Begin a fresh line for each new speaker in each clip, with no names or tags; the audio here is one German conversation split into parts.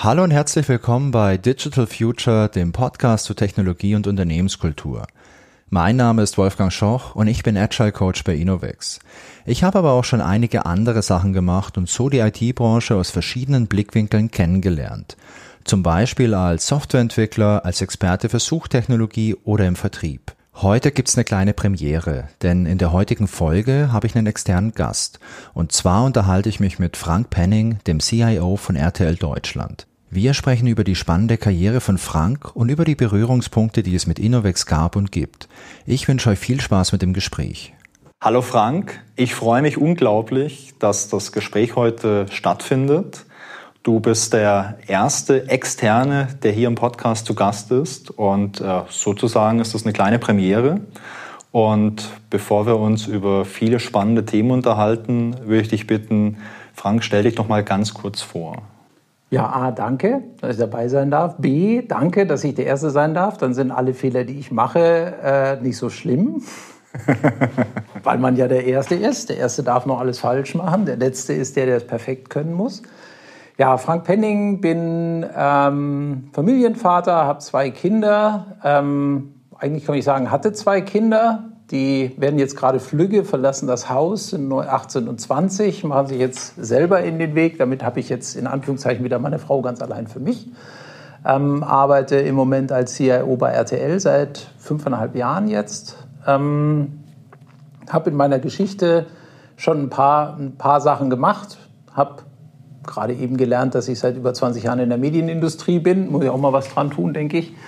Hallo und herzlich willkommen bei Digital Future, dem Podcast zu Technologie und Unternehmenskultur. Mein Name ist Wolfgang Schoch und ich bin Agile Coach bei Innovex. Ich habe aber auch schon einige andere Sachen gemacht und so die IT-Branche aus verschiedenen Blickwinkeln kennengelernt. Zum Beispiel als Softwareentwickler, als Experte für Suchtechnologie oder im Vertrieb. Heute gibt's eine kleine Premiere, denn in der heutigen Folge habe ich einen externen Gast. Und zwar unterhalte ich mich mit Frank Penning, dem CIO von RTL Deutschland. Wir sprechen über die spannende Karriere von Frank und über die Berührungspunkte, die es mit Innovex gab und gibt. Ich wünsche euch viel Spaß mit dem Gespräch.
Hallo Frank, ich freue mich unglaublich, dass das Gespräch heute stattfindet. Du bist der erste Externe, der hier im Podcast zu Gast ist und sozusagen ist das eine kleine Premiere. Und bevor wir uns über viele spannende Themen unterhalten, würde ich dich bitten, Frank, stell dich doch mal ganz kurz vor.
Ja, A, danke, dass ich dabei sein darf. B, danke, dass ich der Erste sein darf. Dann sind alle Fehler, die ich mache, nicht so schlimm. Weil man ja der Erste ist. Der Erste darf noch alles falsch machen. Der Letzte ist der es perfekt können muss. Ja, Frank Penning, bin Familienvater, habe 2 Kinder. Eigentlich kann ich sagen, hatte 2 Kinder. Die werden jetzt gerade flügge, verlassen das Haus, sind 18 und 20, machen sich jetzt selber in den Weg. Damit habe ich jetzt in Anführungszeichen wieder meine Frau ganz allein für mich. Arbeite im Moment als CIO bei RTL seit 5,5 Jahren jetzt. Habe in meiner Geschichte schon ein paar Sachen gemacht. Habe gerade eben gelernt, dass ich seit über 20 Jahren in der Medienindustrie bin. Muss ich auch mal was dran tun, denke ich.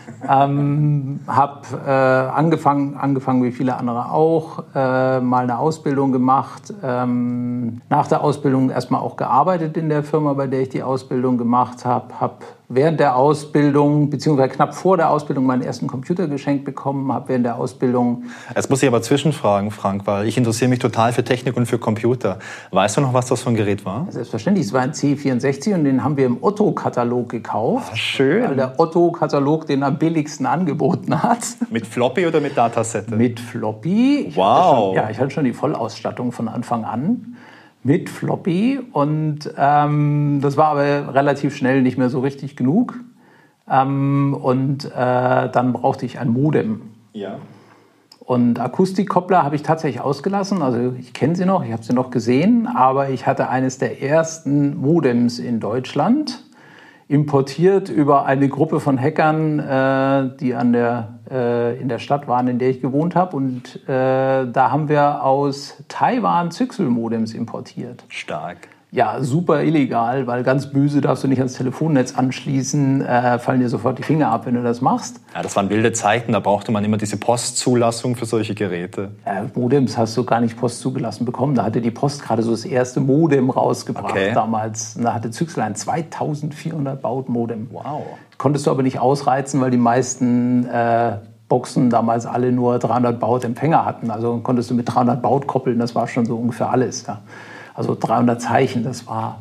Habe angefangen wie viele andere auch, mal eine Ausbildung gemacht. Nach der Ausbildung erstmal auch gearbeitet in der Firma, bei der ich die Ausbildung gemacht habe. Habe während der Ausbildung, beziehungsweise knapp vor der Ausbildung, meinen ersten Computer geschenkt bekommen. Habe während der Ausbildung...
Jetzt muss ich aber zwischenfragen, Frank, weil ich interessiere mich total für Technik und für Computer. Weißt du noch, was das für ein Gerät war?
Selbstverständlich, es war ein C64 und den haben wir im Otto-Katalog gekauft.
Ach, schön.
Weil der Otto-Katalog den am billigsten angeboten hat.
Mit Floppy oder mit Datasette?
Mit Floppy.
Wow.
Ich hatte schon die Vollausstattung von Anfang an. Mit Floppy. Und das war aber relativ schnell nicht mehr so richtig genug. Dann brauchte ich ein Modem.
Ja.
Und Akustikkoppler habe ich tatsächlich ausgelassen. Also ich kenne sie noch, ich habe sie noch gesehen. Aber ich hatte eines der ersten Modems in Deutschland. Importiert über eine Gruppe von Hackern, die in der Stadt waren, in der ich gewohnt habe. Und da haben wir aus Taiwan Zyxel-Modems importiert.
Stark.
Ja, super illegal, weil ganz böse darfst du nicht ans Telefonnetz anschließen, fallen dir sofort die Finger ab, wenn du das machst.
Ja, das waren wilde Zeiten, da brauchte man immer diese Postzulassung für solche Geräte.
Modems hast du gar nicht Post zugelassen bekommen. Da hatte die Post gerade so das erste Modem rausgebracht damals. Und da hatte Zyxel ein 2400 Baud Modem.
Wow.
Konntest du aber nicht ausreizen, weil die meisten Boxen damals alle nur 300 Baud Empfänger hatten. Also konntest du mit 300 Baud koppeln, das war schon so ungefähr alles. Ja. Also 300 Zeichen, das war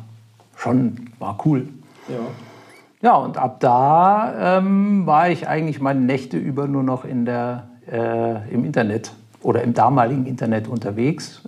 cool. Ja, und ab da war ich eigentlich meine Nächte über nur noch im Internet oder im damaligen Internet unterwegs.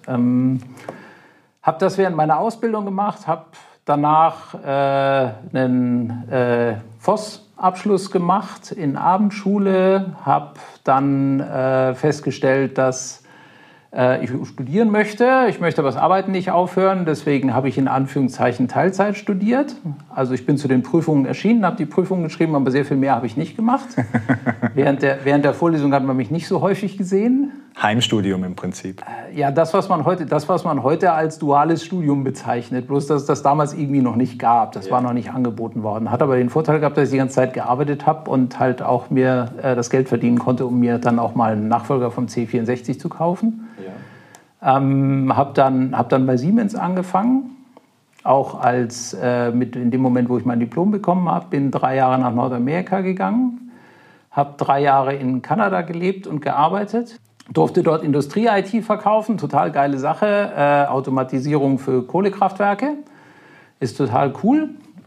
Habe das während meiner Ausbildung gemacht, habe danach einen FOS-Abschluss gemacht in Abendschule, habe dann festgestellt, dass ich studieren möchte. Ich möchte aber das Arbeiten nicht aufhören. Deswegen habe ich in Anführungszeichen Teilzeit studiert. Also ich bin zu den Prüfungen erschienen, habe die Prüfungen geschrieben, aber sehr viel mehr habe ich nicht gemacht. Während der Vorlesung hat man mich nicht so häufig gesehen.
Heimstudium im Prinzip.
Ja, das, was man heute als duales Studium bezeichnet. Bloß, dass es das damals irgendwie noch nicht gab. Das war noch nicht angeboten worden. Hat aber den Vorteil gehabt, dass ich die ganze Zeit gearbeitet habe und halt auch mir das Geld verdienen konnte, um mir dann auch mal einen Nachfolger vom C64 zu kaufen. Ja. Hab dann bei Siemens angefangen. Auch in dem Moment, wo ich mein Diplom bekommen habe, bin 3 Jahre nach Nordamerika gegangen. Habe 3 Jahre in Kanada gelebt und gearbeitet. Durfte dort Industrie-IT verkaufen, total geile Sache. Automatisierung für Kohlekraftwerke, ist total cool.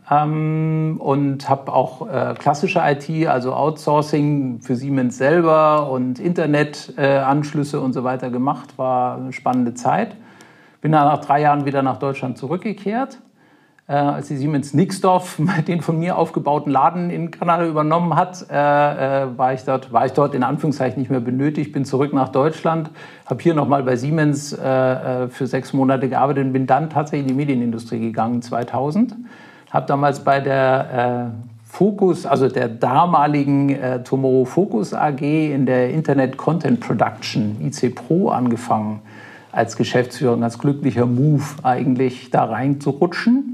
Und habe auch klassische IT, also Outsourcing für Siemens selber und Internetanschlüsse und so weiter gemacht. War eine spannende Zeit. Bin dann nach 3 Jahren wieder nach Deutschland zurückgekehrt. als die Siemens Nixdorf den von mir aufgebauten Laden in Kanada übernommen hat, war ich dort in Anführungszeichen nicht mehr benötigt, bin zurück nach Deutschland, habe hier nochmal bei Siemens für 6 Monate gearbeitet und bin dann tatsächlich in die Medienindustrie gegangen, 2000. Habe damals bei der Focus, also der damaligen Tomorrow Focus AG in der Internet Content Production, IC Pro, angefangen, als Geschäftsführer, ein ganz glücklicher Move eigentlich da reinzurutschen.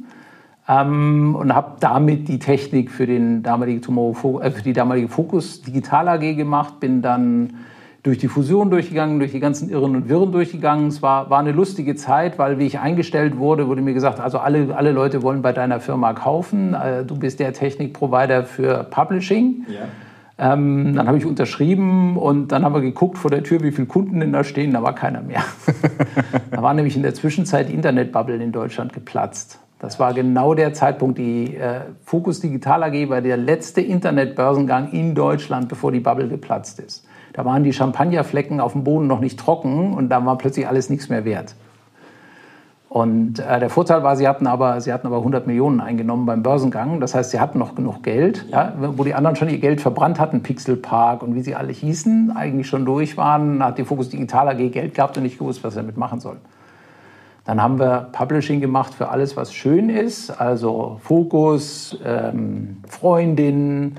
Und habe damit die Technik für die damalige Focus Digital AG gemacht, bin dann durch die Fusion durchgegangen, durch die ganzen Irren und Wirren durchgegangen. Es war eine lustige Zeit, weil wie ich eingestellt wurde mir gesagt, also alle Leute wollen bei deiner Firma kaufen, du bist der Technikprovider für Publishing. Ja. Dann habe ich unterschrieben und dann haben wir geguckt vor der Tür, wie viele Kunden denn da stehen, da war keiner mehr. Da war nämlich in der Zwischenzeit die Internetbubble in Deutschland geplatzt. Das war genau der Zeitpunkt, die Focus Digital AG war der letzte Internetbörsengang in Deutschland, bevor die Bubble geplatzt ist. Da waren die Champagnerflecken auf dem Boden noch nicht trocken und da war plötzlich alles nichts mehr wert. Und der Vorteil war, sie hatten aber 100 Millionen eingenommen beim Börsengang. Das heißt, sie hatten noch genug Geld, ja, wo die anderen schon ihr Geld verbrannt hatten, Pixelpark und wie sie alle hießen, eigentlich schon durch waren, hat die Focus Digital AG Geld gehabt und nicht gewusst, was sie damit machen soll. Dann haben wir Publishing gemacht für alles, was schön ist, also Focus, Freundin,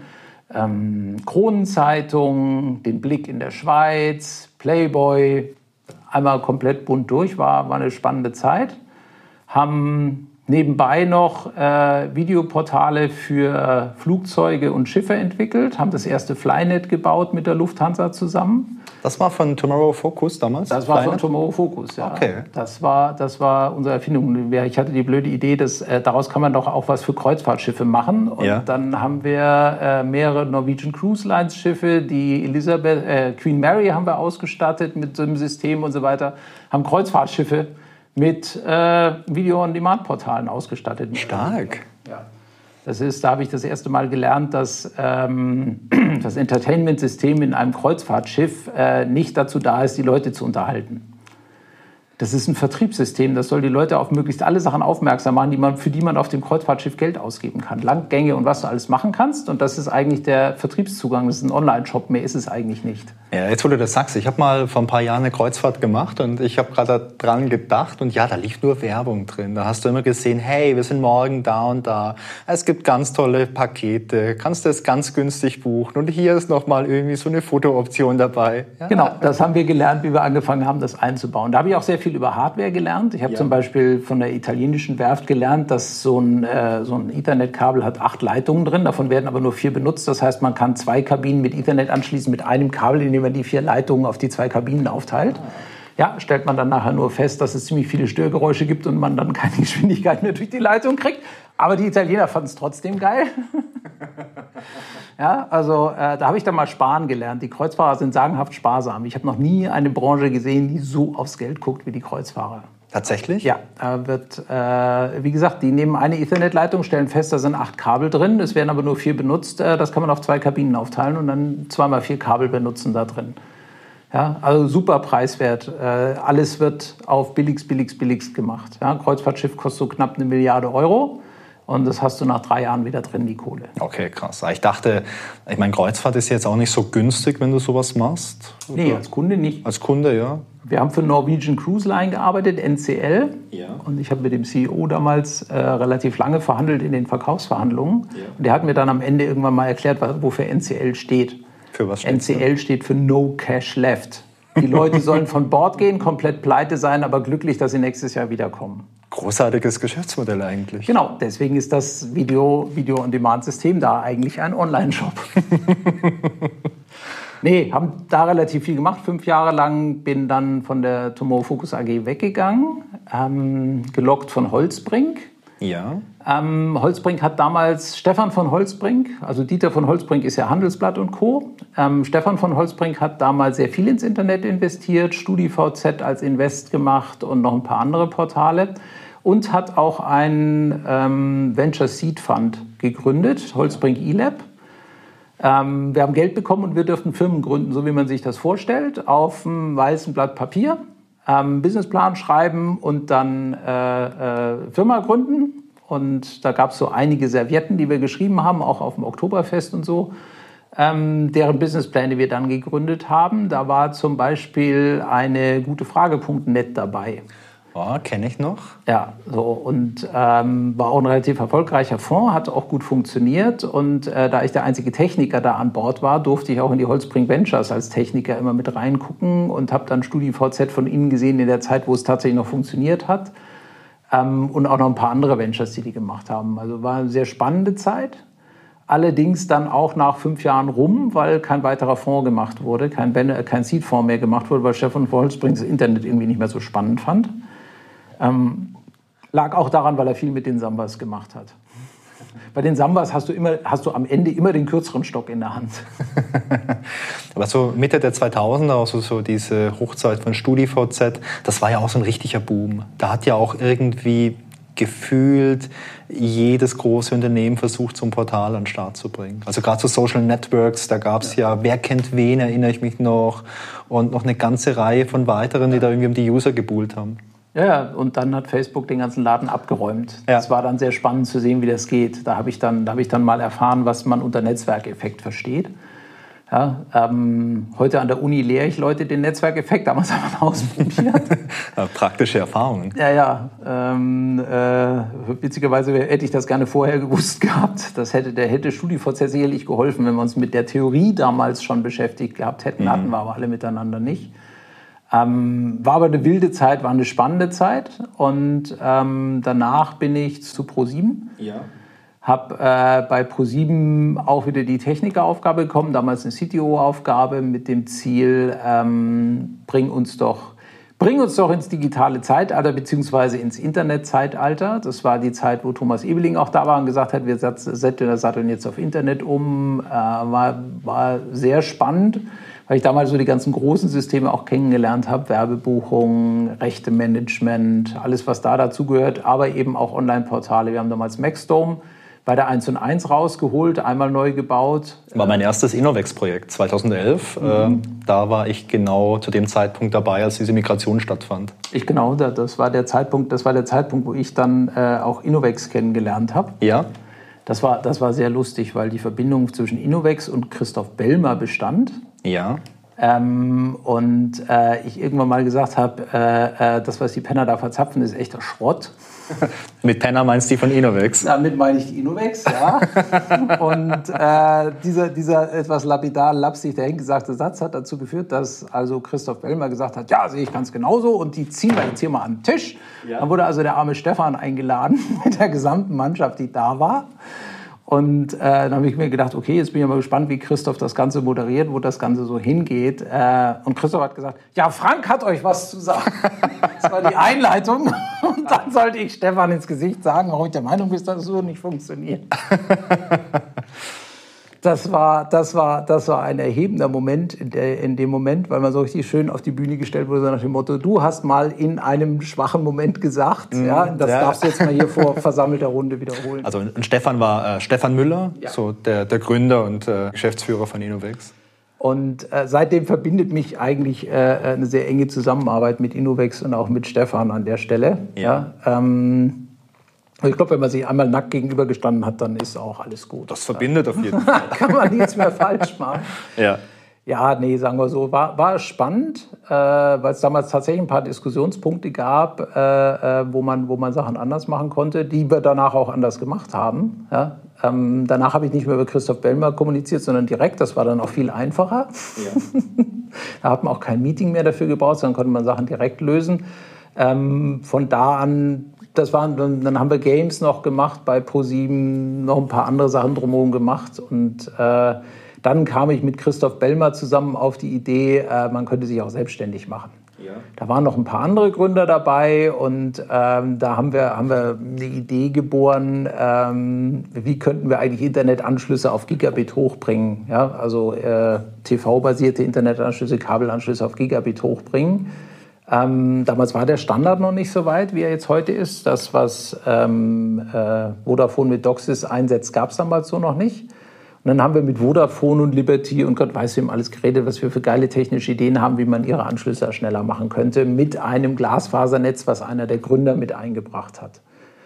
Kronenzeitung, den Blick in der Schweiz, Playboy, einmal komplett bunt durch, war eine spannende Zeit. Haben nebenbei noch Videoportale für Flugzeuge und Schiffe entwickelt, haben das erste Flynet gebaut mit der Lufthansa zusammen.
Das war von Tomorrow Focus damals?
Das war von Tomorrow Focus, ja.
Okay.
Das war unsere Erfindung. Ich hatte die blöde Idee, dass daraus kann man doch auch was für Kreuzfahrtschiffe machen. Und dann haben wir mehrere Norwegian Cruise Lines Schiffe, die Queen Mary haben wir ausgestattet mit so einem System und so weiter, haben Kreuzfahrtschiffe mit Video-on-Demand-Portalen ausgestattet.
Stark.
Ja. Da habe ich das erste Mal gelernt, dass das Entertainment-System in einem Kreuzfahrtschiff nicht dazu da ist, die Leute zu unterhalten. Das ist ein Vertriebssystem, das soll die Leute auf möglichst alle Sachen aufmerksam machen, für die man auf dem Kreuzfahrtschiff Geld ausgeben kann. Langgänge und was du alles machen kannst. Und das ist eigentlich der Vertriebszugang. Das ist ein Online-Shop, mehr ist es eigentlich nicht.
Ja, jetzt wo du das sagst, ich habe mal vor ein paar Jahren eine Kreuzfahrt gemacht und ich habe gerade dran gedacht und ja, da lief nur Werbung drin. Da hast du immer gesehen, hey, wir sind morgen da und da. Es gibt ganz tolle Pakete, kannst du es ganz günstig buchen und hier ist nochmal irgendwie so eine Fotooption dabei. Ja.
Genau, das haben wir gelernt, wie wir angefangen haben, das einzubauen. Da habe ich auch sehr viel über Hardware gelernt. Ich habe zum Beispiel von der italienischen Werft gelernt, dass so ein Ethernet-Kabel hat 8 Leitungen drin, davon werden aber nur 4 benutzt. Das heißt, man kann 2 Kabinen mit Ethernet anschließen mit einem Kabel, indem man die 4 Leitungen auf die 2 Kabinen aufteilt. Ja, stellt man dann nachher nur fest, dass es ziemlich viele Störgeräusche gibt und man dann keine Geschwindigkeit mehr durch die Leitung kriegt. Aber die Italiener fanden es trotzdem geil. Ja, also da habe ich dann mal sparen gelernt. Die Kreuzfahrer sind sagenhaft sparsam. Ich habe noch nie eine Branche gesehen, die so aufs Geld guckt wie die Kreuzfahrer.
Tatsächlich?
Ja, da wird, wie gesagt, die nehmen eine Ethernet-Leitung, stellen fest, da sind 8 Kabel drin, es werden aber nur 4 benutzt. Das kann man auf 2 Kabinen aufteilen und dann 2x4 Kabel benutzen da drin. Ja, also super preiswert. Alles wird auf billigst gemacht. Ja, ein Kreuzfahrtschiff kostet so knapp 1 Milliarde Euro. Und das hast du nach 3 Jahren wieder drin, die Kohle.
Okay, krass. Ich dachte, Kreuzfahrt ist jetzt auch nicht so günstig, wenn du sowas machst. Oder?
Nee, als Kunde nicht.
Als Kunde, ja.
Wir haben für Norwegian Cruise Line gearbeitet, NCL.
Ja.
Und ich habe mit dem CEO damals relativ lange verhandelt in den Verkaufsverhandlungen. Ja. Und der hat mir dann am Ende irgendwann mal erklärt, wofür NCL steht.
Für was steht
NCL steht für No Cash Left. Die Leute sollen von Bord gehen, komplett pleite sein, aber glücklich, dass sie nächstes Jahr wiederkommen.
Großartiges Geschäftsmodell eigentlich.
Genau, deswegen ist das Video-on-Demand-System da eigentlich ein Online-Shop. Nee, haben da relativ viel gemacht, 5 Jahre lang, bin dann von der Tomorrow Focus AG weggegangen, gelockt von Holzbrink.
Ja.
Holzbrink hat damals Stefan von Holzbrink, also Dieter von Holzbrink ist ja Handelsblatt und Co. Stefan von Holzbrink hat damals sehr viel ins Internet investiert, StudiVZ als Invest gemacht und noch ein paar andere Portale und hat auch einen Venture Seed Fund gegründet, Holzbrink eLab. Wir haben Geld bekommen und wir dürften Firmen gründen, so wie man sich das vorstellt, auf einem weißen Blatt Papier. Businessplan schreiben und dann Firma gründen. Und da gab es so einige Servietten, die wir geschrieben haben, auch auf dem Oktoberfest und so, deren Businesspläne wir dann gegründet haben. Da war zum Beispiel eine gutefrage.net dabei.
Oh, kenne ich noch.
Ja, so und war auch ein relativ erfolgreicher Fonds, hat auch gut funktioniert. Und da ich der einzige Techniker da an Bord war, durfte ich auch in die Holzbrink Ventures als Techniker immer mit reingucken und habe dann StudiVZ von innen gesehen in der Zeit, wo es tatsächlich noch funktioniert hat. Und auch noch ein paar andere Ventures, die gemacht haben. Also war eine sehr spannende Zeit. Allerdings dann auch nach 5 Jahren rum, weil kein weiterer Fonds gemacht wurde, kein Seed-Fonds mehr gemacht wurde, weil Stefan von Holzbrink das Internet irgendwie nicht mehr so spannend fand. Lag auch daran, weil er viel mit den Sambas gemacht hat. Bei den Sambas hast du am Ende immer den kürzeren Stock in der Hand.
Aber so Mitte der 2000er, also so diese Hochzeit von StudiVZ, das war ja auch so ein richtiger Boom. Da hat ja auch irgendwie gefühlt jedes große Unternehmen versucht, so ein Portal an den Start zu bringen. Also gerade so Social Networks, da gab es ja Wer kennt wen, erinnere ich mich noch, und noch eine ganze Reihe von weiteren, die da irgendwie um die User gebuhlt haben.
Ja, und dann hat Facebook den ganzen Laden abgeräumt. Ja. Das war dann sehr spannend zu sehen, wie das geht. Da habe ich dann mal erfahren, was man unter Netzwerkeffekt versteht. Ja, heute an der Uni lehre ich Leute den Netzwerkeffekt, damals haben wir ihn ausprobiert.
Ja, praktische Erfahrungen.
Ja. Witzigerweise hätte ich das gerne vorher gewusst gehabt. Der hätte StudiVZ sicherlich geholfen, wenn wir uns mit der Theorie damals schon beschäftigt gehabt hätten. Hatten wir aber alle miteinander nicht. War aber eine wilde Zeit, war eine spannende Zeit. Und danach bin ich zu ProSieben. Ja. Habe bei ProSieben auch wieder die Technikeraufgabe bekommen, damals eine CTO-Aufgabe mit dem Ziel, bring uns doch ins digitale Zeitalter beziehungsweise ins Internetzeitalter. Das war die Zeit, wo Thomas Ebeling auch da war und gesagt hat, wir satteln jetzt auf Internet um. War sehr spannend, weil ich damals so die ganzen großen Systeme auch kennengelernt habe. Werbebuchung, Rechtemanagement, alles was da dazu gehört, aber eben auch Online-Portale. Wir haben damals Maxdome bei der 1&1 rausgeholt, einmal neu gebaut.
War mein erstes Innovex-Projekt 2011. Da war ich genau zu dem Zeitpunkt dabei, als diese Migration stattfand.
Das war der Zeitpunkt, wo ich dann auch Innovex kennengelernt habe.
Ja.
Das war sehr lustig, weil die Verbindung zwischen Innovex und Christoph Bellmer bestand.
Ja.
Ich irgendwann mal gesagt habe, das, was die Penner da verzapfen, ist echter Schrott.
Mit Penner meinst du die von Innovex?
Damit meine ich die Innovex, ja. Und dieser etwas lapidar, lapsig dahingesagte Satz hat dazu geführt, dass also Christoph Bellmer gesagt hat, ja, sehe ich ganz genauso und die ziehen wir jetzt hier mal an den Tisch. Ja. Dann wurde also der arme Stefan eingeladen mit der gesamten Mannschaft, die da war. Und dann habe ich mir gedacht, okay, jetzt bin ich mal gespannt, wie Christoph das Ganze moderiert, wo das Ganze so hingeht. Und Christoph hat gesagt, ja, Frank hat euch was zu sagen. Das war die Einleitung. Und dann sollte ich Stefan ins Gesicht sagen, warum ich der Meinung bin, dass es so nicht funktioniert. Das war ein erhebender Moment in dem Moment, weil man so richtig schön auf die Bühne gestellt wurde, nach dem Motto, du hast mal in einem schwachen Moment gesagt, das darfst du jetzt mal hier vor versammelter Runde wiederholen.
Also ein Stefan war Stefan Müller, ja. So der Gründer und Geschäftsführer von Innovex.
Und seitdem verbindet mich eigentlich eine sehr enge Zusammenarbeit mit Innovex und auch mit Stefan an der Stelle. Ja. Ich glaube, wenn man sich einmal nackt gegenübergestanden hat, dann ist auch alles gut.
Das verbindet auf jeden Fall.
Kann man nichts mehr falsch machen.
Ja.
Ja, nee, sagen wir so, war spannend, weil es damals tatsächlich ein paar Diskussionspunkte gab, wo man Sachen anders machen konnte, die wir danach auch anders gemacht haben. Ja? Danach habe ich nicht mehr über Christoph Bellmer kommuniziert, sondern direkt. Das war dann auch viel einfacher. Ja. Da hat man auch kein Meeting mehr dafür gebraucht, sondern konnte man Sachen direkt lösen. Von da an, dann haben wir Games noch gemacht bei ProSieben, noch ein paar andere Sachen drumherum gemacht und dann kam ich mit Christoph Bellmer zusammen auf die Idee, man könnte sich auch selbstständig machen. Ja. Da waren noch ein paar andere Gründer dabei und da haben wir eine Idee geboren, wie könnten wir eigentlich Internetanschlüsse auf Gigabit hochbringen. Ja? Also TV-basierte Internetanschlüsse, Kabelanschlüsse auf Gigabit hochbringen. Damals war der Standard noch nicht so weit, wie er jetzt heute ist. Das, was Vodafone mit DOCSIS einsetzt, gab es damals so noch nicht. Und dann haben wir mit Vodafone und Liberty und Gott weiß wem alles geredet, was wir für geile technische Ideen haben, wie man ihre Anschlüsse schneller machen könnte, mit einem Glasfasernetz, was einer der Gründer mit eingebracht hat.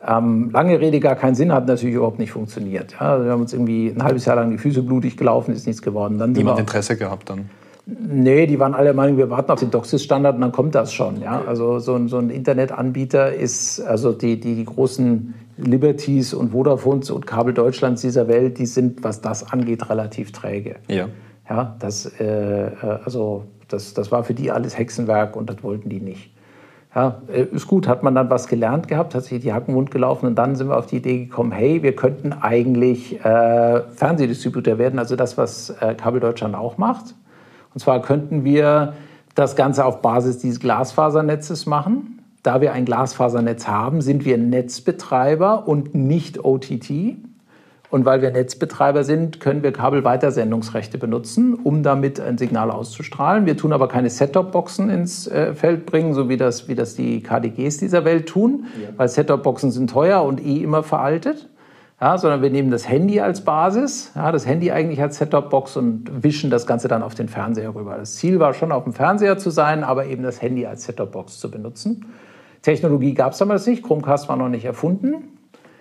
Lange Rede, gar keinen Sinn, hat natürlich überhaupt nicht funktioniert. Ja, wir haben uns irgendwie ein halbes Jahr lang die Füße blutig gelaufen, ist nichts geworden.
Niemand Interesse gehabt dann?
Nee, die waren alle der Meinung, wir warten auf den DOCSIS-Standard und dann kommt das schon. Ja? Also so ein Internetanbieter ist, also die großen Liberties und Vodafones und Kabel Deutschlands dieser Welt, die sind, was das angeht, relativ träge.
Ja.
Ja, das war für die alles Hexenwerk und das wollten die nicht. Ja, ist gut, hat man dann was gelernt gehabt, hat sich die Hacken wund gelaufen und dann sind wir auf die Idee gekommen, hey, wir könnten eigentlich Fernsehdistributor werden, also das, was Kabel Deutschland auch macht. Und zwar könnten wir das Ganze auf Basis dieses Glasfasernetzes machen. Da wir ein Glasfasernetz haben, sind wir Netzbetreiber und nicht OTT. Und weil wir Netzbetreiber sind, können wir Kabelweitersendungsrechte benutzen, um damit ein Signal auszustrahlen. Wir tun aber keine Set-Top-Boxen ins Feld bringen, so wie das die KDGs dieser Welt tun, weil Set-Top-Boxen sind teuer und immer veraltet. Ja, sondern wir nehmen das Handy als Basis, ja, das Handy eigentlich als Set-Top-Box und wischen das Ganze dann auf den Fernseher rüber. Das Ziel war schon, auf dem Fernseher zu sein, aber eben das Handy als Set-Top-Box zu benutzen. Technologie gab es damals nicht, Chromecast war noch nicht erfunden.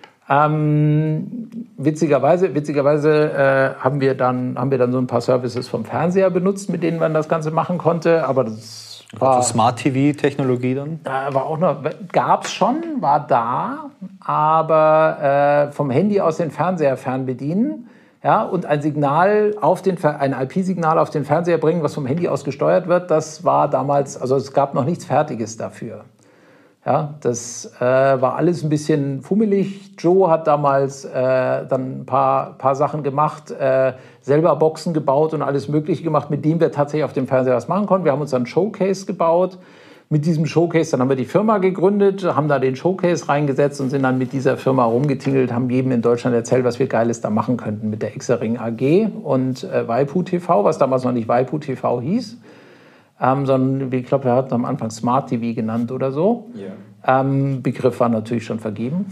Witzigerweise haben wir dann so ein paar Services vom Fernseher benutzt, mit denen man das Ganze machen konnte, aber das war
Smart-TV-Technologie dann?
War auch noch, gab's schon, war da, aber vom Handy aus den Fernseher fernbedienen, ja, und ein IP-Signal auf den Fernseher bringen, was vom Handy aus gesteuert wird, das war damals, also es gab noch nichts Fertiges dafür. Ja, das war alles ein bisschen fummelig. Joe hat damals dann ein paar Sachen gemacht, selber Boxen gebaut und alles Mögliche gemacht, mit dem wir tatsächlich auf dem Fernseher was machen konnten. Wir haben uns dann einen Showcase gebaut. Mit diesem Showcase, dann haben wir die Firma gegründet, haben da den Showcase reingesetzt und sind dann mit dieser Firma rumgetingelt, haben jedem in Deutschland erzählt, was wir Geiles da machen könnten mit der Exaring AG und Waipu TV, was damals noch nicht Waipu TV hieß. Sondern ich glaube, wir hatten am Anfang Smart TV genannt oder so. Yeah. Begriff war natürlich schon vergeben.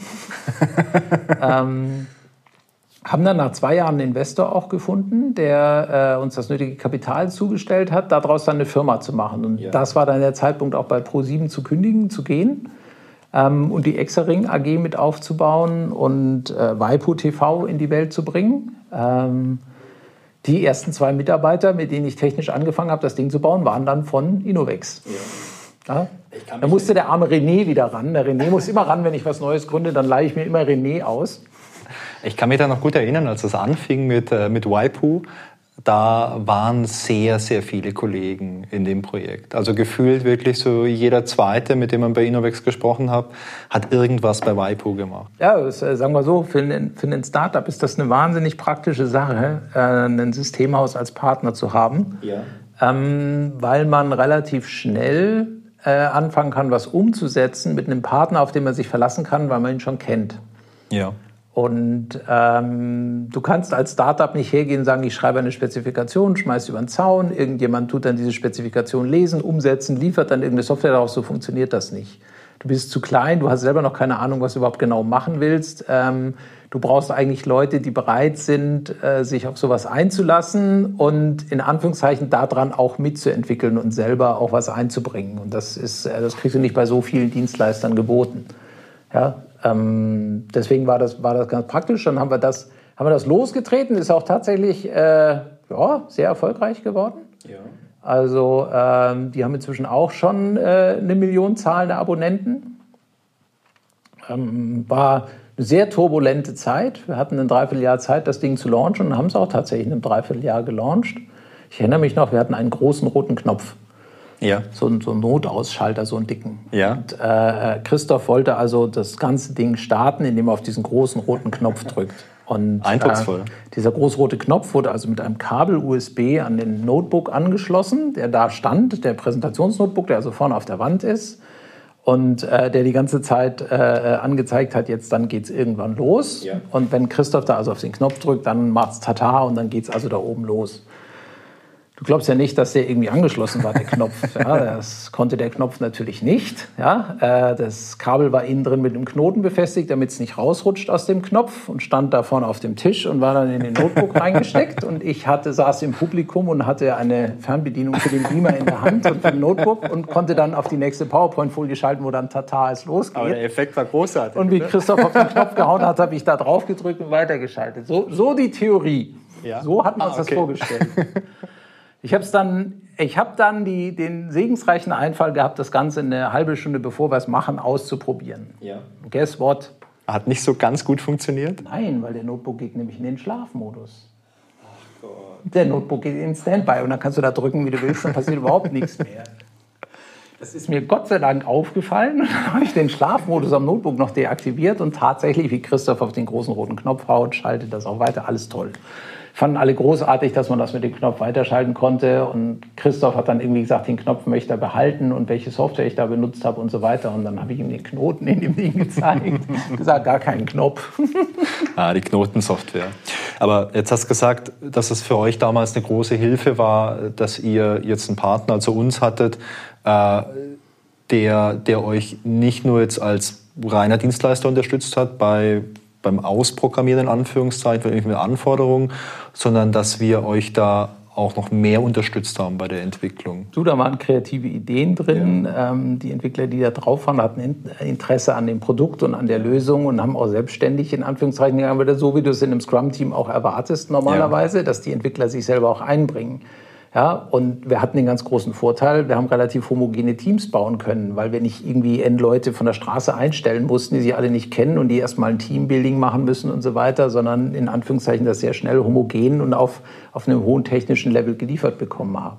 Haben dann nach 2 Jahren einen Investor auch gefunden, der uns das nötige Kapital zugestellt hat, daraus dann eine Firma zu machen. Und das war dann der Zeitpunkt, auch bei Pro7 zu kündigen, zu gehen und die Exaring AG mit aufzubauen und Waipu TV in die Welt zu bringen. Die ersten 2 Mitarbeiter, mit denen ich technisch angefangen habe, das Ding zu bauen, waren dann von Innovex. Ja. Da musste der arme René wieder ran. Der René muss immer ran, wenn ich was Neues gründe, dann leihe ich mir immer René aus.
Ich kann mich da noch gut erinnern, als es anfing mit Waipu, da waren sehr, sehr viele Kollegen in dem Projekt. Also gefühlt wirklich so jeder Zweite, mit dem man bei Innovex gesprochen hat, hat irgendwas bei Waipu gemacht.
Ja, das, sagen wir so, für ein Startup ist das eine wahnsinnig praktische Sache, ein Systemhaus als Partner zu haben, weil man relativ schnell anfangen kann, was umzusetzen mit einem Partner, auf den man sich verlassen kann, weil man ihn schon kennt.
Ja.
Und du kannst als Startup nicht hergehen und sagen, ich schreibe eine Spezifikation, schmeiß über den Zaun, irgendjemand tut dann diese Spezifikation lesen, umsetzen, liefert dann irgendeine Software daraus, so funktioniert das nicht. Du bist zu klein, du hast selber noch keine Ahnung, was du überhaupt genau machen willst. Du brauchst eigentlich Leute, die bereit sind, sich auf sowas einzulassen und in Anführungszeichen daran auch mitzuentwickeln und selber auch was einzubringen. Und das kriegst du nicht bei so vielen Dienstleistern geboten. Ja? Deswegen war das ganz praktisch. Dann haben wir das losgetreten, ist auch tatsächlich sehr erfolgreich geworden. Ja. Also die haben inzwischen auch schon 1 Million zahlende Abonnenten. War eine sehr turbulente Zeit. Wir hatten ein Dreivierteljahr Zeit, das Ding zu launchen und haben es auch tatsächlich in einem Dreivierteljahr gelauncht. Ich erinnere mich noch, wir hatten einen großen roten Knopf.
Ja.
So einen Notausschalter, so einen dicken.
Ja.
Und Christoph wollte also das ganze Ding starten, indem er auf diesen großen roten Knopf drückt. Und
eindrucksvoll.
Dieser großrote Knopf wurde also mit einem Kabel USB an den Notebook angeschlossen, der da stand, der Präsentationsnotebook, der also vorne auf der Wand ist und der die ganze Zeit angezeigt hat, jetzt dann geht's irgendwann los. Ja. Und wenn Christoph da also auf den Knopf drückt, dann macht's Tata und dann geht's also da oben los. Du glaubst ja nicht, dass der irgendwie angeschlossen war, der Knopf. Ja, das konnte der Knopf natürlich nicht. Ja, das Kabel war innen drin mit einem Knoten befestigt, damit es nicht rausrutscht aus dem Knopf und stand da vorne auf dem Tisch und war dann in den Notebook reingesteckt. Und ich saß im Publikum und hatte eine Fernbedienung für den Beamer in der Hand und für den Notebook und konnte dann auf die nächste PowerPoint-Folie schalten, wo dann Tata es losgeht.
Aber der Effekt war großartig.
Und wie Christoph auf den Knopf gehauen hat, habe ich da drauf gedrückt und weitergeschaltet. So die Theorie. Ja? So hatten wir uns das vorgestellt. Ich habe dann den segensreichen Einfall gehabt, das Ganze eine halbe Stunde, bevor wir es machen, auszuprobieren.
Ja.
Guess what?
Hat nicht so ganz gut funktioniert?
Nein, weil der Notebook geht nämlich in den Schlafmodus. Ach Gott. Der Notebook geht in Standby und dann kannst du da drücken, wie du willst, dann passiert überhaupt nichts mehr. Das ist mir Gott sei Dank aufgefallen. Dann habe ich den Schlafmodus am Notebook noch deaktiviert und tatsächlich, wie Christoph auf den großen roten Knopf haut, schaltet das auch weiter. Alles toll. Fanden alle großartig, dass man das mit dem Knopf weiterschalten konnte. Und Christoph hat dann irgendwie gesagt, den Knopf möchte er behalten und welche Software ich da benutzt habe und so weiter. Und dann habe ich ihm den Knoten in dem Ding gezeigt. Gesagt, gar keinen Knopf.
Die Knotensoftware. Aber jetzt hast du gesagt, dass es für euch damals eine große Hilfe war, dass ihr jetzt einen Partner, also uns hattet, der euch nicht nur jetzt als reiner Dienstleister unterstützt hat beim Ausprogrammieren in Anführungszeichen, für irgendwelche Anforderungen, sondern dass wir euch da auch noch mehr unterstützt haben bei der Entwicklung.
Da waren kreative Ideen drin. Ja. Die Entwickler, die da drauf waren, hatten Interesse an dem Produkt und an der Lösung und haben auch selbstständig in Anführungszeichen gearbeitet, so wie du es in einem Scrum-Team auch erwartest normalerweise, dass die Entwickler sich selber auch einbringen. Ja, und wir hatten den ganz großen Vorteil, wir haben relativ homogene Teams bauen können, weil wir nicht irgendwie Leute von der Straße einstellen mussten, die sie alle nicht kennen und die erstmal ein Teambuilding machen müssen und so weiter, sondern in Anführungszeichen das sehr schnell homogen und auf einem hohen technischen Level geliefert bekommen haben.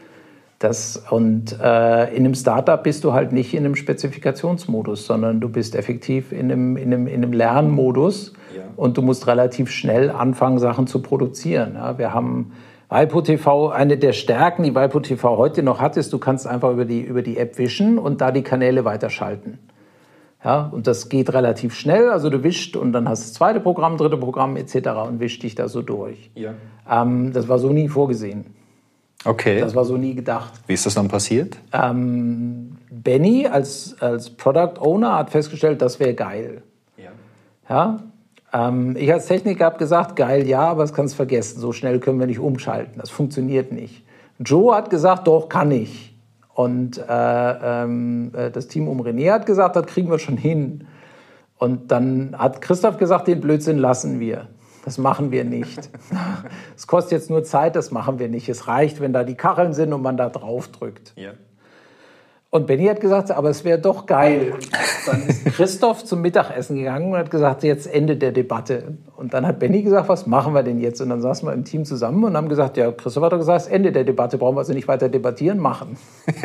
In einem Startup bist du halt nicht in einem Spezifikationsmodus, sondern du bist effektiv in einem Lernmodus und du musst relativ schnell anfangen, Sachen zu produzieren. Ja, wir haben waipu.tv, eine der Stärken, die waipu.tv heute noch hat, ist, du kannst einfach über die App wischen und da die Kanäle weiterschalten. Ja, und das geht relativ schnell, also du wischst und dann hast du das zweite Programm, dritte Programm etc. und wischst dich da so durch. Ja. Das war so nie vorgesehen.
Okay.
Das war so nie gedacht.
Wie ist das dann passiert?
Benny als Product Owner hat festgestellt, das wäre geil. Ja? Ich als Techniker habe gesagt, geil, ja, aber das kannst du vergessen. So schnell können wir nicht umschalten. Das funktioniert nicht. Joe hat gesagt, doch, kann ich. Und das Team um René hat gesagt, das kriegen wir schon hin. Und dann hat Christoph gesagt, den Blödsinn lassen wir. Das machen wir nicht. Es kostet jetzt nur Zeit, das machen wir nicht. Es reicht, wenn da die Kacheln sind und man da drauf drückt. Ja. Und Benny hat gesagt, aber es wäre doch geil. Dann ist Christoph zum Mittagessen gegangen und hat gesagt, jetzt Ende der Debatte. Und dann hat Benny gesagt, was machen wir denn jetzt? Und dann saßen wir im Team zusammen und haben gesagt, ja, Christoph hat doch gesagt, Ende der Debatte, brauchen wir also nicht weiter debattieren, machen.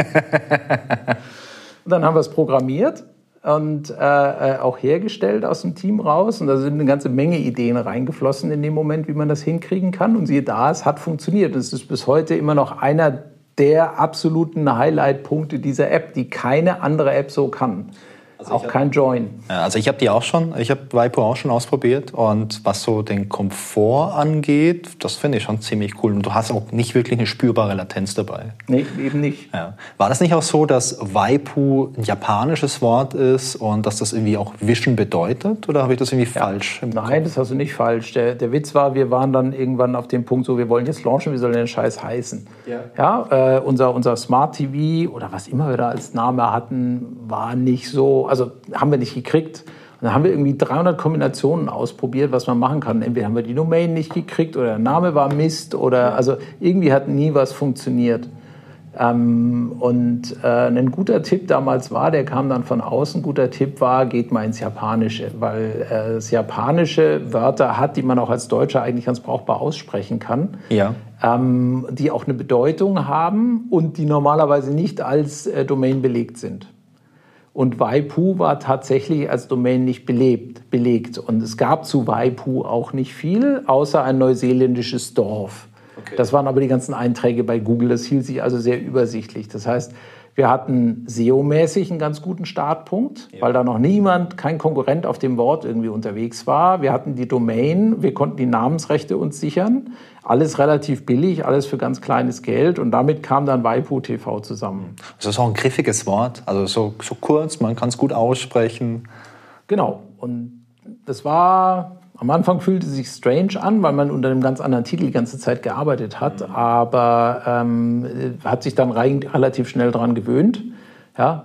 Und dann haben wir es programmiert und auch hergestellt aus dem Team raus. Und da sind eine ganze Menge Ideen reingeflossen in dem Moment, wie man das hinkriegen kann. Und siehe da, es hat funktioniert. Und es ist bis heute immer noch einer der absoluten Highlight-Punkte dieser App, die keine andere App so kann. Also auch kein Join.
Ja, also ich habe Waipu auch schon ausprobiert und was so den Komfort angeht, das finde ich schon ziemlich cool. Und du hast auch nicht wirklich eine spürbare Latenz dabei.
Nee, eben nicht.
Ja. War das nicht auch so, dass Waipu ein japanisches Wort ist und dass das irgendwie auch Wischen bedeutet? Oder habe ich das irgendwie falsch im Kopf?
Nein, das hast du nicht falsch. Der Witz war, wir waren dann irgendwann auf dem Punkt, so wir wollen jetzt launchen, wie soll denn der Scheiß heißen? Ja, unser Smart TV oder was immer wir da als Name hatten, war nicht so, also haben wir nicht gekriegt. Und dann haben wir irgendwie 300 Kombinationen ausprobiert, was man machen kann. Entweder haben wir die Domain nicht gekriegt oder der Name war Mist oder also irgendwie hat nie was funktioniert. Ein guter Tipp damals war, der kam dann von außen, guter Tipp war, geht mal ins Japanische, weil das Japanische Wörter hat, die man auch als Deutscher eigentlich ganz brauchbar aussprechen kann. Ja. Die auch eine Bedeutung haben und die normalerweise nicht als Domain belegt sind. Und Waipu war tatsächlich als Domain nicht belegt. Und es gab zu Waipu auch nicht viel, außer ein neuseeländisches Dorf. Okay. Das waren aber die ganzen Einträge bei Google. Das hielt sich also sehr übersichtlich. Das heißt, Wir hatten SEO-mäßig einen ganz guten Startpunkt, weil da noch kein Konkurrent auf dem Wort irgendwie unterwegs war. Wir hatten die Domain, wir konnten die Namensrechte uns sichern. Alles relativ billig, alles für ganz kleines Geld. Und damit kam dann Waipu.tv zusammen.
Das ist auch ein griffiges Wort, also so kurz, man kann es gut aussprechen.
Genau. Und das war... Am Anfang fühlte es sich strange an, weil man unter einem ganz anderen Titel die ganze Zeit gearbeitet hat, aber hat sich dann relativ schnell daran gewöhnt. Ja,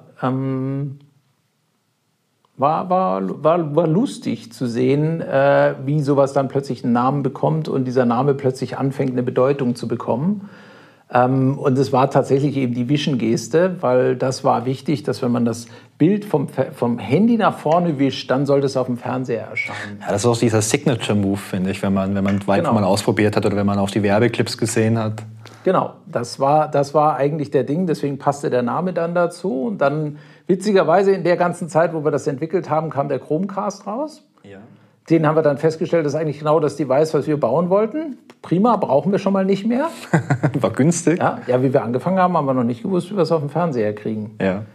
war lustig zu sehen, wie sowas dann plötzlich einen Namen bekommt und dieser Name plötzlich anfängt, eine Bedeutung zu bekommen. Und es war tatsächlich eben die Vision-Geste, weil das war wichtig, dass wenn man das Bild vom Handy nach vorne wischt, dann sollte es auf dem Fernseher erscheinen.
Ja, das ist auch dieser Signature-Move, finde ich, wenn man Waipu mal ausprobiert hat oder wenn man auf die Werbeclips gesehen hat.
Genau, das war eigentlich der Ding, deswegen passte der Name dann dazu. Und dann, witzigerweise, in der ganzen Zeit, wo wir das entwickelt haben, kam der Chromecast raus. Ja. Den haben wir dann festgestellt, das ist eigentlich genau das Device, was wir bauen wollten. Prima, brauchen wir schon mal nicht mehr.
War günstig.
Ja, wie wir angefangen haben, haben wir noch nicht gewusst, wie wir es auf dem Fernseher kriegen. Ja.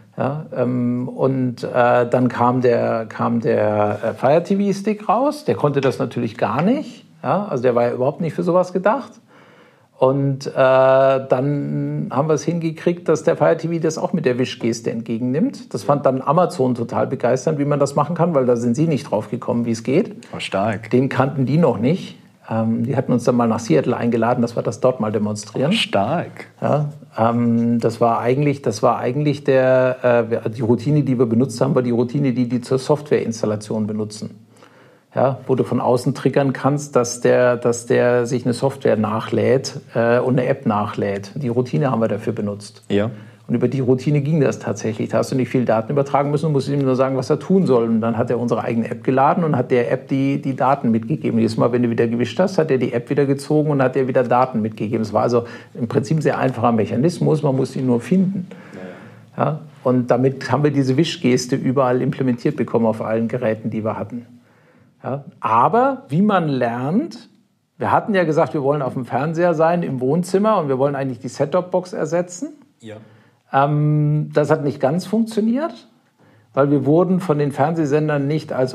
Dann kam der Fire TV Stick raus. Der konnte das natürlich gar nicht. Ja, also der war ja überhaupt nicht für sowas gedacht. Und dann haben wir es hingekriegt, dass der Fire TV das auch mit der Wischgeste entgegennimmt. Das fand dann Amazon total begeisternd, wie man das machen kann, weil da sind sie nicht drauf gekommen, wie es geht.
War stark.
Den kannten die noch nicht. Die hatten uns dann mal nach Seattle eingeladen, dass wir das dort mal demonstrieren.
Stark.
Ja, das war eigentlich die Routine, die wir benutzt haben, war die Routine, die zur Softwareinstallation benutzen. Ja, wo du von außen triggern kannst, dass der sich eine Software nachlädt und eine App nachlädt. Die Routine haben wir dafür benutzt. Ja. Und über die Routine ging das tatsächlich. Da hast du nicht viel Daten übertragen müssen und musst ihm nur sagen, was er tun soll. Und dann hat er unsere eigene App geladen und hat der App die Daten mitgegeben. Jedes Mal, wenn du wieder gewischt hast, hat er die App wieder gezogen und hat dir wieder Daten mitgegeben. Es war also im Prinzip ein sehr einfacher Mechanismus, man muss ihn nur finden. Ja. Und damit haben wir diese Wischgeste überall implementiert bekommen auf allen Geräten, die wir hatten. Ja, aber wie man lernt, wir hatten ja gesagt, wir wollen auf dem Fernseher sein, im Wohnzimmer und wir wollen eigentlich die Set-Top-Box ersetzen. Ja. Das hat nicht ganz funktioniert, weil wir wurden von den Fernsehsendern nicht als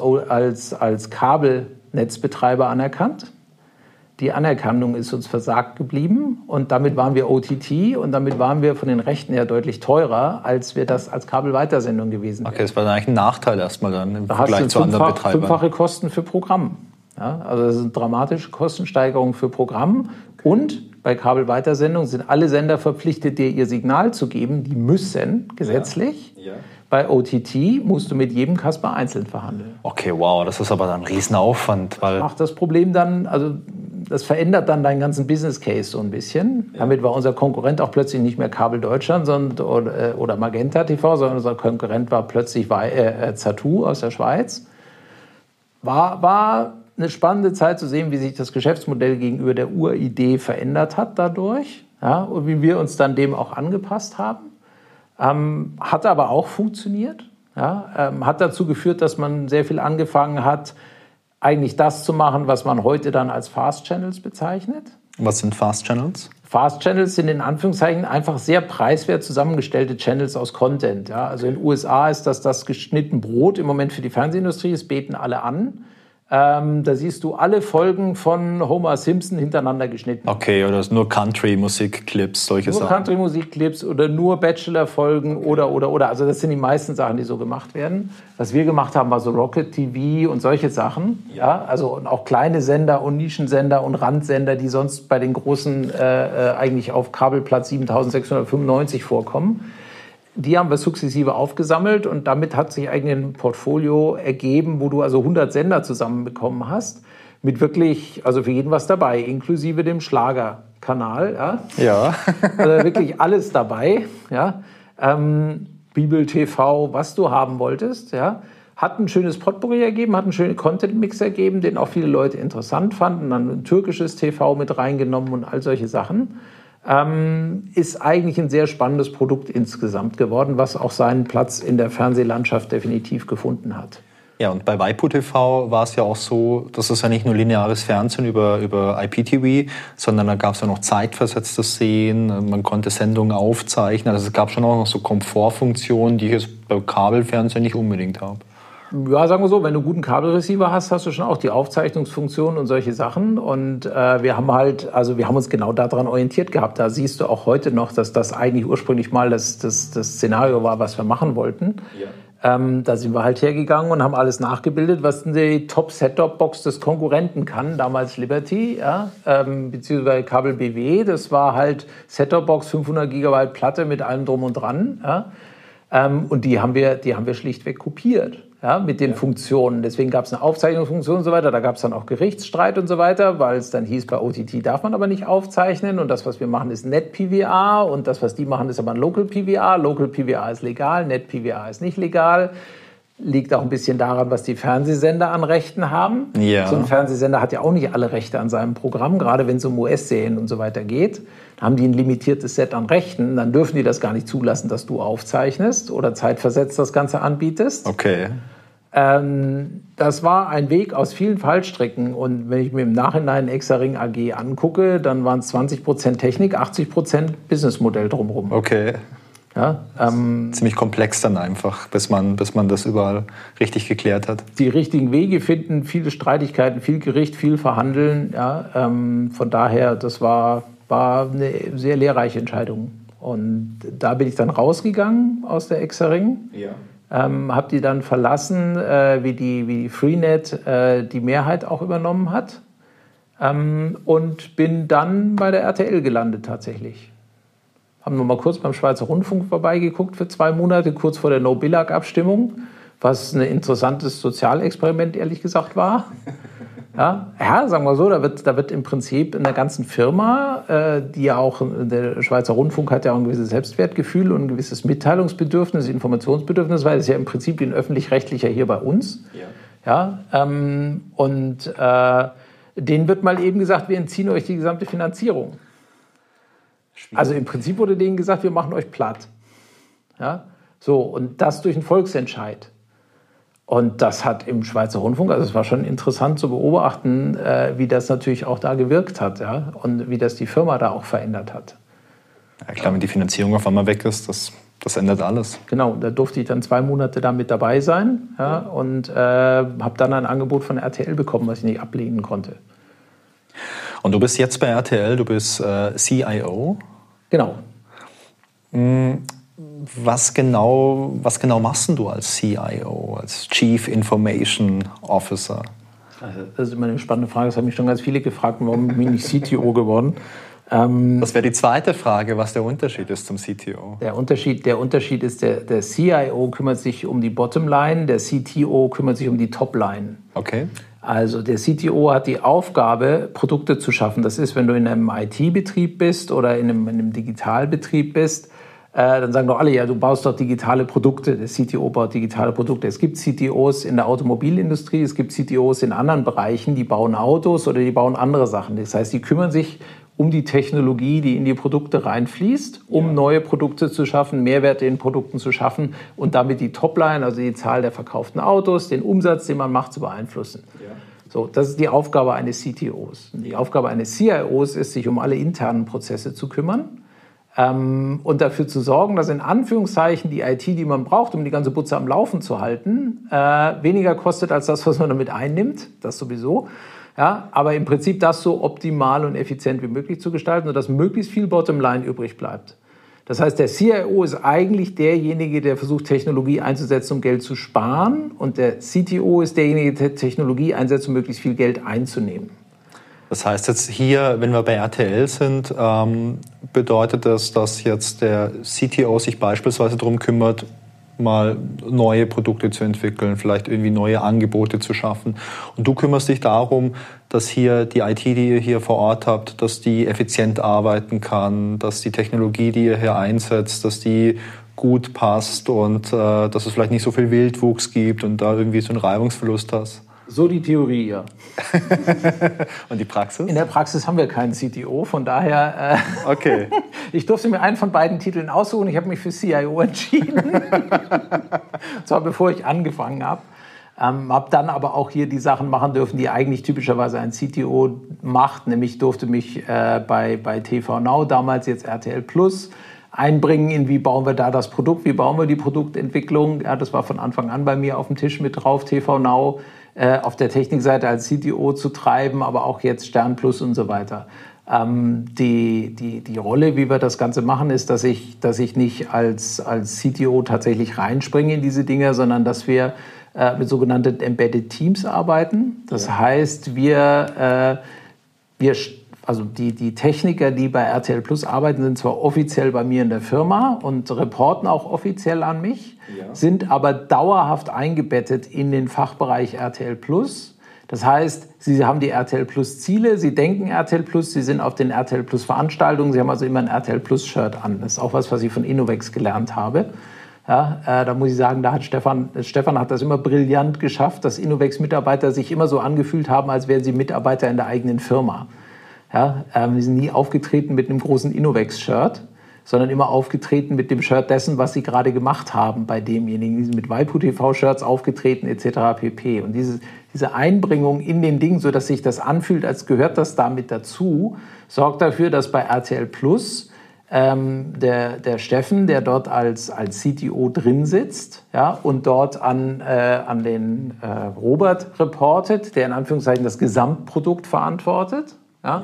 Kabelnetzbetreiber anerkannt. Die Anerkennung ist uns versagt geblieben und damit waren wir OTT und damit waren wir von den Rechten her deutlich teurer, als wir das als Kabelweitersendung gewesen wären.
Okay, das war dann eigentlich ein Nachteil erstmal dann im Vergleich zu anderen Betreibern.
5-fache Kosten für Programm. Ja, also das sind dramatische Kostensteigerungen für Programm. Und bei Kabelweitersendung sind alle Sender verpflichtet, dir ihr Signal zu geben. Die müssen gesetzlich. Ja. Ja. Bei OTT musst du mit jedem Kasper einzeln verhandeln.
Okay, wow, das ist aber dann ein Riesenaufwand.
Das macht das Problem dann, also das verändert dann deinen ganzen Business Case so ein bisschen. Ja. Damit war unser Konkurrent auch plötzlich nicht mehr Kabel Deutschland oder Magenta TV, sondern unser Konkurrent war plötzlich Zattoo aus der Schweiz. War eine spannende Zeit zu sehen, wie sich das Geschäftsmodell gegenüber der Uridee verändert hat dadurch, ja, und wie wir uns dann dem auch angepasst haben. Hat aber auch funktioniert. Ja, hat dazu geführt, dass man sehr viel angefangen hat, eigentlich das zu machen, was man heute dann als Fast Channels bezeichnet.
Was sind Fast Channels?
Fast Channels sind in Anführungszeichen einfach sehr preiswert zusammengestellte Channels aus Content. Ja, also in den USA ist das geschnitten Brot im Moment für die Fernsehindustrie. Es beten alle an. Da siehst du alle Folgen von Homer Simpson hintereinander geschnitten.
Okay, oder nur Country-Musikclips, solche Sachen.
Nur Country-Musikclips oder nur Bachelor-Folgen oder. Also das sind die meisten Sachen, die so gemacht werden. Was wir gemacht haben, war so Rocket TV und solche Sachen. Ja, also und auch kleine Sender und Nischensender und Randsender, die sonst bei den großen eigentlich auf Kabelplatz 7695 vorkommen. Die haben wir sukzessive aufgesammelt und damit hat sich eigentlich ein Portfolio ergeben, wo du also 100 Sender zusammenbekommen hast, mit wirklich, also für jeden was dabei, inklusive dem Schlagerkanal. Ja. Also wirklich alles dabei. Ja. Bibel TV, was du haben wolltest. Ja. Hat ein schönes Potpourri ergeben, hat einen schönen Content-Mix ergeben, den auch viele Leute interessant fanden. Dann ein türkisches TV mit reingenommen und all solche Sachen. Ist eigentlich ein sehr spannendes Produkt insgesamt geworden, was auch seinen Platz in der Fernsehlandschaft definitiv gefunden hat.
Ja, und bei waipu.tv war es ja auch so, dass es ja nicht nur lineares Fernsehen über IPTV, sondern da gab es ja noch zeitversetztes Sehen, man konnte Sendungen aufzeichnen, also es gab schon auch noch so Komfortfunktionen, die ich jetzt bei Kabelfernsehen nicht unbedingt habe.
Ja, sagen wir so, wenn du einen guten Kabelreceiver hast, hast du schon auch die Aufzeichnungsfunktion und solche Sachen. Und wir haben uns genau daran orientiert gehabt. Da siehst du auch heute noch, dass das eigentlich ursprünglich mal das Szenario war, was wir machen wollten. Ja. Da sind wir halt hergegangen und haben alles nachgebildet, was die Top-Set-Top-Box des Konkurrenten kann. Damals Liberty, ja, beziehungsweise Kabel BW. Das war halt Set-Top-Box, 500 GB Platte mit allem drum und dran. Ja. Und die haben wir schlichtweg kopiert. Ja, mit den Funktionen. Deswegen gab es eine Aufzeichnungsfunktion und so weiter. Da gab es dann auch Gerichtsstreit und so weiter, weil es dann hieß, bei OTT darf man aber nicht aufzeichnen. Und das, was wir machen, ist Net-PVA. Und das, was die machen, ist aber ein Local-PVA. Local-PVA ist legal, Net-PVA ist nicht legal. Liegt auch ein bisschen daran, was die Fernsehsender an Rechten haben. Ja. So ein Fernsehsender hat ja auch nicht alle Rechte an seinem Programm, gerade wenn es um US-Serien und so weiter geht. Dann haben die ein limitiertes Set an Rechten. Dann dürfen die das gar nicht zulassen, dass du aufzeichnest oder zeitversetzt das Ganze anbietest.
Okay.
Das war ein Weg aus vielen Fallstricken. Und wenn ich mir im Nachhinein Exaring AG angucke, dann waren es 20% Technik, 80% Businessmodell drumherum.
Okay.
Ja,
ziemlich komplex dann einfach, bis man das überall richtig geklärt hat.
Die richtigen Wege finden, viele Streitigkeiten, viel Gericht, viel Verhandeln. Ja, von daher, das war eine sehr lehrreiche Entscheidung. Und da bin ich dann rausgegangen aus der Exaring. Ja. Habe die dann verlassen, wie die Freenet die Mehrheit auch übernommen hat. Und bin dann bei der RTL gelandet tatsächlich. Haben wir mal kurz beim Schweizer Rundfunk vorbeigeguckt für 2 Monate, kurz vor der No-Billag-Abstimmung, was ein interessantes Sozialexperiment, ehrlich gesagt, war. Ja, sagen wir so, da wird im Prinzip in der ganzen Firma, die ja auch, der Schweizer Rundfunk hat ja auch ein gewisses Selbstwertgefühl und ein gewisses Mitteilungsbedürfnis, Informationsbedürfnis, weil es ja im Prinzip wie ein öffentlich-rechtlicher hier bei uns. Ja. Denen wird mal eben gesagt, wir entziehen euch die gesamte Finanzierung. Also im Prinzip wurde denen gesagt, wir machen euch platt. Ja? So, und das durch einen Volksentscheid. Und das hat im Schweizer Rundfunk, also es war schon interessant zu beobachten, wie das natürlich auch da gewirkt hat, ja? Und wie das die Firma da auch verändert hat.
Ja klar, wenn die Finanzierung auf einmal weg ist, das ändert alles.
Genau, da durfte ich dann 2 Monate da mit dabei sein, ja? Und habe dann ein Angebot von RTL bekommen, was ich nicht ablehnen konnte.
Und du bist jetzt bei RTL, du bist CIO.
Genau.
Was genau machst du als CIO, als Chief Information Officer?
Also das ist immer eine spannende Frage. Das haben mich schon ganz viele gefragt, warum bin ich nicht CTO geworden?
Das wäre die zweite Frage, was der Unterschied ist zum CTO.
Der Unterschied ist, der CIO kümmert sich um die Bottomline, der CTO kümmert sich um die Topline.
Okay.
Also der CTO hat die Aufgabe, Produkte zu schaffen. Das ist, wenn du in einem IT-Betrieb bist oder in einem Digitalbetrieb bist, dann sagen doch alle, ja, du baust doch digitale Produkte. Der CTO baut digitale Produkte. Es gibt CTOs in der Automobilindustrie, es gibt CTOs in anderen Bereichen, die bauen Autos oder die bauen andere Sachen. Das heißt, die kümmern sich um die Technologie, die in die Produkte reinfließt, um neue Produkte zu schaffen, Mehrwerte in Produkten zu schaffen und damit die Topline, also die Zahl der verkauften Autos, den Umsatz, den man macht, zu beeinflussen. Ja. So, das ist die Aufgabe eines CTOs. Die Aufgabe eines CIOs ist, sich um alle internen Prozesse zu kümmern und dafür zu sorgen, dass in Anführungszeichen die IT, die man braucht, um die ganze Butze am Laufen zu halten, weniger kostet als das, was man damit einnimmt, das sowieso. Ja, aber im Prinzip das so optimal und effizient wie möglich zu gestalten, sodass möglichst viel Bottomline übrig bleibt. Das heißt, der CIO ist eigentlich derjenige, der versucht, Technologie einzusetzen, um Geld zu sparen. Und der CTO ist derjenige, der Technologie einsetzt, um möglichst viel Geld einzunehmen.
Das heißt jetzt hier, wenn wir bei RTL sind, bedeutet das, dass jetzt der CTO sich beispielsweise darum kümmert, mal neue Produkte zu entwickeln, vielleicht irgendwie neue Angebote zu schaffen. Und du kümmerst dich darum, dass hier die IT, die ihr hier vor Ort habt, dass die effizient arbeiten kann, dass die Technologie, die ihr hier einsetzt, dass die gut passt und dass es vielleicht nicht so viel Wildwuchs gibt und da irgendwie so einen Reibungsverlust hast.
So die Theorie, ja.
Und die Praxis?
In der Praxis haben wir keinen CTO, von daher...
Okay.
Ich durfte mir einen von beiden Titeln aussuchen. Ich habe mich für CIO entschieden. Und zwar bevor ich angefangen habe. Habe dann aber auch hier die Sachen machen dürfen, die eigentlich typischerweise ein CTO macht. Nämlich durfte mich bei TV Now, damals jetzt RTL Plus, einbringen in wie bauen wir da das Produkt, wie bauen wir die Produktentwicklung. Ja, das war von Anfang an bei mir auf dem Tisch mit drauf, TV Now auf der Technikseite als CTO zu treiben, aber auch jetzt Stern Plus und so weiter. Die Rolle, wie wir das Ganze machen, ist, dass ich nicht als CTO tatsächlich reinspringe in diese Dinge, sondern dass wir mit sogenannten Embedded Teams arbeiten. Das heißt, also die Techniker, die bei RTL Plus arbeiten, sind zwar offiziell bei mir in der Firma und reporten auch offiziell an mich, sind aber dauerhaft eingebettet in den Fachbereich RTL Plus. Das heißt, sie haben die RTL Plus Ziele, sie denken RTL Plus, sie sind auf den RTL Plus Veranstaltungen, sie haben also immer ein RTL Plus Shirt an. Das ist auch was ich von Innovex gelernt habe. Ja, da muss ich sagen, da hat Stefan hat das immer brillant geschafft, dass Innovex-Mitarbeiter sich immer so angefühlt haben, als wären sie Mitarbeiter in der eigenen Firma. Ja, wir sind nie aufgetreten mit einem großen Innovex-Shirt, sondern immer aufgetreten mit dem Shirt dessen, was sie gerade gemacht haben bei demjenigen. Die sind mit waipu.tv-Shirts aufgetreten etc. pp. Und diese Einbringung in den Ding, sodass sich das anfühlt, als gehört das damit dazu, sorgt dafür, dass bei RTL Plus der Steffen, der dort als CTO drin sitzt, ja, und dort an den Robert reportet, der in Anführungszeichen das Gesamtprodukt verantwortet,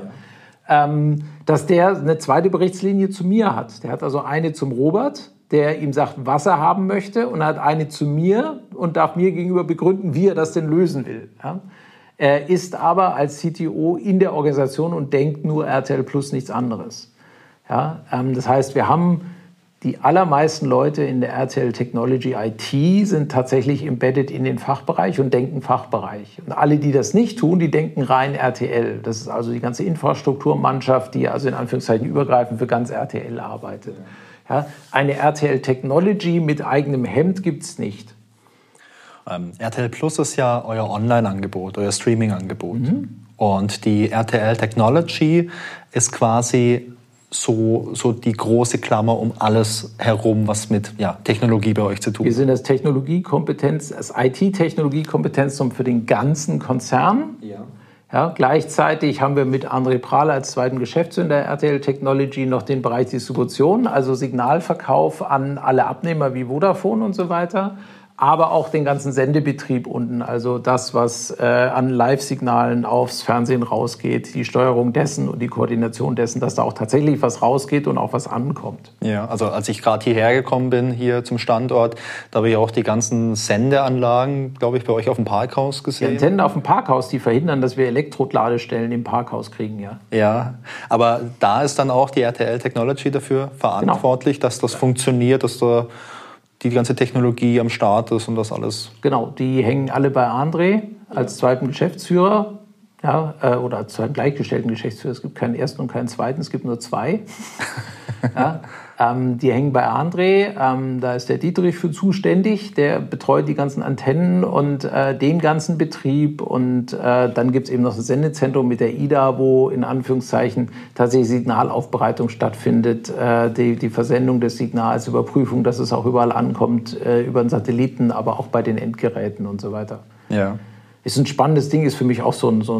dass der eine zweite Berichtslinie zu mir hat. Der hat also eine zum Robert, der ihm sagt, was er haben möchte, und hat eine zu mir und darf mir gegenüber begründen, wie er das denn lösen will. Ja. Er ist aber als CTO in der Organisation und denkt nur RTL Plus, nichts anderes. Ja, das heißt, wir haben die allermeisten Leute in der RTL Technology IT sind tatsächlich embedded in den Fachbereich und denken Fachbereich. Und alle, die das nicht tun, die denken rein RTL. Das ist also die ganze Infrastrukturmannschaft, die also in Anführungszeichen übergreifend für ganz RTL arbeitet. Ja, eine RTL Technology mit eigenem Hemd gibt es nicht.
RTL Plus ist ja euer Online-Angebot, euer Streaming-Angebot. Und die RTL Technology ist quasi so die große Klammer um alles herum, was mit Technologie bei euch zu tun hat.
Wir sind das IT-Technologiekompetenzzentrum für den ganzen Konzern. Ja, gleichzeitig haben wir mit André Prahl als zweiten Geschäftsführer der RTL Technology noch den Bereich Distribution, also Signalverkauf an alle Abnehmer wie Vodafone und so weiter. Aber auch den ganzen Sendebetrieb unten, also das, was an Live-Signalen aufs Fernsehen rausgeht, die Steuerung dessen und die Koordination dessen, dass da auch tatsächlich was rausgeht und auch was ankommt.
Ja, also als ich gerade hierher gekommen bin, hier zum Standort, da habe ich auch die ganzen Sendeanlagen, glaube ich, bei euch auf dem Parkhaus gesehen.
Die Antennen auf dem Parkhaus, die verhindern, dass wir Elektroladestellen im Parkhaus kriegen, ja.
Ja, aber da ist dann auch die RTL Technology dafür verantwortlich, dass das funktioniert, dass da die ganze Technologie am Start ist und das alles.
Genau, die hängen alle bei André als zweiten Geschäftsführer, oder als zweiten gleichgestellten Geschäftsführer. Es gibt keinen ersten und keinen zweiten, es gibt nur zwei. Die hängen bei André, da ist der Dietrich für zuständig, der betreut die ganzen Antennen und den ganzen Betrieb, und dann gibt es eben noch das Sendezentrum mit der IDA, wo in Anführungszeichen tatsächlich Signalaufbereitung stattfindet, die Versendung des Signals, Überprüfung, dass es auch überall ankommt, über den Satelliten, aber auch bei den Endgeräten und so weiter.
Ja.
Ist ein spannendes Ding, ist für mich auch so ein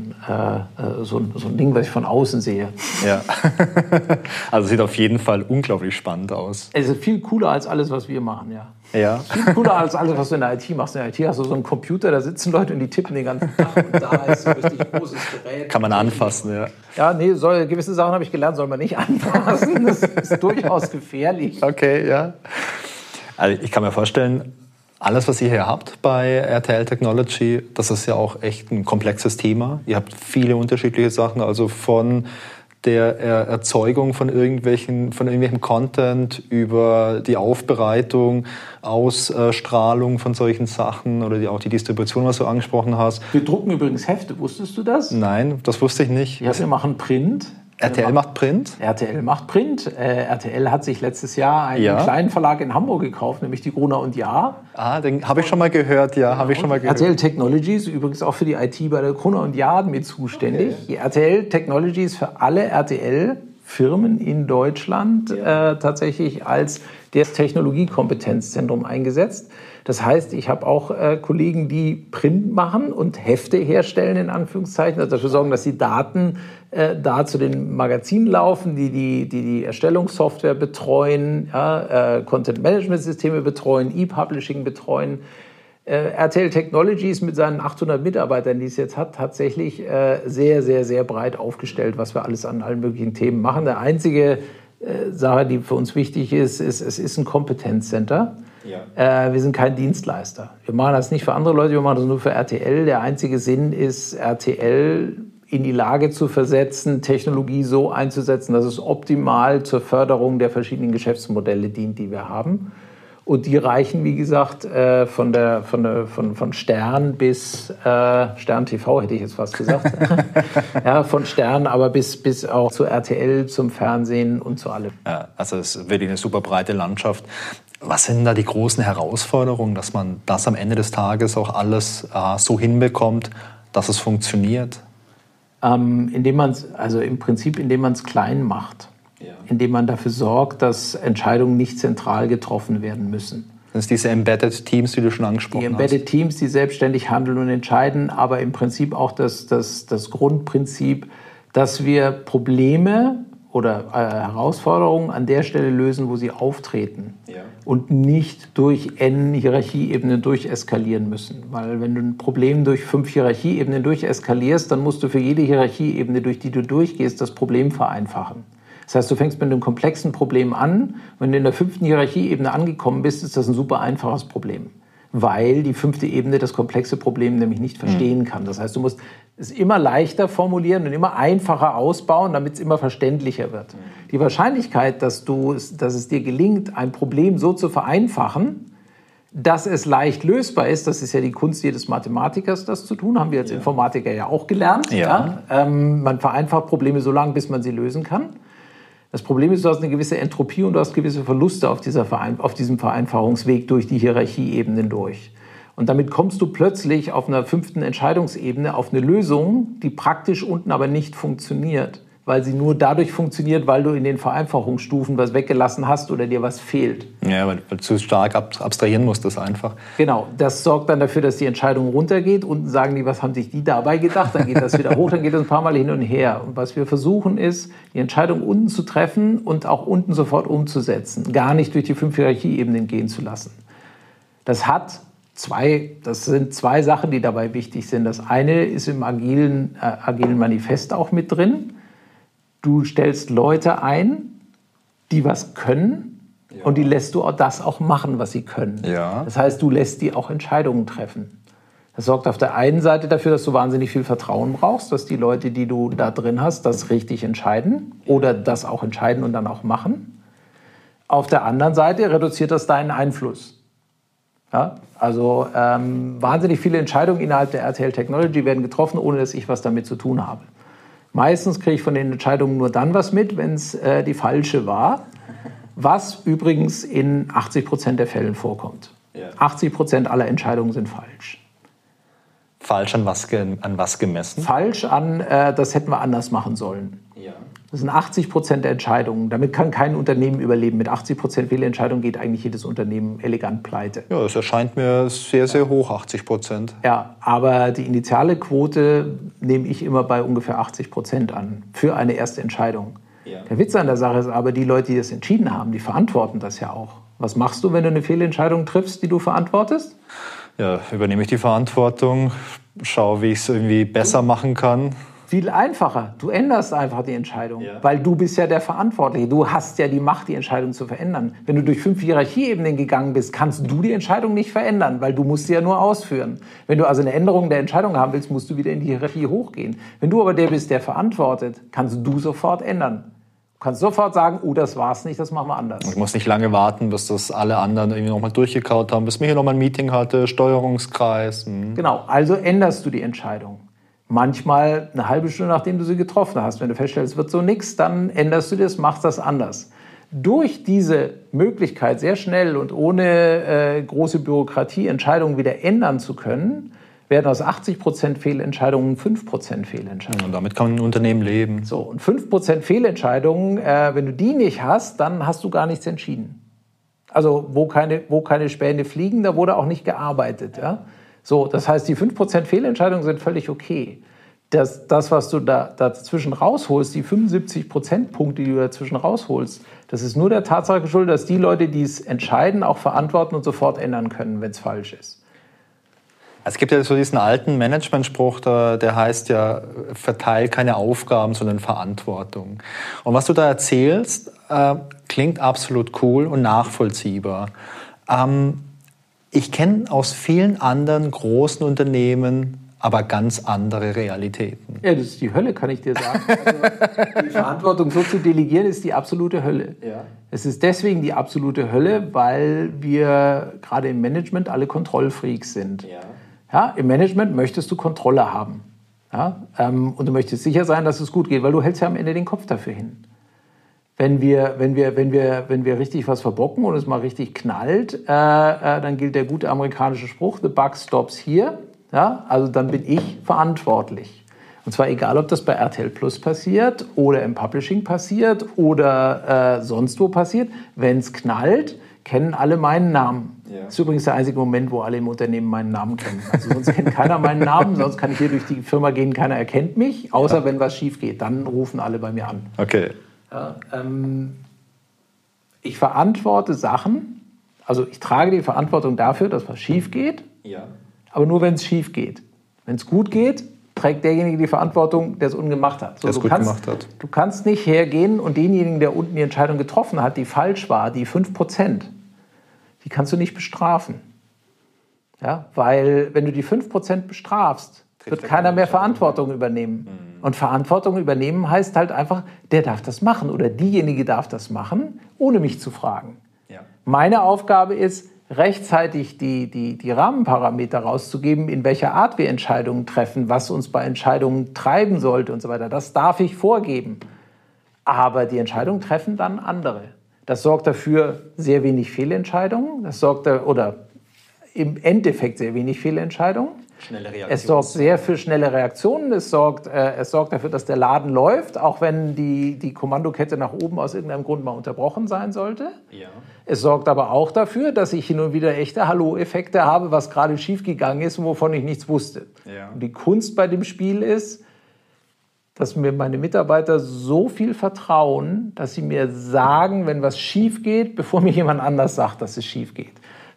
Ding, was ich von außen sehe.
Ja, also sieht auf jeden Fall unglaublich spannend aus.
Es ist viel cooler als alles, was wir machen, ja.
Ja.
Viel cooler als alles, was du in der IT machst. In der IT hast du so einen Computer, da sitzen Leute und die tippen den ganzen Tag, und da ist so ein richtig großes Gerät.
Kann man anfassen, ja.
Ja, nee, gewisse Sachen habe ich gelernt, soll man nicht anfassen. Das ist durchaus gefährlich.
Okay, ja. Also ich kann mir vorstellen, alles, was ihr hier habt bei RTL Technology, das ist ja auch echt ein komplexes Thema. Ihr habt viele unterschiedliche Sachen, also von der Erzeugung von irgendwelchem Content über die Aufbereitung, Ausstrahlung von solchen Sachen oder auch die Distribution, was du angesprochen hast.
Wir drucken übrigens Hefte, wusstest du das?
Nein, das wusste ich nicht.
Ja, wir machen Print.
RTL macht Print?
RTL macht Print. RTL hat sich letztes Jahr einen kleinen Verlag in Hamburg gekauft, nämlich die Gruner und Jahr.
Ah, den habe ich schon mal gehört, ja. Habe ich schon mal gehört.
RTL Technology ist übrigens auch für die IT bei der Gruner und Jahr mit zuständig. Okay. Die RTL Technology ist für alle RTL Firmen in Deutschland tatsächlich als das Technologiekompetenzzentrum eingesetzt. Das heißt, ich habe auch Kollegen, die Print machen und Hefte herstellen, in Anführungszeichen, also dafür sorgen, dass die Daten da zu den Magazinen laufen, die Erstellungssoftware betreuen, Content-Management-Systeme betreuen, E-Publishing betreuen. RTL Technologies mit seinen 800 Mitarbeitern, die es jetzt hat, tatsächlich sehr, sehr, sehr breit aufgestellt, was wir alles an allen möglichen Themen machen. Der einzige Sache, die für uns wichtig ist, es ist ein Kompetenzcenter. Ja. Wir sind kein Dienstleister. Wir machen das nicht für andere Leute, wir machen das nur für RTL. Der einzige Sinn ist, RTL in die Lage zu versetzen, Technologie so einzusetzen, dass es optimal zur Förderung der verschiedenen Geschäftsmodelle dient, die wir haben. Und die reichen, wie gesagt, von Stern bis Stern TV, hätte ich jetzt fast gesagt. Ja, von Stern, aber bis auch zu RTL, zum Fernsehen und zu allem.
Ja, also es ist wirklich eine super breite Landschaft. Was sind da die großen Herausforderungen, dass man das am Ende des Tages auch alles so hinbekommt, dass es funktioniert?
Indem man es klein macht. Ja. Indem man dafür sorgt, dass Entscheidungen nicht zentral getroffen werden müssen.
Das sind diese Embedded Teams, die du schon angesprochen hast.
Die Embedded Teams, die selbstständig handeln und entscheiden, aber im Prinzip auch das Grundprinzip, dass wir Probleme oder Herausforderungen an der Stelle lösen, wo sie auftreten. Ja. Und nicht durch N Hierarchieebenen durcheskalieren müssen. Weil wenn du ein Problem durch 5 Hierarchieebenen durcheskalierst, dann musst du für jede Hierarchieebene, durch die du durchgehst, das Problem vereinfachen. Das heißt, du fängst mit einem komplexen Problem an. Wenn du in der 5. Hierarchieebene angekommen bist, ist das ein super einfaches Problem. Weil die 5. Ebene das komplexe Problem nämlich nicht verstehen kann. Das heißt, du musst es immer leichter formulieren und immer einfacher ausbauen, damit es immer verständlicher wird. Die Wahrscheinlichkeit, dass es dir gelingt, ein Problem so zu vereinfachen, dass es leicht lösbar ist, das ist ja die Kunst jedes Mathematikers, das zu tun, haben wir als Informatiker ja auch gelernt. Ja. Man vereinfacht Probleme so lange, bis man sie lösen kann. Das Problem ist, du hast eine gewisse Entropie und du hast gewisse Verluste auf diesem Vereinfachungsweg durch die Hierarchieebenen durch. Und damit kommst du plötzlich auf einer 5. Entscheidungsebene auf eine Lösung, die praktisch unten aber nicht funktioniert, weil sie nur dadurch funktioniert, weil du in den Vereinfachungsstufen was weggelassen hast oder dir was fehlt.
Ja, weil du zu stark abstrahieren musst, das einfach.
Genau, das sorgt dann dafür, dass die Entscheidung runtergeht. Unten sagen die, was haben sich die dabei gedacht? Dann geht das wieder hoch, dann geht das ein paar Mal hin und her. Und was wir versuchen ist, die Entscheidung unten zu treffen und auch unten sofort umzusetzen. Gar nicht durch die 5 Hierarchieebenen gehen zu lassen. Das sind 2 Sachen, die dabei wichtig sind. Das eine ist im agilen Manifest auch mit drin. Du stellst Leute ein, die was können, und die lässt du das auch machen, was sie können. Ja. Das heißt, du lässt die auch Entscheidungen treffen. Das sorgt auf der einen Seite dafür, dass du wahnsinnig viel Vertrauen brauchst, dass die Leute, die du da drin hast, das richtig entscheiden oder das auch entscheiden und dann auch machen. Auf der anderen Seite reduziert das deinen Einfluss. Ja? Also wahnsinnig viele Entscheidungen innerhalb der RTL Technology werden getroffen, ohne dass ich was damit zu tun habe. Meistens kriege ich von den Entscheidungen nur dann was mit, wenn es die falsche war, was übrigens in 80% der Fällen vorkommt. Ja. 80% aller Entscheidungen sind falsch.
Falsch an was gemessen?
Falsch an, das hätten wir anders machen sollen. Ja. Das sind 80% der Entscheidungen. Damit kann kein Unternehmen überleben. Mit 80% Fehlentscheidungen geht eigentlich jedes Unternehmen elegant pleite.
Ja, das erscheint mir sehr, sehr hoch, 80%.
Ja, aber die initiale Quote nehme ich immer bei ungefähr 80% an für eine erste Entscheidung. Ja. Der Witz an der Sache ist aber, die Leute, die das entschieden haben, die verantworten das ja auch. Was machst du, wenn du eine Fehlentscheidung triffst, die du verantwortest?
Ja, übernehme ich die Verantwortung, schaue, wie ich es irgendwie besser machen kann.
Viel einfacher. Du änderst einfach die Entscheidung, weil du bist ja der Verantwortliche. Du hast ja die Macht, die Entscheidung zu verändern. Wenn du durch 5 Hierarchieebenen gegangen bist, kannst du die Entscheidung nicht verändern, weil du musst sie ja nur ausführen. Wenn du also eine Änderung der Entscheidung haben willst, musst du wieder in die Hierarchie hochgehen. Wenn du aber der bist, der verantwortet, kannst du sofort ändern. Du kannst sofort sagen, oh, das war's nicht, das machen wir anders.
Ich muss nicht lange warten, bis das alle anderen irgendwie nochmal durchgekaut haben, bis mir hier nochmal ein Meeting hatte, Steuerungskreis.
Genau, also änderst du die Entscheidung. Manchmal eine halbe Stunde, nachdem du sie getroffen hast. Wenn du feststellst, es wird so nichts, dann änderst du das, machst das anders. Durch diese Möglichkeit, sehr schnell und ohne große Bürokratie Entscheidungen wieder ändern zu können, werden aus 80% Fehlentscheidungen 5% Fehlentscheidungen.
Und damit kann ein Unternehmen leben.
So, und 5% Fehlentscheidungen, wenn du die nicht hast, dann hast du gar nichts entschieden. Also wo keine Späne fliegen, da wurde auch nicht gearbeitet. Ja? So, das heißt, die 5% Fehlentscheidungen sind völlig okay. Das, was du dazwischen rausholst, die 75 Prozentpunkte, die du dazwischen rausholst, das ist nur der Tatsache geschuldet, dass die Leute, die es entscheiden, auch verantworten und sofort ändern können, wenn es falsch ist.
Es gibt ja so diesen alten Managementspruch, der heißt ja, verteil keine Aufgaben, sondern Verantwortung. Und was du da erzählst, klingt absolut cool und nachvollziehbar. Ich kenne aus vielen anderen großen Unternehmen aber ganz andere Realitäten.
Ja, das ist die Hölle, kann ich dir sagen. Also, die Verantwortung so zu delegieren, ist die absolute Hölle. Ja. Es ist deswegen die absolute Hölle, weil wir gerade im Management alle Kontrollfreaks sind. Ja. Ja, im Management möchtest du Kontrolle haben. Ja? Und du möchtest sicher sein, dass es gut geht, weil du hältst ja am Ende den Kopf dafür hin. Wenn wir richtig was verbocken und es mal richtig knallt, dann gilt der gute amerikanische Spruch, the buck stops here. Ja, also dann bin ich verantwortlich. Und zwar egal, ob das bei RTL Plus passiert oder im Publishing passiert oder sonst wo passiert. Wenn es knallt, kennen alle meinen Namen. Ja. Das ist übrigens der einzige Moment, wo alle im Unternehmen meinen Namen kennen. Also sonst kennt keiner meinen Namen, sonst kann ich hier durch die Firma gehen, keiner erkennt mich, außer wenn was schief geht. Dann rufen alle bei mir an.
Okay.
Ja, ich verantworte Sachen, also ich trage die Verantwortung dafür, dass was schief geht. Ja. Aber nur, wenn es schief geht. Wenn es gut geht, trägt derjenige die Verantwortung, der es ungemacht hat. So,
der es gut gemacht hat.
Du kannst nicht hergehen und denjenigen, der unten die Entscheidung getroffen hat, die falsch war, die 5%, die kannst du nicht bestrafen. Ja? Weil, wenn du die 5% bestrafst, wird keiner mehr Verantwortung übernehmen. Und Verantwortung übernehmen heißt halt einfach, der darf das machen oder diejenige darf das machen, ohne mich zu fragen. Ja. Meine Aufgabe ist, rechtzeitig die Rahmenparameter rauszugeben, in welcher Art wir Entscheidungen treffen, was uns bei Entscheidungen treiben sollte und so weiter. Das darf ich vorgeben. Aber die Entscheidungen treffen dann andere. Das sorgt dafür sehr wenig Fehlentscheidungen. Oder im Endeffekt sehr wenig Fehlentscheidungen.
Schnelle Reaktionen.
Es sorgt sehr für schnelle Reaktionen. Es sorgt dafür, dass der Laden läuft, auch wenn die Kommandokette nach oben aus irgendeinem Grund mal unterbrochen sein sollte. Ja. Es sorgt aber auch dafür, dass ich hin und wieder echte Hallo-Effekte habe, was gerade schiefgegangen ist und wovon ich nichts wusste. Ja. Und die Kunst bei dem Spiel ist, dass mir meine Mitarbeiter so viel vertrauen, dass sie mir sagen, wenn was schief geht, bevor mir jemand anders sagt, dass es schief geht.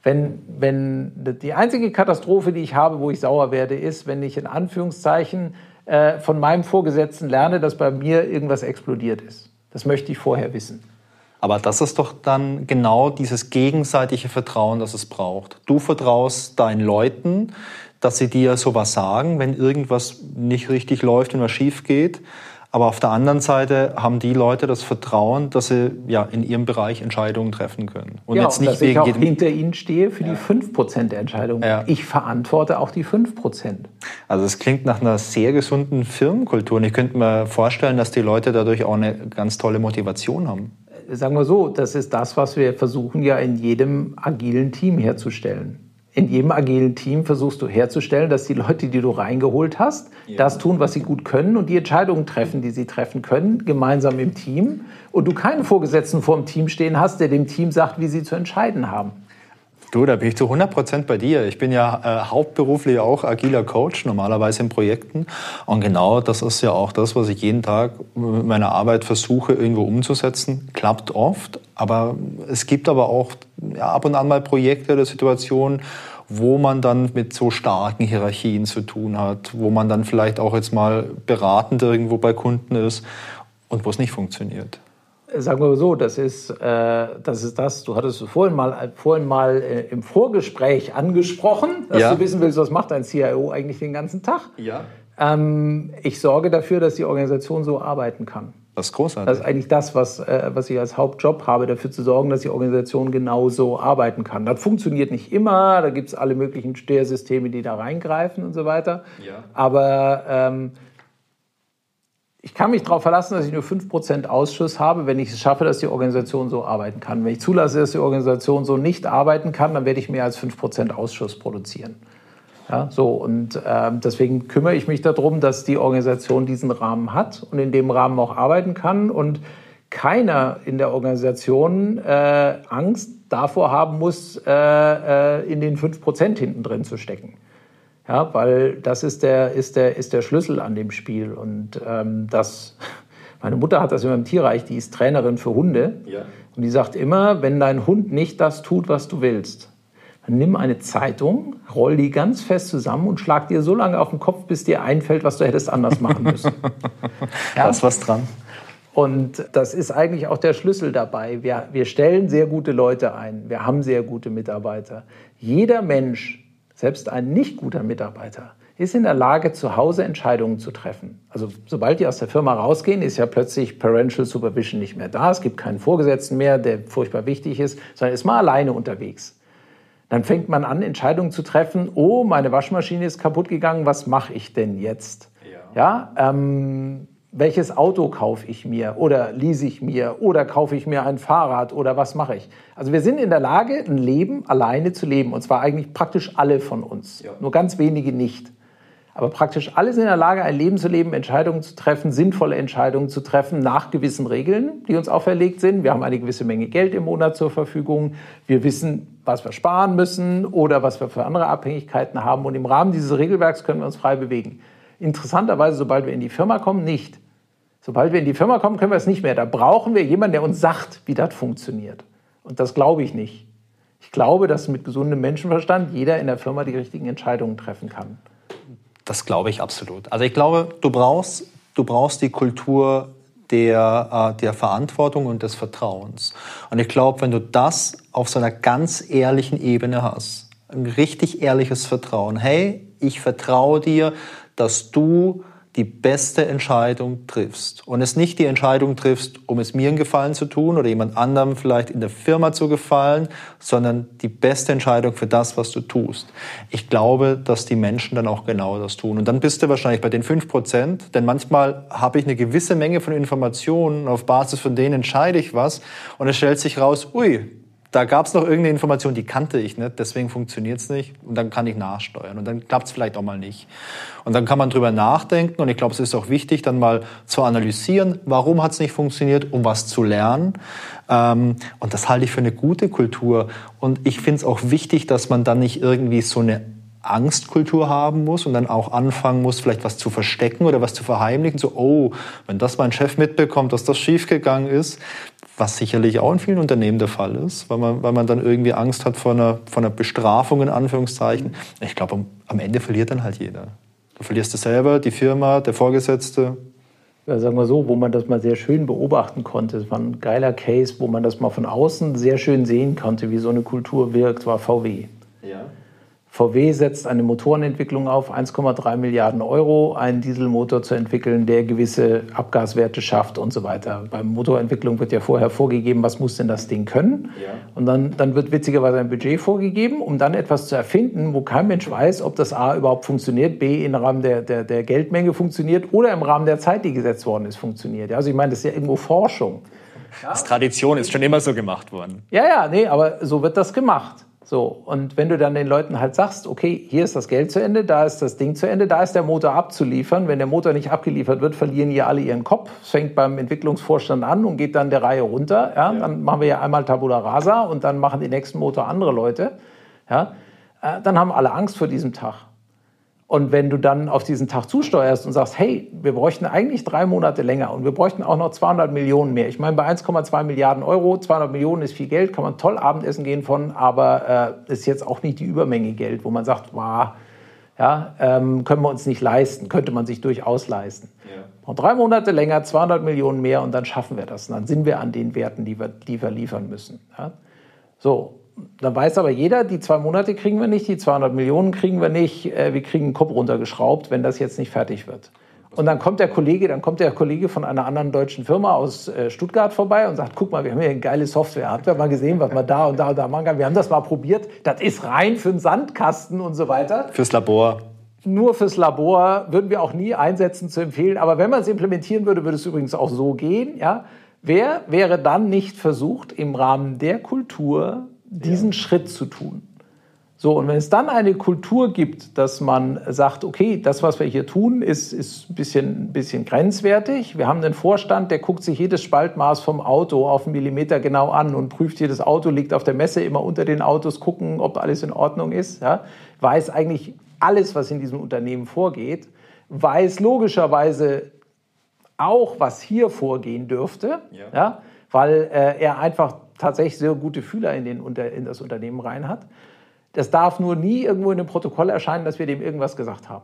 Wenn die einzige Katastrophe, die ich habe, wo ich sauer werde, ist, wenn ich in Anführungszeichen von meinem Vorgesetzten lerne, dass bei mir irgendwas explodiert ist. Das möchte ich vorher wissen.
Aber das ist doch dann genau dieses gegenseitige Vertrauen, das es braucht. Du vertraust deinen Leuten, dass sie dir sowas sagen, wenn irgendwas nicht richtig läuft und was schief geht. Aber auf der anderen Seite haben die Leute das Vertrauen, dass sie ja in ihrem Bereich Entscheidungen treffen können.
Und ja, jetzt nicht dass ich auch hinter ihnen stehe für die 5% der Entscheidungen. Ja. Ich verantworte auch die 5%.
Also es klingt nach einer sehr gesunden Firmenkultur. Und ich könnte mir vorstellen, dass die Leute dadurch auch eine ganz tolle Motivation haben.
Sagen wir so, das ist das, was wir versuchen ja in jedem agilen Team herzustellen. In jedem agilen Team versuchst du herzustellen, dass die Leute, die du reingeholt hast, das tun, was sie gut können und die Entscheidungen treffen, die sie treffen können, gemeinsam im Team. Und du keinen Vorgesetzten vor dem Team stehen hast, der dem Team sagt, wie sie zu entscheiden haben.
Du, da bin ich zu 100% bei dir. Ich bin ja hauptberuflich auch agiler Coach, normalerweise in Projekten. Und genau das ist ja auch das, was ich jeden Tag mit meiner Arbeit versuche, irgendwo umzusetzen. Klappt oft, aber es gibt aber auch ab und an mal Projekte oder Situationen, wo man dann mit so starken Hierarchien zu tun hat, wo man dann vielleicht auch jetzt mal beratend irgendwo bei Kunden ist und wo es nicht funktioniert.
Sagen wir so, das ist das. Du hattest es vorhin mal im Vorgespräch angesprochen, dass du wissen willst, was macht ein CIO eigentlich den ganzen Tag. Ja. Ich sorge dafür, dass die Organisation so arbeiten kann.
Das ist großartig.
Das ist eigentlich das, was ich als Hauptjob habe, dafür zu sorgen, dass die Organisation genauso arbeiten kann. Das funktioniert nicht immer, da gibt es alle möglichen Steuersysteme, die da reingreifen und so weiter. Ja. Aber ich kann mich darauf verlassen, dass ich nur 5% Ausschuss habe, wenn ich es schaffe, dass die Organisation so arbeiten kann. Wenn ich zulasse, dass die Organisation so nicht arbeiten kann, dann werde ich mehr als 5% Ausschuss produzieren. Ja, so, und deswegen kümmere ich mich darum, dass die Organisation diesen Rahmen hat und in dem Rahmen auch arbeiten kann und keiner in der Organisation Angst davor haben muss, in den 5% hinten drin zu stecken. Ja, weil das ist der Schlüssel an dem Spiel. Und meine Mutter hat das immer im Tierreich, die ist Trainerin für Hunde. Ja. Und die sagt immer, wenn dein Hund nicht das tut, was du willst, dann nimm eine Zeitung, roll die ganz fest zusammen und schlag dir so lange auf den Kopf, bis dir einfällt, was du hättest anders machen müssen.
Ja? Da ist was dran.
Und das ist eigentlich auch der Schlüssel dabei. Wir stellen sehr gute Leute ein. Wir haben sehr gute Mitarbeiter. Jeder Mensch, selbst ein nicht guter Mitarbeiter, ist in der Lage, zu Hause Entscheidungen zu treffen. Also sobald die aus der Firma rausgehen, ist ja plötzlich Parental Supervision nicht mehr da. Es gibt keinen Vorgesetzten mehr, der furchtbar wichtig ist, sondern ist mal alleine unterwegs. Dann fängt man an, Entscheidungen zu treffen. Oh, meine Waschmaschine ist kaputt gegangen, was mache ich denn jetzt? Ja, welches Auto kaufe ich mir oder lease ich mir oder kaufe ich mir ein Fahrrad oder was mache ich? Also wir sind in der Lage, ein Leben alleine zu leben und zwar eigentlich praktisch alle von uns, nur ganz wenige nicht. Aber praktisch alle sind in der Lage, ein Leben zu leben, Entscheidungen zu treffen, sinnvolle Entscheidungen zu treffen nach gewissen Regeln, die uns auferlegt sind. Wir haben eine gewisse Menge Geld im Monat zur Verfügung. Wir wissen, was wir sparen müssen oder was wir für andere Abhängigkeiten haben. Und im Rahmen dieses Regelwerks können wir uns frei bewegen. Interessanterweise, sobald wir in die Firma kommen, nicht. Sobald wir in die Firma kommen, können wir es nicht mehr. Da brauchen wir jemanden, der uns sagt, wie das funktioniert. Und das glaube ich nicht. Ich glaube, dass mit gesundem Menschenverstand jeder in der Firma die richtigen Entscheidungen treffen kann.
Das glaube ich absolut. Also ich glaube, du brauchst die Kultur der Verantwortung und des Vertrauens. Und ich glaube, wenn du das auf so einer ganz ehrlichen Ebene hast, ein richtig ehrliches Vertrauen, hey, ich vertraue dir, dass du die beste Entscheidung triffst und es nicht die Entscheidung triffst, um es mir einen Gefallen zu tun oder jemand anderem vielleicht in der Firma zu gefallen, sondern die beste Entscheidung für das, was du tust. Ich glaube, dass die Menschen dann auch genau das tun. Und dann bist du wahrscheinlich bei den 5%, denn manchmal habe ich eine gewisse Menge von Informationen, auf Basis von denen entscheide ich was und es stellt sich raus, ui, da gab es noch irgendeine Information, die kannte ich nicht, deswegen funktioniert es nicht und dann kann ich nachsteuern und dann klappt es vielleicht auch mal nicht. Und dann kann man drüber nachdenken und ich glaube, es ist auch wichtig, dann mal zu analysieren, warum hat es nicht funktioniert, um was zu lernen. Und das halte ich für eine gute Kultur. Und ich finde es auch wichtig, dass man dann nicht irgendwie so eine Angstkultur haben muss und dann auch anfangen muss, vielleicht was zu verstecken oder was zu verheimlichen. So, oh, wenn das mein Chef mitbekommt, dass das schiefgegangen ist, was sicherlich auch in vielen Unternehmen der Fall ist, weil man dann irgendwie Angst hat vor einer Bestrafung in Anführungszeichen. Ich glaube, am Ende verliert dann halt jeder. Du verlierst es selber, die Firma, der Vorgesetzte.
Ja, sagen wir so, wo man das mal sehr schön beobachten konnte. Es war ein geiler Case, wo man das mal von außen sehr schön sehen konnte, wie so eine Kultur wirkt, war VW. Ja. VW setzt eine Motorenentwicklung auf, 1,3 Milliarden Euro, einen Dieselmotor zu entwickeln, der gewisse Abgaswerte schafft und so weiter. Bei Motorentwicklung wird ja vorher vorgegeben, was muss denn das Ding können? Ja. Und dann wird witzigerweise ein Budget vorgegeben, um dann etwas zu erfinden, wo kein Mensch weiß, ob das A überhaupt funktioniert, B im Rahmen der Geldmenge funktioniert oder im Rahmen der Zeit, die gesetzt worden ist, funktioniert. Ja, also ich meine, das ist ja irgendwo Forschung.
Ja? Das ist Tradition, ist schon immer so gemacht worden.
Ja, nee, aber so wird das gemacht. So, und wenn du dann den Leuten halt sagst, okay, hier ist das Geld zu Ende, da ist das Ding zu Ende, da ist der Motor abzuliefern. Wenn der Motor nicht abgeliefert wird, verlieren hier alle ihren Kopf. Es fängt beim Entwicklungsvorstand an und geht dann der Reihe runter. Ja? Dann machen wir ja einmal Tabula Rasa und dann machen den nächsten Motor andere Leute. Ja? Dann haben alle Angst vor diesem Tag. Und wenn du dann auf diesen Tag zusteuerst und sagst, hey, wir bräuchten eigentlich 3 Monate länger und wir bräuchten auch noch 200 Millionen mehr. Ich meine, bei 1,2 Milliarden Euro, 200 Millionen ist viel Geld, kann man toll Abendessen gehen von, aber ist jetzt auch nicht die Übermenge Geld, wo man sagt, wow, ja, können wir uns nicht leisten, könnte man sich durchaus leisten. Ja. Und 3 Monate länger, 200 Millionen mehr und dann schaffen wir das. Und dann sind wir an den Werten, die wir liefern müssen. Ja? So. Dann weiß aber jeder, die 2 Monate kriegen wir nicht, die 200 Millionen kriegen wir nicht, wir kriegen den Kopf runtergeschraubt, wenn das jetzt nicht fertig wird. Und dann kommt der Kollege von einer anderen deutschen Firma aus Stuttgart vorbei und sagt, guck mal, wir haben hier eine geile Software, habt ihr mal gesehen, was man da und da und da machen kann? Wir haben das mal probiert, das ist rein für einen Sandkasten und so weiter.
Fürs Labor.
Nur fürs Labor würden wir auch nie einsetzen, zu empfehlen. Aber wenn man es implementieren würde, würde es übrigens auch so gehen. Ja? Wer wäre dann nicht versucht, im Rahmen der Kultur diesen Schritt zu tun? So, und wenn es dann eine Kultur gibt, dass man sagt, okay, das, was wir hier tun, ist ein bisschen grenzwertig. Wir haben einen Vorstand, der guckt sich jedes Spaltmaß vom Auto auf einen Millimeter genau an und prüft jedes Auto, liegt auf der Messe immer unter den Autos, gucken, ob alles in Ordnung ist. Ja? Weiß eigentlich alles, was in diesem Unternehmen vorgeht. Weiß logischerweise auch, was hier vorgehen dürfte, ja? Weil er einfach tatsächlich sehr gute Fühler in das Unternehmen rein hat. Das darf nur nie irgendwo in einem Protokoll erscheinen, dass wir dem irgendwas gesagt haben.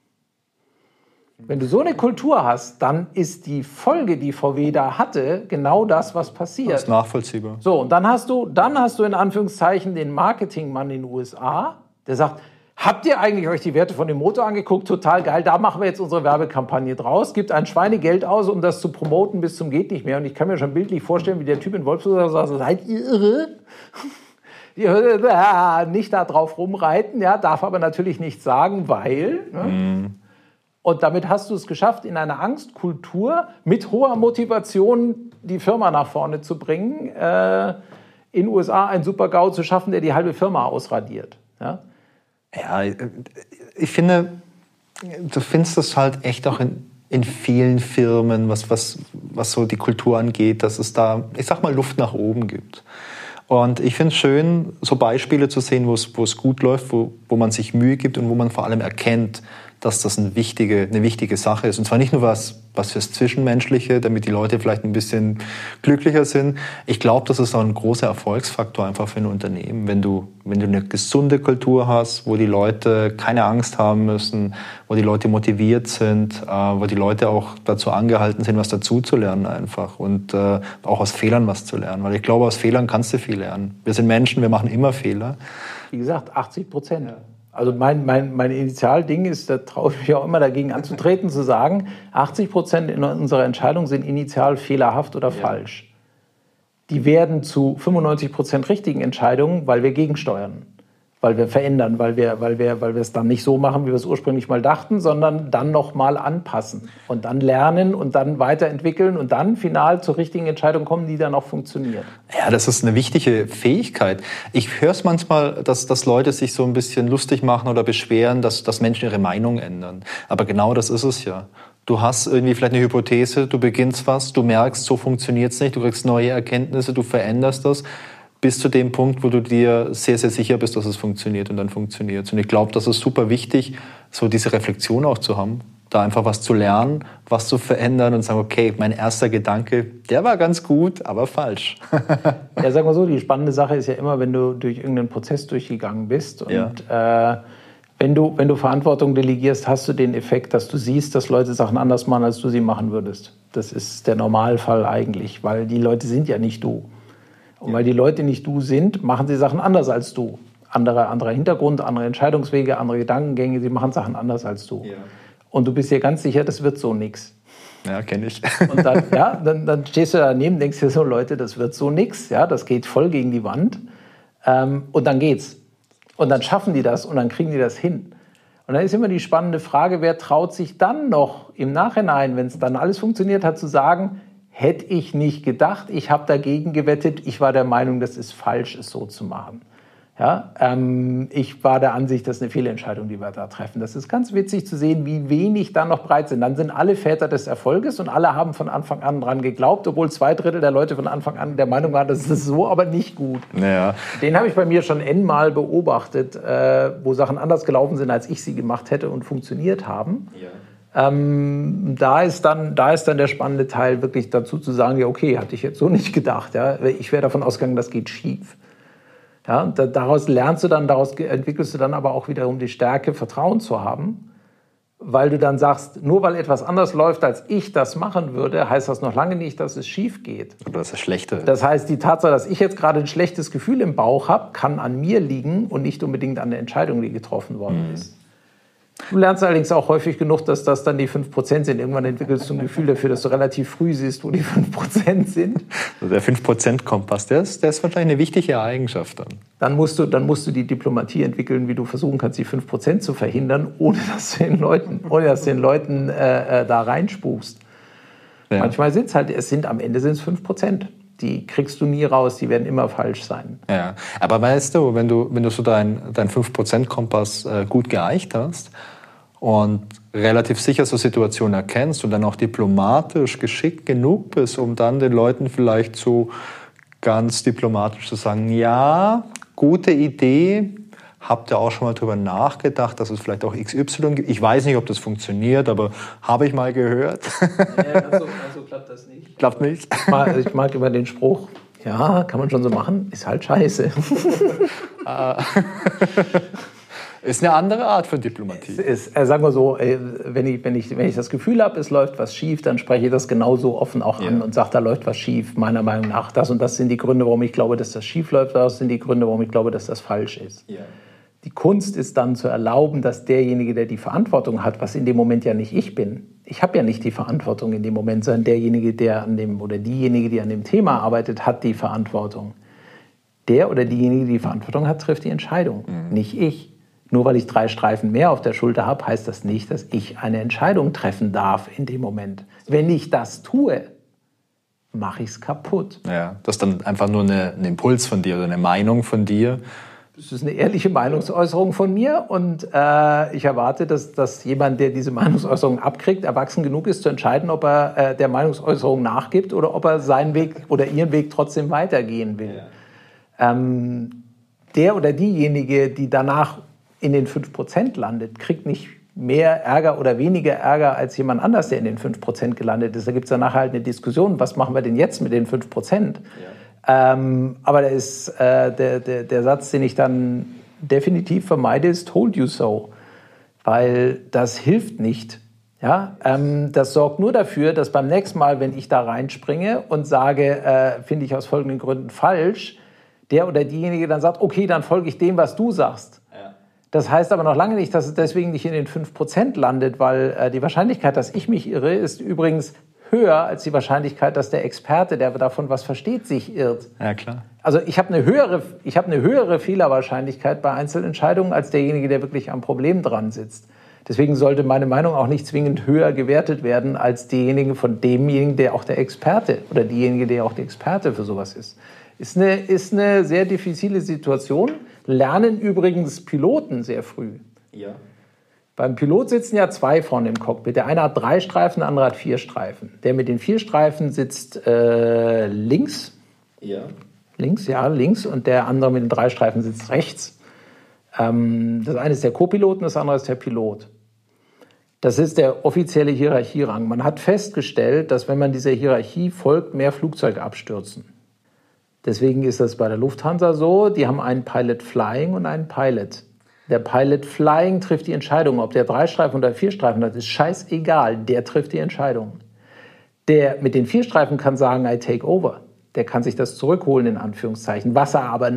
Wenn du so eine Kultur hast, dann ist die Folge, die VW da hatte, genau das, was passiert.
Das ist nachvollziehbar.
So, und dann hast du in Anführungszeichen den Marketingmann in den USA, der sagt, habt ihr eigentlich euch die Werte von dem Motor angeguckt? Total geil, da machen wir jetzt unsere Werbekampagne draus. Gibt ein Schweinegeld aus, um das zu promoten bis zum geht nicht mehr. Und ich kann mir schon bildlich vorstellen, wie der Typ in Wolfsburg sagt, seid ihr irre? Die nicht da drauf rumreiten, ja, darf aber natürlich nichts sagen, weil... Ne? Und damit hast du es geschafft, in einer Angstkultur mit hoher Motivation die Firma nach vorne zu bringen, in den USA einen Super-GAU zu schaffen, der die halbe Firma ausradiert. Ja,
ich finde, du findest das halt echt auch in vielen Firmen, was so die Kultur angeht, dass es da, ich sag mal, Luft nach oben gibt. Und ich finde es schön, so Beispiele zu sehen, wo es gut läuft, wo man sich Mühe gibt und wo man vor allem erkennt, dass das eine wichtige Sache ist. Und zwar nicht nur was fürs Zwischenmenschliche, damit die Leute vielleicht ein bisschen glücklicher sind. Ich glaube, das ist auch ein großer Erfolgsfaktor einfach für ein Unternehmen. Wenn du eine gesunde Kultur hast, wo die Leute keine Angst haben müssen, wo die Leute motiviert sind, wo die Leute auch dazu angehalten sind, was dazuzulernen einfach und auch aus Fehlern was zu lernen. Weil ich glaube, aus Fehlern kannst du viel lernen. Wir sind Menschen, wir machen immer Fehler.
Wie gesagt, 80%. Ja. Also mein Initialding ist, da traue ich mich auch immer dagegen anzutreten, zu sagen, 80% in unserer Entscheidung sind initial fehlerhaft oder falsch. Die werden zu 95% richtigen Entscheidungen, weil wir gegensteuern, weil wir verändern, weil wir es dann nicht so machen, wie wir es ursprünglich mal dachten, sondern dann nochmal anpassen und dann lernen und dann weiterentwickeln und dann final zur richtigen Entscheidung kommen, die dann auch funktioniert.
Ja, das ist eine wichtige Fähigkeit. Ich höre es manchmal, dass Leute sich so ein bisschen lustig machen oder beschweren, dass Menschen ihre Meinung ändern. Aber genau das ist es ja. Du hast irgendwie vielleicht eine Hypothese, du beginnst was, du merkst, so funktioniert es nicht, du kriegst neue Erkenntnisse, du veränderst das bis zu dem Punkt, wo du dir sehr, sehr sicher bist, dass es funktioniert und dann funktioniert es. Und ich glaube, das ist super wichtig, so diese Reflexion auch zu haben, da einfach was zu lernen, was zu verändern und sagen, okay, mein erster Gedanke, der war ganz gut, aber falsch.
Ja, sag mal so, die spannende Sache ist ja immer, wenn du durch irgendeinen Prozess durchgegangen bist und wenn du Verantwortung delegierst, hast du den Effekt, dass du siehst, dass Leute Sachen anders machen, als du sie machen würdest. Das ist der Normalfall eigentlich, weil die Leute sind ja nicht du. Und weil die Leute nicht du sind, machen sie Sachen anders als du. Anderer Hintergrund, andere Entscheidungswege, andere Gedankengänge, sie machen Sachen anders als du. Ja. Und du bist dir ganz sicher, das wird so nix.
Ja, kenne ich.
Und dann stehst du daneben und denkst dir so, Leute, das wird so nix. Ja, das geht voll gegen die Wand. Und dann geht's. Und dann schaffen die das und dann kriegen die das hin. Und dann ist immer die spannende Frage, wer traut sich dann noch im Nachhinein, wenn es dann alles funktioniert hat, zu sagen, hätte ich nicht gedacht, ich habe dagegen gewettet, ich war der Meinung, das ist falsch, es so zu machen. Ja, ich war der Ansicht, das ist eine Fehlentscheidung, die wir da treffen. Das ist ganz witzig zu sehen, wie wenig dann noch bereit sind. Dann sind alle Väter des Erfolges und alle haben von Anfang an dran geglaubt, obwohl 2/3 der Leute von Anfang an der Meinung waren, das ist so, aber nicht gut.
Ja.
Den habe ich bei mir schon n-mal beobachtet, wo Sachen anders gelaufen sind, als ich sie gemacht hätte und funktioniert haben. Ja. Da ist dann der spannende Teil, wirklich dazu zu sagen, ja okay, hatte ich jetzt so nicht gedacht. Ja? Ich wäre davon ausgegangen, das geht schief. Ja? Daraus entwickelst du dann aber auch wiederum die Stärke, Vertrauen zu haben, weil du dann sagst, nur weil etwas anders läuft, als ich das machen würde, heißt das noch lange nicht, dass es schief geht.
Oder dass es schlechter ist.
Das heißt, die Tatsache, dass ich jetzt gerade ein schlechtes Gefühl im Bauch habe, kann an mir liegen und nicht unbedingt an der Entscheidung, die getroffen worden ist. Du lernst allerdings auch häufig genug, dass das dann die 5% sind. Irgendwann entwickelst du ein Gefühl dafür, dass du relativ früh siehst, wo die 5% sind.
Also der 5%-Kompass, der ist wahrscheinlich eine wichtige Eigenschaft dann.
Dann musst du die Diplomatie entwickeln, wie du versuchen kannst, die 5% zu verhindern, ohne dass du den Leuten da reinspukst. Ja. Manchmal am Ende sind es 5%. die kriegst du nie raus, die werden immer falsch sein.
Ja, aber weißt du, wenn du so dein 5%-Kompass gut geeicht hast und relativ sicher so Situationen erkennst und dann auch diplomatisch geschickt genug bist, um dann den Leuten vielleicht so ganz diplomatisch zu sagen, ja, gute Idee, habt ihr auch schon mal drüber nachgedacht, dass es vielleicht auch XY gibt? Ich weiß nicht, ob das funktioniert, aber habe ich mal gehört.
Ja, also klappt das nicht.
Klappt nicht?
Ich mag immer den Spruch, ja, kann man schon so machen, ist halt scheiße.
Ist eine andere Art von Diplomatie.
Sagen wir so, wenn ich das Gefühl habe, es läuft was schief, dann spreche ich das genauso offen auch an und sage, da läuft was schief, meiner Meinung nach. Das und das sind die Gründe, warum ich glaube, dass das schief läuft, das sind die Gründe, warum ich glaube, dass das falsch ist. Ja. Die Kunst ist dann zu erlauben, dass derjenige, der die Verantwortung hat, was in dem Moment ja nicht ich bin, ich habe ja nicht die Verantwortung in dem Moment, sondern derjenige, der an dem oder diejenige, die an dem Thema arbeitet, hat die Verantwortung. Der oder diejenige, die die Verantwortung hat, trifft die Entscheidung, nicht ich. Nur weil ich 3 Streifen mehr auf der Schulter habe, heißt das nicht, dass ich eine Entscheidung treffen darf in dem Moment. Wenn ich das tue, mache ich es kaputt.
Ja, das ist dann einfach nur ein Impuls von dir oder eine Meinung von dir.
Das ist eine ehrliche Meinungsäußerung von mir und ich erwarte, dass jemand, der diese Meinungsäußerung abkriegt, erwachsen genug ist zu entscheiden, ob er der Meinungsäußerung nachgibt oder ob er seinen Weg oder ihren Weg trotzdem weitergehen will. Ja. Der oder diejenige, die danach in den 5% landet, kriegt nicht mehr Ärger oder weniger Ärger als jemand anders, der in den 5% gelandet ist. Da gibt es dann nachher halt eine Diskussion, was machen wir denn jetzt mit den 5%? Ja. Aber der Satz, den ich dann definitiv vermeide, ist told you so, weil das hilft nicht. Ja? Das sorgt nur dafür, dass beim nächsten Mal, wenn ich da reinspringe und sage, finde ich aus folgenden Gründen falsch, der oder diejenige dann sagt, okay, dann folge ich dem, was du sagst. Das heißt aber noch lange nicht, dass es deswegen nicht in den 5% landet, weil die Wahrscheinlichkeit, dass ich mich irre, ist übrigens höher als die Wahrscheinlichkeit, dass der Experte, der davon was versteht, sich irrt.
Ja, klar.
Also ich habe eine höhere Fehlerwahrscheinlichkeit bei Einzelentscheidungen als derjenige, der wirklich am Problem dran sitzt. Deswegen sollte meine Meinung auch nicht zwingend höher gewertet werden als diejenige von demjenigen, der auch der Experte oder diejenige, der auch der Experte für sowas ist. Ist eine sehr diffizile Situation. Lernen übrigens Piloten sehr früh. Ja. Beim Pilot sitzen ja 2 vorne im Cockpit. Der eine hat 3 Streifen, der andere hat 4 Streifen. Der mit den 4 Streifen sitzt links. Ja. Links. Und der andere mit den 3 Streifen sitzt rechts. Das eine ist der Co-Pilot und das andere ist der Pilot. Das ist der offizielle Hierarchierang. Man hat festgestellt, dass wenn man dieser Hierarchie folgt, mehr Flugzeuge abstürzen. Deswegen ist das bei der Lufthansa so, die haben einen Pilot Flying und einen Pilot. Der Pilot Flying trifft die Entscheidung, ob der 3 Streifen oder 4 Streifen hat, ist scheißegal, der trifft die Entscheidung. Der mit den 4 Streifen kann sagen, I take over. Der kann sich das zurückholen, in Anführungszeichen. Was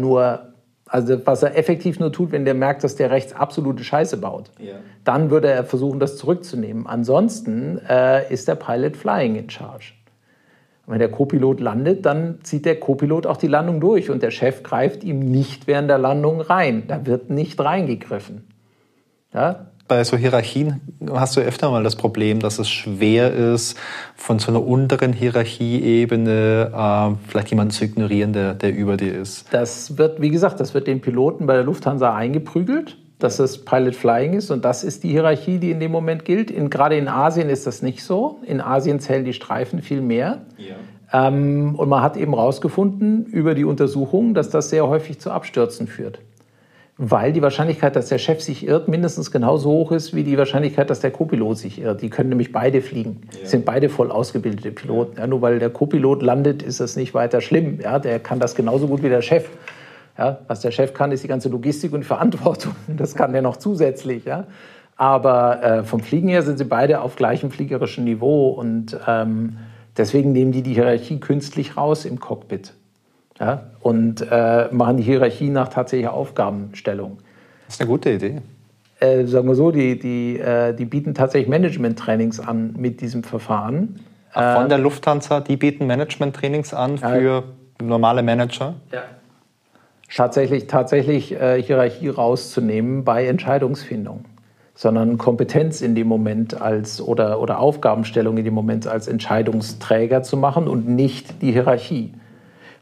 er effektiv nur tut, wenn der merkt, dass der rechts absolute Scheiße baut. Ja. Dann würde er versuchen, das zurückzunehmen. Ansonsten ist der Pilot Flying in charge. Und wenn der Co-Pilot landet, dann zieht der Co-Pilot auch die Landung durch und der Chef greift ihm nicht während der Landung rein. Da wird nicht reingegriffen. Ja?
Bei so Hierarchien hast du öfter mal das Problem, dass es schwer ist, von so einer unteren Hierarchieebene vielleicht jemanden zu ignorieren, der über dir ist.
Das wird, wie gesagt, den Piloten bei der Lufthansa eingeprügelt, dass es Pilot Flying ist und das ist die Hierarchie, die in dem Moment gilt. Gerade in Asien ist das nicht so. In Asien zählen die Streifen viel mehr. Ja. Und man hat eben herausgefunden über die Untersuchungen, dass das sehr häufig zu Abstürzen führt. Weil die Wahrscheinlichkeit, dass der Chef sich irrt, mindestens genauso hoch ist wie die Wahrscheinlichkeit, dass der Co-Pilot sich irrt. Die können nämlich beide fliegen. Ja. Sind beide voll ausgebildete Piloten. Ja, nur weil der Co-Pilot landet, ist das nicht weiter schlimm. Ja, der kann das genauso gut wie der Chef. Ja, was der Chef kann, ist die ganze Logistik und die Verantwortung. Das kann er noch zusätzlich. Ja. Aber vom Fliegen her sind sie beide auf gleichem fliegerischen Niveau. Und deswegen nehmen die Hierarchie künstlich raus im Cockpit. Ja, und machen die Hierarchie nach tatsächlicher Aufgabenstellung.
Das ist eine gute Idee.
Sagen wir so, die bieten tatsächlich Management-Trainings an mit diesem Verfahren.
Ach, von der Lufthansa, die bieten Management-Trainings an für normale Manager?
Ja. Tatsächlich Hierarchie rauszunehmen bei Entscheidungsfindung, sondern Kompetenz in dem Moment oder Aufgabenstellung in dem Moment als Entscheidungsträger zu machen und nicht die Hierarchie.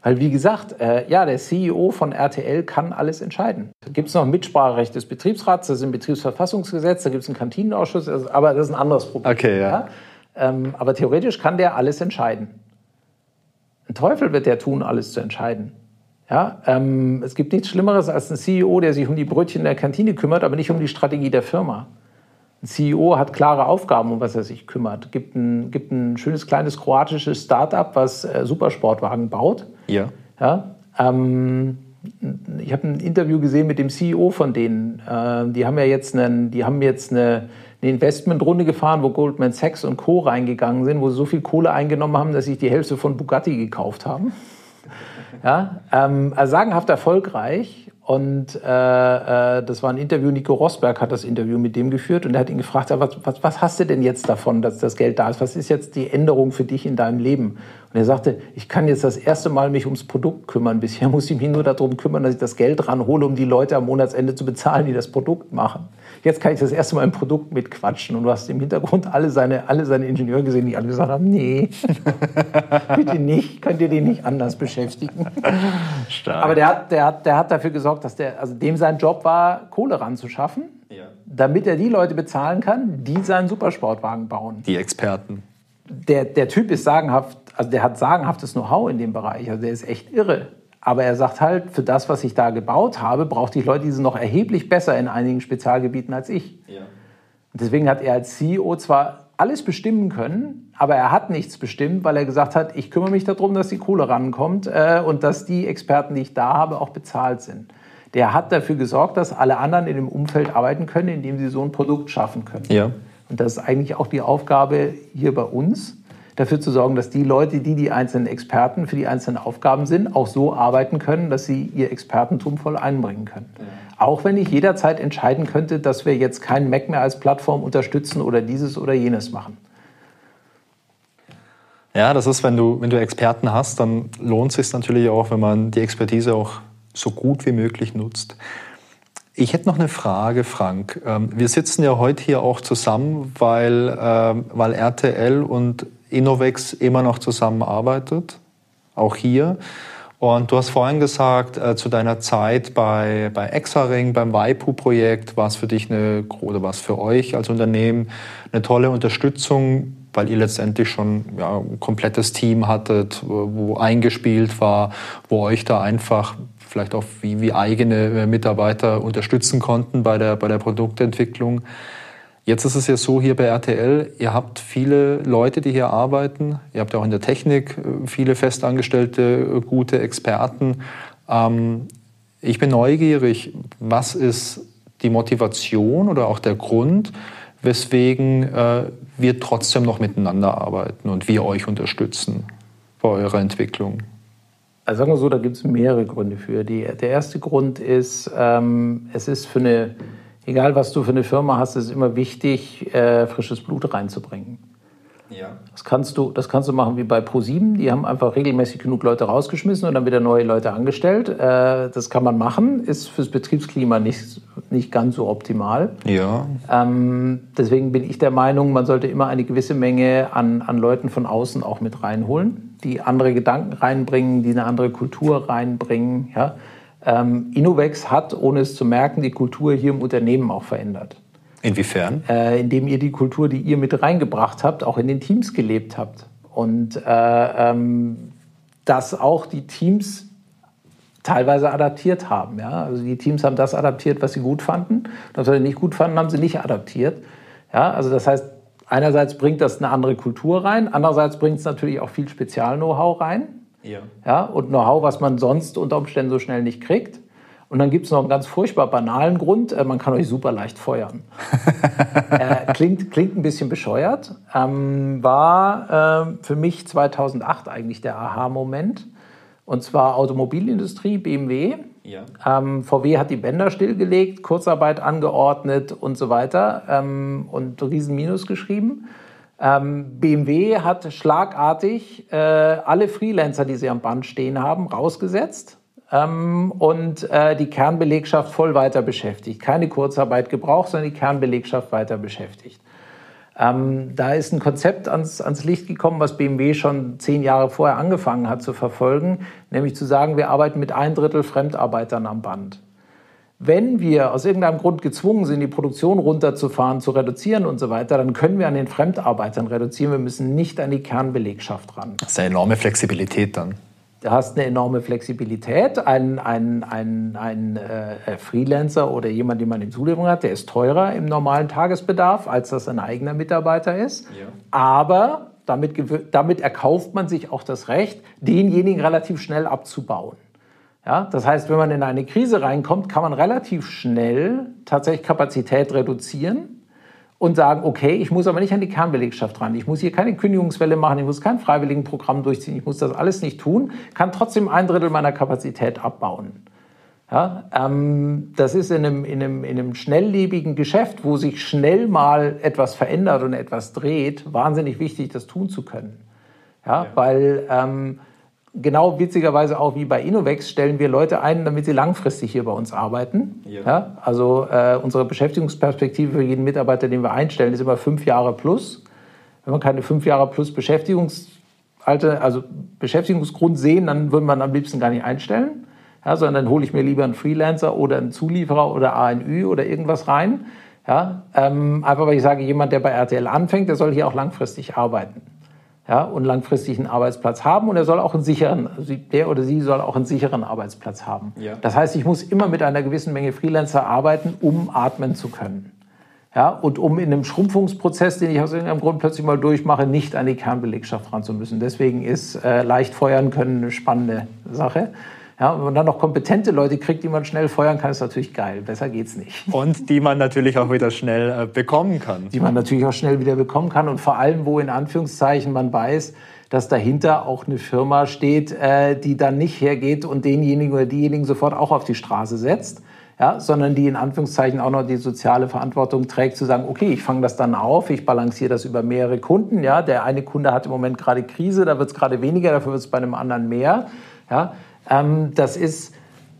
Weil, wie gesagt, der CEO von RTL kann alles entscheiden. Da gibt es noch ein Mitspracherecht des Betriebsrats, das ist im Betriebsverfassungsgesetz, da gibt es einen Kantinenausschuss, aber das ist ein anderes Problem.
Okay, ja.
Aber theoretisch kann der alles entscheiden. Ein Teufel wird der tun, alles zu entscheiden. Ja, es gibt nichts Schlimmeres als ein CEO, der sich um die Brötchen in der Kantine kümmert, aber nicht um die Strategie der Firma. Ein CEO hat klare Aufgaben, um was er sich kümmert. Gibt ein schönes kleines kroatisches Start-up, was Supersportwagen baut.
Ja.
Ja, ich habe ein Interview gesehen mit dem CEO von denen. Die haben jetzt eine Investmentrunde gefahren, wo Goldman Sachs und Co. reingegangen sind, wo sie so viel Kohle eingenommen haben, dass sie die Hälfte von Bugatti gekauft haben. Ja, also sagenhaft erfolgreich. Und das war ein Interview, Nico Rosberg hat das Interview mit dem geführt und er hat ihn gefragt, was hast du denn jetzt davon, dass das Geld da ist? Was ist jetzt die Änderung für dich in deinem Leben? Und er sagte, ich kann jetzt das erste Mal mich ums Produkt kümmern. Bisher muss ich mich nur darum kümmern, dass ich das Geld ranhole, um die Leute am Monatsende zu bezahlen, die das Produkt machen. Jetzt kann ich das erste Mal im Produkt mitquatschen. Und du hast im Hintergrund alle seine Ingenieure gesehen, die alle gesagt haben, nee, bitte nicht, könnt ihr den nicht anders beschäftigen.
Stark.
Aber der hat dafür gesorgt, dass dem sein Job war, Kohle ranzuschaffen, damit er die Leute bezahlen kann, die seinen Supersportwagen bauen.
Die Experten.
Der Typ ist sagenhaft, also der hat sagenhaftes Know-how in dem Bereich, also der ist echt irre. Aber er sagt halt, für das, was ich da gebaut habe, brauchte ich Leute, die sind noch erheblich besser in einigen Spezialgebieten als ich. Ja. Und deswegen hat er als CEO zwar alles bestimmen können, aber er hat nichts bestimmt, weil er gesagt hat, ich kümmere mich darum, dass die Kohle rankommt und dass die Experten, die ich da habe, auch bezahlt sind. Der hat dafür gesorgt, dass alle anderen in dem Umfeld arbeiten können, indem sie so ein Produkt schaffen können. Ja. Und das ist eigentlich auch die Aufgabe hier bei uns, dafür zu sorgen, dass die Leute, die einzelnen Experten für die einzelnen Aufgaben sind, auch so arbeiten können, dass sie ihr Expertentum voll einbringen können. Ja. Auch wenn ich jederzeit entscheiden könnte, dass wir jetzt keinen Mac mehr als Plattform unterstützen oder dieses oder jenes machen.
Ja, das ist, wenn du Experten hast, dann lohnt es sich natürlich auch, wenn man die Expertise auch so gut wie möglich nutzt. Ich hätte noch eine Frage, Frank. Wir sitzen ja heute hier auch zusammen, weil RTL und Innovex immer noch zusammenarbeitet, auch hier. Und du hast vorhin gesagt, zu deiner Zeit bei Exaring, beim Waipu-Projekt, war es für dich oder war es für euch als Unternehmen eine tolle Unterstützung, weil ihr letztendlich schon ein komplettes Team hattet, wo eingespielt war, wo euch da einfach vielleicht auch wie eigene Mitarbeiter unterstützen konnten bei der Produktentwicklung. Jetzt ist es ja so hier bei RTL, ihr habt viele Leute, die hier arbeiten. Ihr habt auch in der Technik viele festangestellte, gute Experten. Ich bin neugierig, was ist die Motivation oder auch der Grund, weswegen wir trotzdem noch miteinander arbeiten und wir euch unterstützen bei eurer Entwicklung?
Also sagen wir so, da gibt es mehrere Gründe für. Der erste Grund ist, es ist egal was du für eine Firma hast, ist es immer wichtig, frisches Blut reinzubringen. Ja. Das kannst du machen wie bei ProSieben. Die haben einfach regelmäßig genug Leute rausgeschmissen und dann wieder neue Leute angestellt. Das kann man machen, ist fürs Betriebsklima nicht ganz so optimal. Ja. Deswegen bin ich der Meinung, man sollte immer eine gewisse Menge an Leuten von außen auch mit reinholen, die andere Gedanken reinbringen, die eine andere Kultur reinbringen. Ja. Innovex hat, ohne es zu merken, die Kultur hier im Unternehmen auch verändert.
Inwiefern?
Indem ihr die Kultur, die ihr mit reingebracht habt, auch in den Teams gelebt habt. Und dass auch die Teams teilweise adaptiert haben. Ja? Also die Teams haben das adaptiert, was sie gut fanden. Das, was sie nicht gut fanden, haben sie nicht adaptiert. Ja? Also das heißt, einerseits bringt das eine andere Kultur rein, andererseits bringt es natürlich auch viel Spezial-Know-how rein. Ja. Ja, und Know-how, was man sonst unter Umständen so schnell nicht kriegt. Und dann gibt es noch einen ganz furchtbar banalen Grund, man kann euch super leicht feuern. Klingt ein bisschen bescheuert, war für mich 2008 eigentlich der Aha-Moment. Und zwar Automobilindustrie, BMW. Ja. VW hat die Bänder stillgelegt, Kurzarbeit angeordnet und so weiter und riesen Minus geschrieben. BMW hat schlagartig alle Freelancer, die sie am Band stehen haben, rausgesetzt und die Kernbelegschaft voll weiter beschäftigt. Keine Kurzarbeit gebraucht, sondern die Kernbelegschaft weiter beschäftigt. Da ist ein Konzept ans Licht gekommen, was BMW schon 10 Jahre vorher angefangen hat zu verfolgen, nämlich zu sagen, wir arbeiten mit 1/3 Fremdarbeitern am Band. Wenn wir aus irgendeinem Grund gezwungen sind, die Produktion runterzufahren, zu reduzieren und so weiter, dann können wir an den Fremdarbeitern reduzieren. Wir müssen nicht an die Kernbelegschaft ran.
Das ist eine enorme Flexibilität dann.
Du hast eine enorme Flexibilität. Ein Freelancer oder jemand, den man in Zulieferung hat, der ist teurer im normalen Tagesbedarf, als das ein eigener Mitarbeiter ist. Ja. Aber damit erkauft man sich auch das Recht, denjenigen relativ schnell abzubauen. Ja, das heißt, wenn man in eine Krise reinkommt, kann man relativ schnell tatsächlich Kapazität reduzieren und sagen, okay, ich muss aber nicht an die Kernbelegschaft ran, ich muss hier keine Kündigungswelle machen, ich muss kein Freiwilligenprogramm durchziehen, ich muss das alles nicht tun, kann trotzdem 1/3 meiner Kapazität abbauen. Ja, das ist in einem schnelllebigen Geschäft, wo sich schnell mal etwas verändert und etwas dreht, wahnsinnig wichtig, das tun zu können. Ja. Weil genau witzigerweise auch wie bei Innovex stellen wir Leute ein, damit sie langfristig hier bei uns arbeiten. Ja. Ja, also unsere Beschäftigungsperspektive für jeden Mitarbeiter, den wir einstellen, ist immer 5 Jahre plus. Wenn wir keine 5 Jahre plus Beschäftigungsgrund sehen, dann würde man am liebsten gar nicht einstellen. Ja, sondern dann hole ich mir lieber einen Freelancer oder einen Zulieferer oder ANÜ oder irgendwas rein. Ja, einfach weil ich sage, jemand, der bei RTL anfängt, der soll hier auch langfristig arbeiten. Ja, und langfristig einen Arbeitsplatz haben und er soll auch einen sicheren, also der oder sie soll auch einen sicheren Arbeitsplatz haben. Ja. Das heißt, ich muss immer mit einer gewissen Menge Freelancer arbeiten, um atmen zu können. Ja, und um in einem Schrumpfungsprozess, den ich aus irgendeinem Grund plötzlich mal durchmache, nicht an die Kernbelegschaft ran zu müssen. Deswegen ist leicht feuern können eine spannende Sache. Ja, und wenn man dann noch kompetente Leute kriegt, die man schnell feuern kann, ist natürlich geil. Besser geht's nicht.
Und die man natürlich auch wieder schnell bekommen kann.
Die man natürlich auch schnell wieder bekommen kann. Und vor allem, wo in Anführungszeichen man weiß, dass dahinter auch eine Firma steht, die dann nicht hergeht und denjenigen oder diejenigen sofort auch auf die Straße setzt, ja, sondern die in Anführungszeichen auch noch die soziale Verantwortung trägt, zu sagen, okay, ich fange das dann auf, ich balanciere das über mehrere Kunden. Ja, der eine Kunde hat im Moment gerade Krise, da wird es gerade weniger, dafür wird es bei einem anderen mehr. Ja. Das ist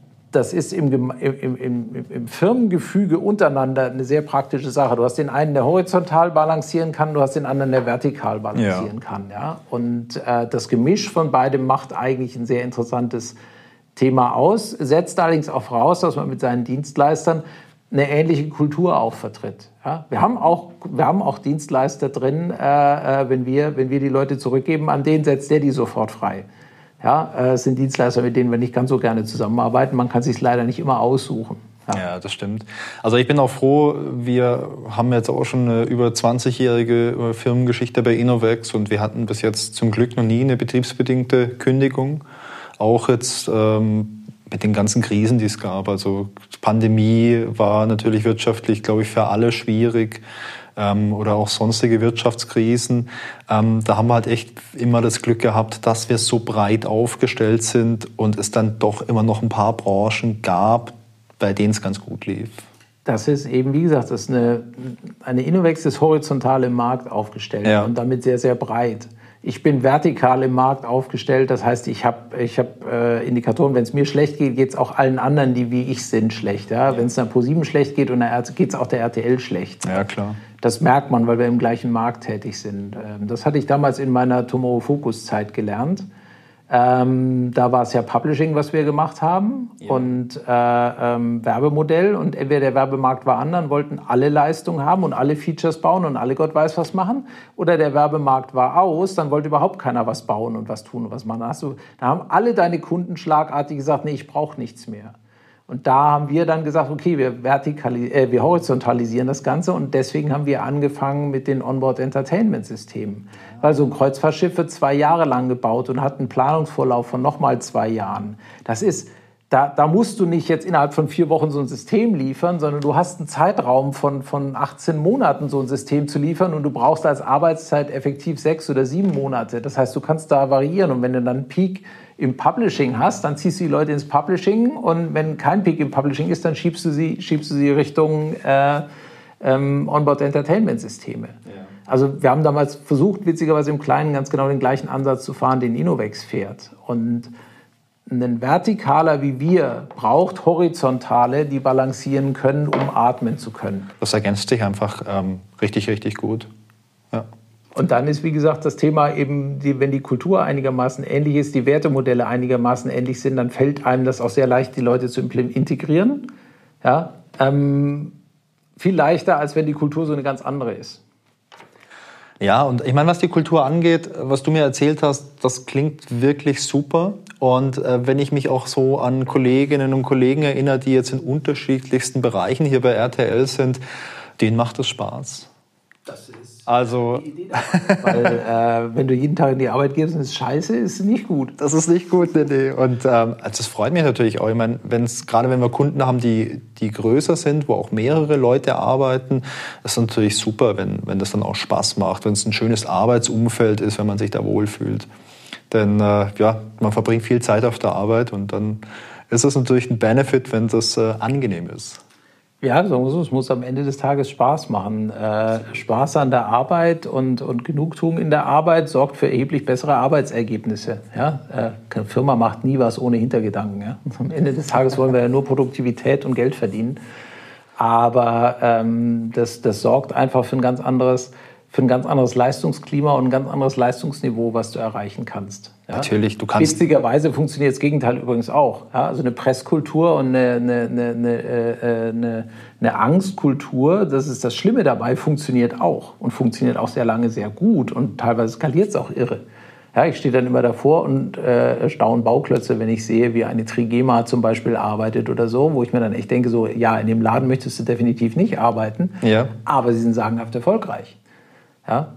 im Firmengefüge untereinander eine sehr praktische Sache. Du hast den einen, der horizontal balancieren kann, du hast den anderen, der vertikal balancieren kann. Ja? Und das Gemisch von beidem macht eigentlich ein sehr interessantes Thema aus, setzt allerdings auch voraus, dass man mit seinen Dienstleistern eine ähnliche Kultur auch vertritt. Ja? Wir haben auch Dienstleister drin, wenn wir die Leute zurückgeben, an denen setzt der die sofort frei. Ja, es sind Dienstleister, mit denen wir nicht ganz so gerne zusammenarbeiten. Man kann es sich leider nicht immer aussuchen.
Ja, das stimmt. Also ich bin auch froh, wir haben jetzt auch schon eine über 20-jährige Firmengeschichte bei Innovex und wir hatten bis jetzt zum Glück noch nie eine betriebsbedingte Kündigung. Auch jetzt mit den ganzen Krisen, die es gab. Also Pandemie war natürlich wirtschaftlich, glaube ich, für alle schwierig. Oder auch sonstige Wirtschaftskrisen. Da haben wir halt echt immer das Glück gehabt, dass wir so breit aufgestellt sind und es dann doch immer noch ein paar Branchen gab, bei denen es ganz gut lief.
Das ist eben, wie gesagt, das ist eine Innovex ist horizontal im Markt aufgestellt und damit sehr, sehr breit. Ich bin vertikal im Markt aufgestellt, das heißt, ich hab Indikatoren, wenn es mir schlecht geht, geht es auch allen anderen, die wie ich sind, schlecht. Ja? Wenn es der ProSieben schlecht geht, geht es auch der RTL schlecht.
Ja, klar.
Das merkt man, weil wir im gleichen Markt tätig sind. Das hatte ich damals in meiner Tomorrow Focus Zeit gelernt. Da war es ja Publishing, was wir gemacht haben und Werbemodell. Und entweder der Werbemarkt war an, dann wollten alle Leistungen haben und alle Features bauen und alle Gott weiß was machen. Oder der Werbemarkt war aus, dann wollte überhaupt keiner was bauen und was tun und was machen. Da haben alle deine Kunden schlagartig gesagt, nee, ich brauche nichts mehr. Und da haben wir dann gesagt, okay, wir horizontalisieren das Ganze und deswegen haben wir angefangen mit den Onboard-Entertainment-Systemen. Weil so ein Kreuzfahrtschiff wird 2 Jahre lang gebaut und hat einen Planungsvorlauf von nochmal 2 Jahren. Das ist, da musst du nicht jetzt innerhalb von 4 Wochen so ein System liefern, sondern du hast einen Zeitraum von 18 Monaten, so ein System zu liefern und du brauchst als Arbeitszeit effektiv 6 oder 7 Monate. Das heißt, du kannst da variieren und wenn du dann einen Peak im Publishing hast, dann ziehst du die Leute ins Publishing und wenn kein Peak im Publishing ist, dann schiebst du sie Richtung Onboard-Entertainment-Systeme. Ja. Also wir haben damals versucht, witzigerweise im Kleinen ganz genau den gleichen Ansatz zu fahren, den Innovex fährt. Und ein Vertikaler wie wir braucht Horizontale, die balancieren können, um atmen zu können.
Das ergänzt sich einfach richtig, richtig gut. Ja.
Und dann ist, wie gesagt, das Thema eben, wenn die Kultur einigermaßen ähnlich ist, die Wertemodelle einigermaßen ähnlich sind, dann fällt einem das auch sehr leicht, die Leute zu integrieren. Ja? Viel leichter, als wenn die Kultur so eine ganz andere ist.
Ja, und ich meine, was die Kultur angeht, was du mir erzählt hast, das klingt wirklich super. Und wenn ich mich auch so an Kolleginnen und Kollegen erinnere, die jetzt in unterschiedlichsten Bereichen hier bei RTL sind, denen macht es Spaß.
Das ist
also
die Idee davon. Weil wenn du jeden Tag in die Arbeit gehst und es ist scheiße, ist es nicht gut.
Das ist nicht gut, nee. Und das freut mich natürlich auch. Ich meine, gerade wenn wir Kunden haben, die größer sind, wo auch mehrere Leute arbeiten, das ist natürlich super, wenn das dann auch Spaß macht, wenn es ein schönes Arbeitsumfeld ist, wenn man sich da wohlfühlt. Denn man verbringt viel Zeit auf der Arbeit und dann ist es natürlich ein Benefit, wenn das angenehm ist.
Ja, so, es muss am Ende des Tages Spaß machen. Spaß an der Arbeit und Genugtuung in der Arbeit sorgt für erheblich bessere Arbeitsergebnisse. Ja? Eine Firma macht nie was ohne Hintergedanken. Ja? Am Ende des Tages wollen wir ja nur Produktivität und Geld verdienen. Aber das sorgt einfach für ein ganz anderes Leistungsklima und ein ganz anderes Leistungsniveau, was du erreichen kannst. Ja?
Natürlich, du kannst.
Witzigerweise funktioniert das Gegenteil übrigens auch. Ja? Also eine Presskultur und eine Angstkultur, das ist das Schlimme dabei, funktioniert auch. Und funktioniert auch sehr lange sehr gut. Und teilweise skaliert es auch irre. Ja, ich stehe dann immer davor und staune Bauklötze, wenn ich sehe, wie eine Trigema zum Beispiel arbeitet oder so, wo ich mir dann echt denke, so, ja, in dem Laden möchtest du definitiv nicht arbeiten,
ja.
Aber sie sind sagenhaft erfolgreich. Ja,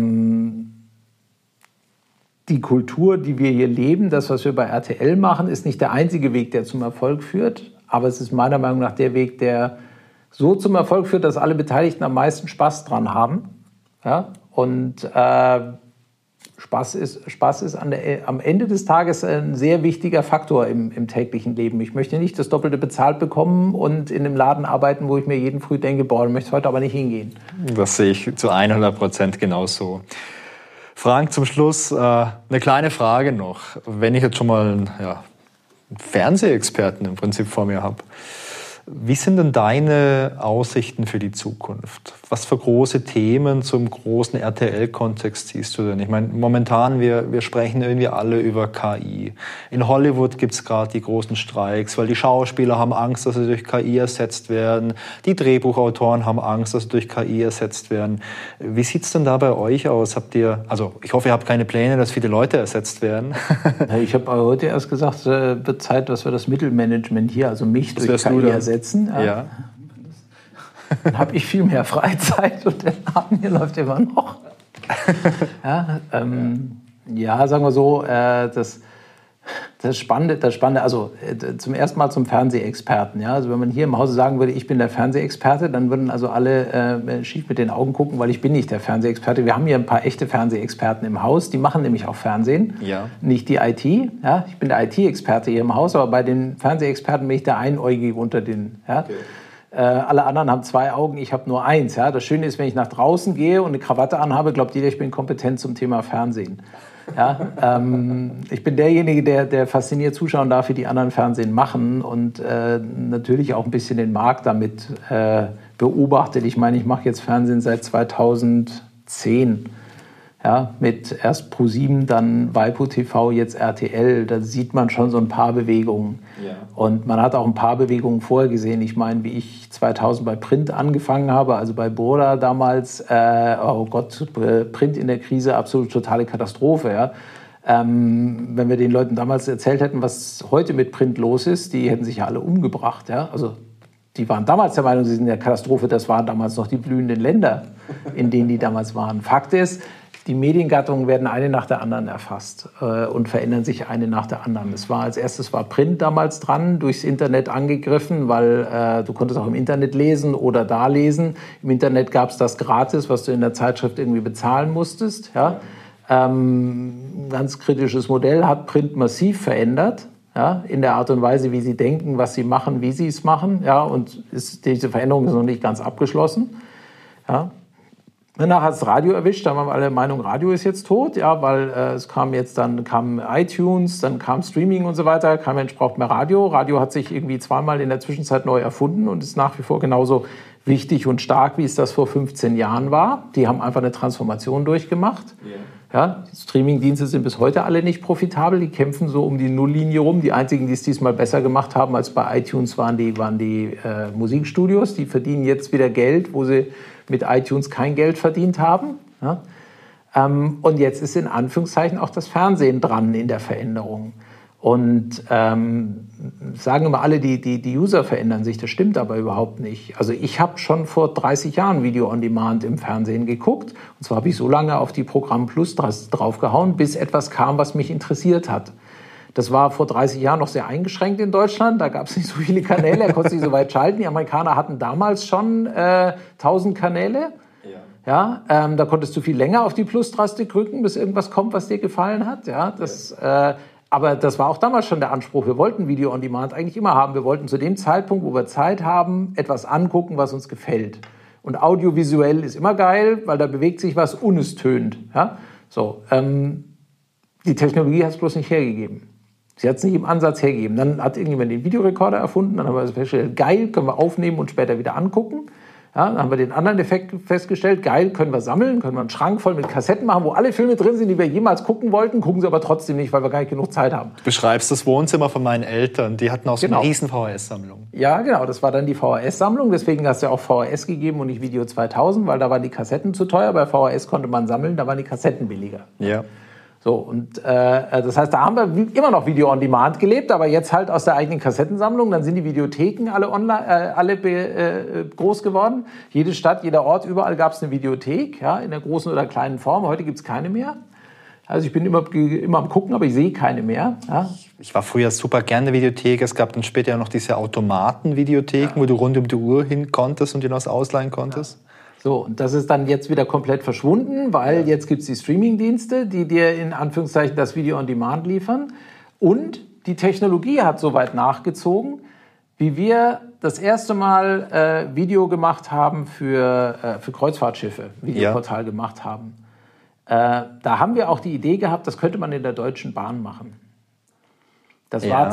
die Kultur, die wir hier leben, das, was wir bei RTL machen, ist nicht der einzige Weg, der zum Erfolg führt. Aber es ist meiner Meinung nach der Weg, der so zum Erfolg führt, dass alle Beteiligten am meisten Spaß dran haben. Ja? Und Spaß ist am Ende des Tages ein sehr wichtiger Faktor im täglichen Leben. Ich möchte nicht das Doppelte bezahlt bekommen und in einem Laden arbeiten, wo ich mir jeden Früh denke, boah, du möchtest heute aber nicht hingehen.
Das sehe ich zu 100% genauso. Frank, zum Schluss eine kleine Frage noch. Wenn ich jetzt schon mal einen Fernsehexperten im Prinzip vor mir habe, wie sind denn deine Aussichten für die Zukunft? Was für große Themen zum großen RTL-Kontext siehst du denn? Ich meine, momentan, wir sprechen irgendwie alle über KI. In Hollywood gibt es gerade die großen Streiks, weil die Schauspieler haben Angst, dass sie durch KI ersetzt werden. Die Drehbuchautoren haben Angst, dass sie durch KI ersetzt werden. Wie sieht es denn da bei euch aus? Ich hoffe, ihr habt keine Pläne, dass viele Leute ersetzt werden.
Ich habe heute erst gesagt, es wird Zeit, dass wir das Mittelmanagement hier, also mich, durch KI ersetzen.
Ja.
Dann habe ich viel mehr Freizeit und der Laden hier läuft immer noch. Sagen wir so, das Spannende, also zum ersten Mal zum Fernsehexperten. Ja? Also wenn man hier im Hause sagen würde, ich bin der Fernsehexperte, dann würden also alle schief mit den Augen gucken, weil ich bin nicht der Fernsehexperte. Wir haben hier ein paar echte Fernsehexperten im Haus, die machen nämlich auch Fernsehen, nicht die IT. Ja? Ich bin der IT-Experte hier im Haus, aber bei den Fernsehexperten bin ich der Einäugige unter den. Ja? Okay. Alle anderen haben 2 Augen, ich habe nur 1. Ja? Das Schöne ist, wenn ich nach draußen gehe und eine Krawatte anhabe, glaubt jeder, ich bin kompetent zum Thema Fernsehen. Ja, ich bin derjenige, der fasziniert zuschauen darf, wie die anderen Fernsehen machen und natürlich auch ein bisschen den Markt damit beobachtet. Ich meine, ich mache jetzt Fernsehen seit 2010. Ja, mit erst Pro7, dann Waipu TV, jetzt RTL. Da sieht man schon so ein paar Bewegungen. Ja. Und man hat auch ein paar Bewegungen vorher gesehen. Ich meine, wie ich 2000 bei Print angefangen habe, also bei Burda damals, Print in der Krise, absolut totale Katastrophe. Ja. Wenn wir den Leuten damals erzählt hätten, was heute mit Print los ist, die hätten sich ja alle umgebracht. Ja. Also die waren damals der Meinung, sie sind in der Katastrophe. Das waren damals noch die blühenden Länder, in denen die damals waren. Fakt ist, die Mediengattungen werden eine nach der anderen erfasst und verändern sich eine nach der anderen. Als erstes war Print damals dran, durchs Internet angegriffen, weil du konntest auch im Internet lesen oder da lesen. Im Internet gab es das gratis, was du in der Zeitschrift irgendwie bezahlen musstest. Ja? Ganz kritisches Modell, hat Print massiv verändert. Ja, in der Art und Weise, wie sie denken, was sie machen, wie sie es machen. Ja, und diese Veränderung ist noch nicht ganz abgeschlossen. Ja. Danach hat es Radio erwischt, da waren wir alle der Meinung, Radio ist jetzt tot, ja, weil dann kam iTunes, dann kam Streaming und so weiter, kein Mensch braucht mehr Radio. Radio hat sich irgendwie zweimal in der Zwischenzeit neu erfunden und ist nach wie vor genauso wichtig und stark, wie es das vor 15 Jahren war. Die haben einfach eine Transformation durchgemacht. Ja, die Streamingdienste sind bis heute alle nicht profitabel. Die kämpfen so um die Nulllinie rum. Die einzigen, die es diesmal besser gemacht haben als bei iTunes, waren die Musikstudios. Die verdienen jetzt wieder Geld, wo sie mit iTunes kein Geld verdient haben. Ja? Und jetzt ist in Anführungszeichen auch das Fernsehen dran in der Veränderung. Und sagen immer alle, die User verändern sich. Das stimmt aber überhaupt nicht. Also ich habe schon vor 30 Jahren Video on Demand im Fernsehen geguckt. Und zwar habe ich so lange auf die Programm Plus draufgehauen, bis etwas kam, was mich interessiert hat. Das war vor 30 Jahren noch sehr eingeschränkt in Deutschland. Da gab es nicht so viele Kanäle, er konnte sich so weit schalten. Die Amerikaner hatten damals schon 1000 Kanäle. Ja, da konntest du viel länger auf die Plus-Taste drücken, bis irgendwas kommt, was dir gefallen hat. Ja, aber das war auch damals schon der Anspruch. Wir wollten Video on Demand eigentlich immer haben. Wir wollten zu dem Zeitpunkt, wo wir Zeit haben, etwas angucken, was uns gefällt. Und audiovisuell ist immer geil, weil da bewegt sich was und es tönt. Ja? So, die Technologie hat es bloß nicht hergegeben. Sie hat es nicht im Ansatz hergegeben. Dann hat irgendjemand den Videorekorder erfunden. Dann haben wir festgestellt, geil, können wir aufnehmen und später wieder angucken. Ja, dann haben wir den anderen Effekt festgestellt, geil, können wir sammeln, können wir einen Schrank voll mit Kassetten machen, wo alle Filme drin sind, die wir jemals gucken wollten, gucken sie aber trotzdem nicht, weil wir gar nicht genug Zeit haben.
Du beschreibst das Wohnzimmer von meinen Eltern, die hatten auch so eine riesen VHS-Sammlung.
Ja, genau, das war dann die VHS-Sammlung, deswegen hast du ja auch VHS gegeben und nicht Video 2000, weil da waren die Kassetten zu teuer, bei VHS konnte man sammeln, da waren die Kassetten billiger.
Ja.
So, und das heißt, da haben wir immer noch Video on Demand gelebt, aber jetzt halt aus der eigenen Kassettensammlung. Dann sind die Videotheken alle groß geworden. Jede Stadt, jeder Ort, überall gab es eine Videothek, ja, in der großen oder kleinen Form. Heute gibt es keine mehr. Also ich bin immer am Gucken, aber ich sehe keine mehr. Ja.
Ich war früher super gerne in der Videothek. Es gab dann später noch diese Automaten-Videotheken, wo du rund um die Uhr hin konntest und dir noch was ausleihen konntest.
Ja. So, und das ist dann jetzt wieder komplett verschwunden, weil jetzt gibt es die Streaming-Dienste, die dir in Anführungszeichen das Video on Demand liefern. Und die Technologie hat so weit nachgezogen, wie wir das erste Mal Video gemacht haben für Kreuzfahrtschiffe, Videoportal gemacht haben. Da haben wir auch die Idee gehabt, das könnte man in der Deutschen Bahn machen. Das war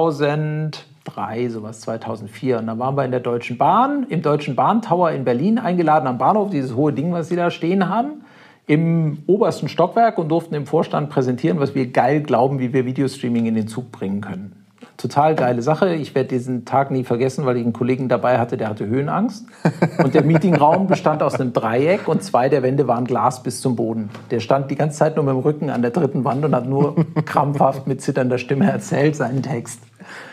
2003, sowas 2004. Und dann waren wir in der Deutschen Bahn, im Deutschen Bahntower in Berlin eingeladen am Bahnhof, dieses hohe Ding, was sie da stehen haben, im obersten Stockwerk und durften im Vorstand präsentieren, was wir geil glauben, wie wir Videostreaming in den Zug bringen können. Total geile Sache. Ich werde diesen Tag nie vergessen, weil ich einen Kollegen dabei hatte, der hatte Höhenangst. Und der Meetingraum bestand aus einem Dreieck und 2 der Wände waren Glas bis zum Boden. Der stand die ganze Zeit nur mit dem Rücken an der 3. Wand und hat nur krampfhaft mit zitternder Stimme erzählt seinen Text.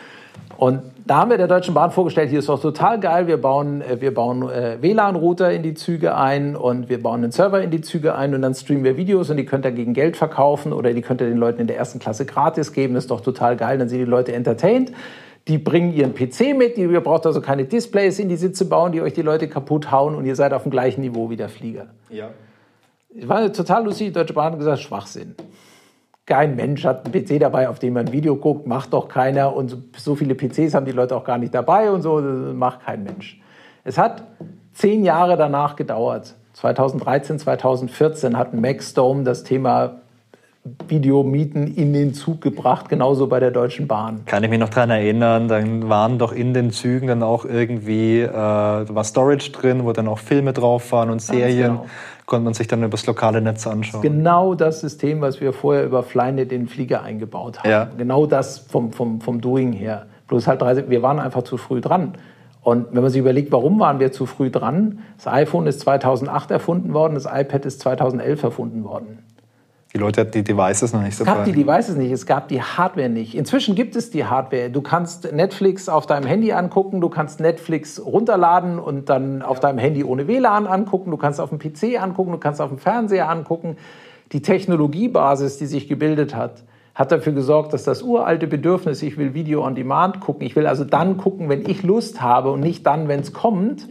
Und da haben wir der Deutschen Bahn vorgestellt, hier ist doch total geil, wir bauen WLAN-Router in die Züge ein und wir bauen einen Server in die Züge ein und dann streamen wir Videos und die könnt ihr gegen Geld verkaufen oder die könnt ihr den Leuten in der 1. Klasse gratis geben, das ist doch total geil, dann sind die Leute entertained. Die bringen ihren PC mit, ihr braucht also keine Displays in die Sitze bauen, die euch die Leute kaputt hauen und ihr seid auf dem gleichen Niveau wie der Flieger.
Ja.
War total lustig, die Deutsche Bahn hat gesagt, Schwachsinn. Kein Mensch hat einen PC dabei, auf dem man ein Video guckt, macht doch keiner. Und so viele PCs haben die Leute auch gar nicht dabei und so, das macht kein Mensch. Es hat 10 Jahre danach gedauert. 2013, 2014 hat Maxdome das Thema Videomieten in den Zug gebracht, genauso bei der Deutschen Bahn.
Kann ich mich noch daran erinnern, dann waren doch in den Zügen dann auch irgendwie, war Storage drin, wo dann auch Filme drauf waren und Serien. Genau. Konnte man sich dann über das lokale Netz anschauen.
Genau das System, was wir vorher über Flynet in den Flieger eingebaut haben. Ja. Genau das vom Doing her. Bloß halt, wir waren einfach zu früh dran. Und wenn man sich überlegt, warum waren wir zu früh dran? Das iPhone ist 2008 erfunden worden, das iPad ist 2011 erfunden worden.
Die Leute hatten die Devices noch nicht so.
Es gab die Devices nicht, es gab die Hardware nicht. Inzwischen gibt es die Hardware. Du kannst Netflix auf deinem Handy angucken, du kannst Netflix runterladen und dann auf deinem Handy ohne WLAN angucken, du kannst auf dem PC angucken, du kannst auf dem Fernseher angucken. Die Technologiebasis, die sich gebildet hat dafür gesorgt, dass das uralte Bedürfnis, ich will Video on Demand gucken, ich will also dann gucken, wenn ich Lust habe und nicht dann, wenn es kommt,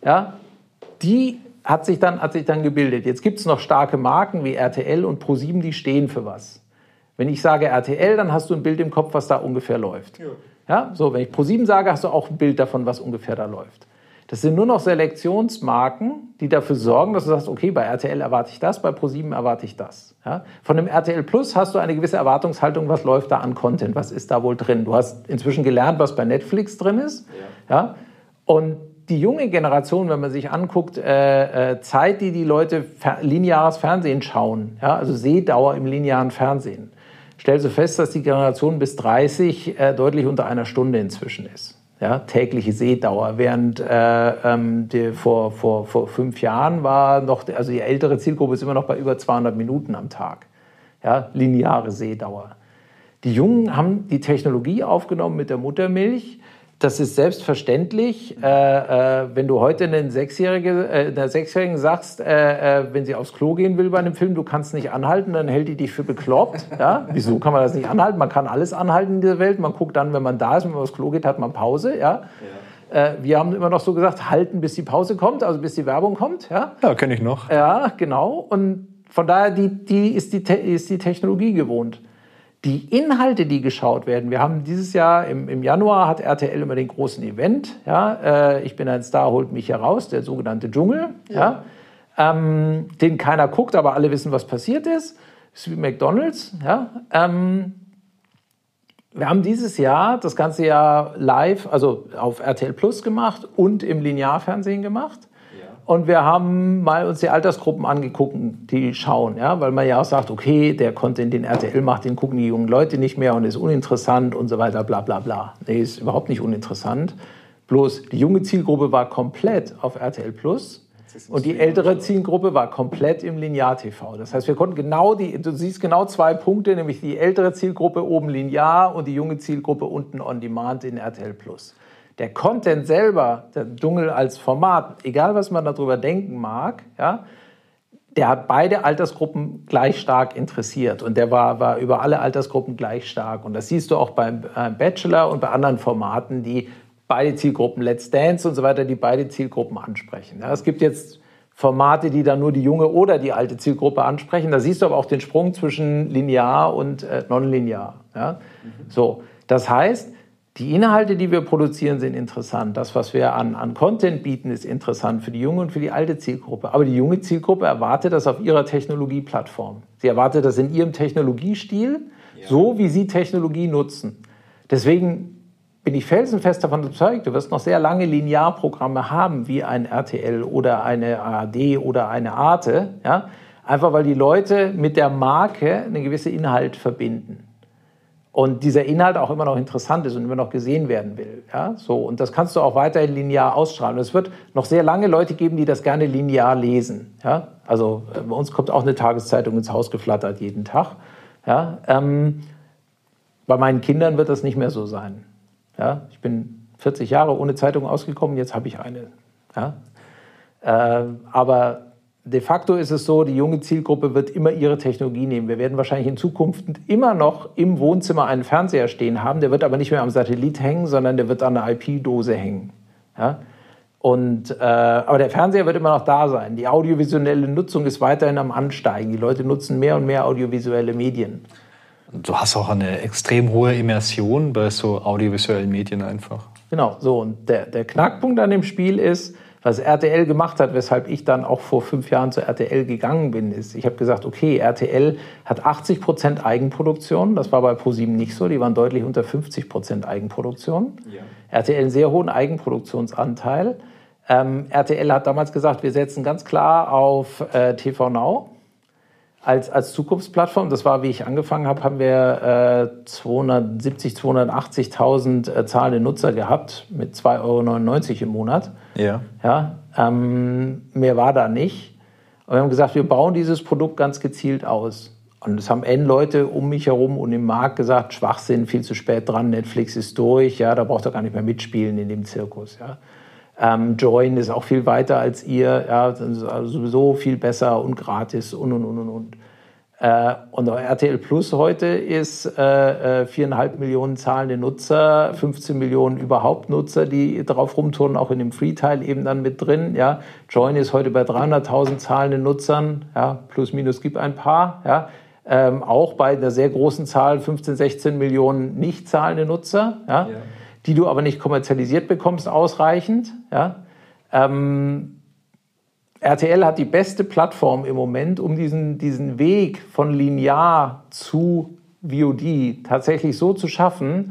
die hat sich dann gebildet. Jetzt gibt es noch starke Marken wie RTL und ProSieben, die stehen für was. Wenn ich sage RTL, dann hast du ein Bild im Kopf, was da ungefähr läuft. Ja, so, wenn ich ProSieben sage, hast du auch ein Bild davon, was ungefähr da läuft. Das sind nur noch Selektionsmarken, die dafür sorgen, dass du sagst, okay, bei RTL erwarte ich das, bei ProSieben erwarte ich das. Ja? Von dem RTL Plus hast du eine gewisse Erwartungshaltung, was läuft da an Content, was ist da wohl drin. Du hast inzwischen gelernt, was bei Netflix drin ist. Ja? Und die junge Generation, wenn man sich anguckt, Zeit, die Leute lineares Fernsehen schauen, ja, also Sehdauer im linearen Fernsehen, stellst du fest, dass die Generation bis 30 deutlich unter einer Stunde inzwischen ist. Ja, tägliche Sehdauer, während vor 5 Jahren war noch, also die ältere Zielgruppe ist immer noch bei über 200 Minuten am Tag, ja, lineare Sehdauer. Die Jungen haben die Technologie aufgenommen mit der Muttermilch. Das ist selbstverständlich. Wenn du heute einer Sechsjährigen sagst, wenn sie aufs Klo gehen will bei einem Film, du kannst nicht anhalten, dann hält die dich für bekloppt. Ja? Wieso kann man das nicht anhalten? Man kann alles anhalten in dieser Welt. Man guckt dann, wenn man da ist, wenn man aufs Klo geht, hat man Pause. Ja? Wir haben immer noch so gesagt, halten, bis die Pause kommt, also bis die Werbung kommt. Ja,
kenne ich noch.
Ja, genau. Und von daher ist die Technologie gewohnt. Die Inhalte, die geschaut werden, wir haben dieses Jahr, im Januar hat RTL immer den großen Event, ja, ich bin ein Star, holt mich heraus, der sogenannte Dschungel, ja. Den keiner guckt, aber alle wissen, was passiert ist. Das ist wie McDonald's. Ja. Wir haben dieses Jahr, das ganze Jahr live, also auf RTL Plus gemacht und im Linearfernsehen gemacht. Und wir haben mal uns die Altersgruppen angeguckt, die schauen, ja, weil man ja auch sagt, okay, der Content, den RTL macht, den gucken die jungen Leute nicht mehr und ist uninteressant und so weiter, bla bla bla. Nee, ist überhaupt nicht uninteressant. Bloß die junge Zielgruppe war komplett auf RTL Plus und die ältere Zielgruppe war komplett im Linear-TV. Das heißt, wir konnten du siehst genau 2 Punkte, nämlich die ältere Zielgruppe oben linear und die junge Zielgruppe unten on demand in RTL Plus. Der Content selber, der Dschungel als Format, egal was man darüber denken mag, ja, der hat beide Altersgruppen gleich stark interessiert. Und der war über alle Altersgruppen gleich stark. Und das siehst du auch beim Bachelor und bei anderen Formaten, die beide Zielgruppen, Let's Dance und so weiter, die beide Zielgruppen ansprechen. Ja, es gibt jetzt Formate, die dann nur die junge oder die alte Zielgruppe ansprechen. Da siehst du aber auch den Sprung zwischen linear und nonlinear. Ja? So, das heißt, die Inhalte, die wir produzieren, sind interessant. Das, was wir an Content bieten, ist interessant für die junge und für die alte Zielgruppe. Aber die junge Zielgruppe erwartet das auf ihrer Technologieplattform. Sie erwartet das in ihrem Technologiestil, so wie sie Technologie nutzen. Deswegen bin ich felsenfest davon überzeugt, du wirst noch sehr lange Linearprogramme haben, wie ein RTL oder eine ARD oder eine Arte. Ja? Einfach weil die Leute mit der Marke einen gewissen Inhalt verbinden. Und dieser Inhalt auch immer noch interessant ist und immer noch gesehen werden will. Ja? So, und das kannst du auch weiterhin linear ausstrahlen. Und es wird noch sehr lange Leute geben, die das gerne linear lesen. Ja? Also bei uns kommt auch eine Tageszeitung ins Haus geflattert jeden Tag. Ja? Bei meinen Kindern wird das nicht mehr so sein. Ja? Ich bin 40 Jahre ohne Zeitung ausgekommen, jetzt habe ich eine. Ja? Aber de facto ist es so, die junge Zielgruppe wird immer ihre Technologie nehmen. Wir werden wahrscheinlich in Zukunft immer noch im Wohnzimmer einen Fernseher stehen haben. Der wird aber nicht mehr am Satellit hängen, sondern der wird an der IP-Dose hängen. Ja? Aber der Fernseher wird immer noch da sein. Die audiovisuelle Nutzung ist weiterhin am Ansteigen. Die Leute nutzen mehr und mehr audiovisuelle Medien.
Du hast auch eine extrem hohe Immersion bei so audiovisuellen Medien einfach.
Genau, so. Und der Knackpunkt an dem Spiel ist, was RTL gemacht hat, weshalb ich dann auch vor 5 Jahren zu RTL gegangen bin, ist, ich habe gesagt, okay, RTL hat 80% Eigenproduktion, das war bei ProSieben nicht so, die waren deutlich unter 50% Eigenproduktion. Ja. RTL einen sehr hohen Eigenproduktionsanteil. RTL hat damals gesagt, wir setzen ganz klar auf TV Now als Zukunftsplattform. Das war, wie ich angefangen habe, haben wir 270.000, 280.000 zahlende Nutzer gehabt mit 2,99 € im Monat. Ja. Mehr war da nicht. Und wir haben gesagt, wir bauen dieses Produkt ganz gezielt aus. Und es haben Leute um mich herum und im Markt gesagt, Schwachsinn, viel zu spät dran, Netflix ist durch, ja, da braucht ihr gar nicht mehr mitspielen in dem Zirkus. Ja. Join ist auch viel weiter als ihr, ja, also sowieso viel besser und gratis und. Und RTL Plus heute ist 4,5 Millionen zahlende Nutzer, 15 Millionen überhaupt Nutzer, die drauf rumturnen, auch in dem Free-Teil eben dann mit drin. Ja. Join ist heute bei 300.000 zahlenden Nutzern, ja, plus minus gibt ein paar. Ja. Auch bei einer sehr großen Zahl, 15, 16 Millionen nicht zahlende Nutzer. Ja. Die du aber nicht kommerzialisiert bekommst ausreichend. Ja? RTL hat die beste Plattform im Moment, um diesen Weg von linear zu VOD tatsächlich so zu schaffen,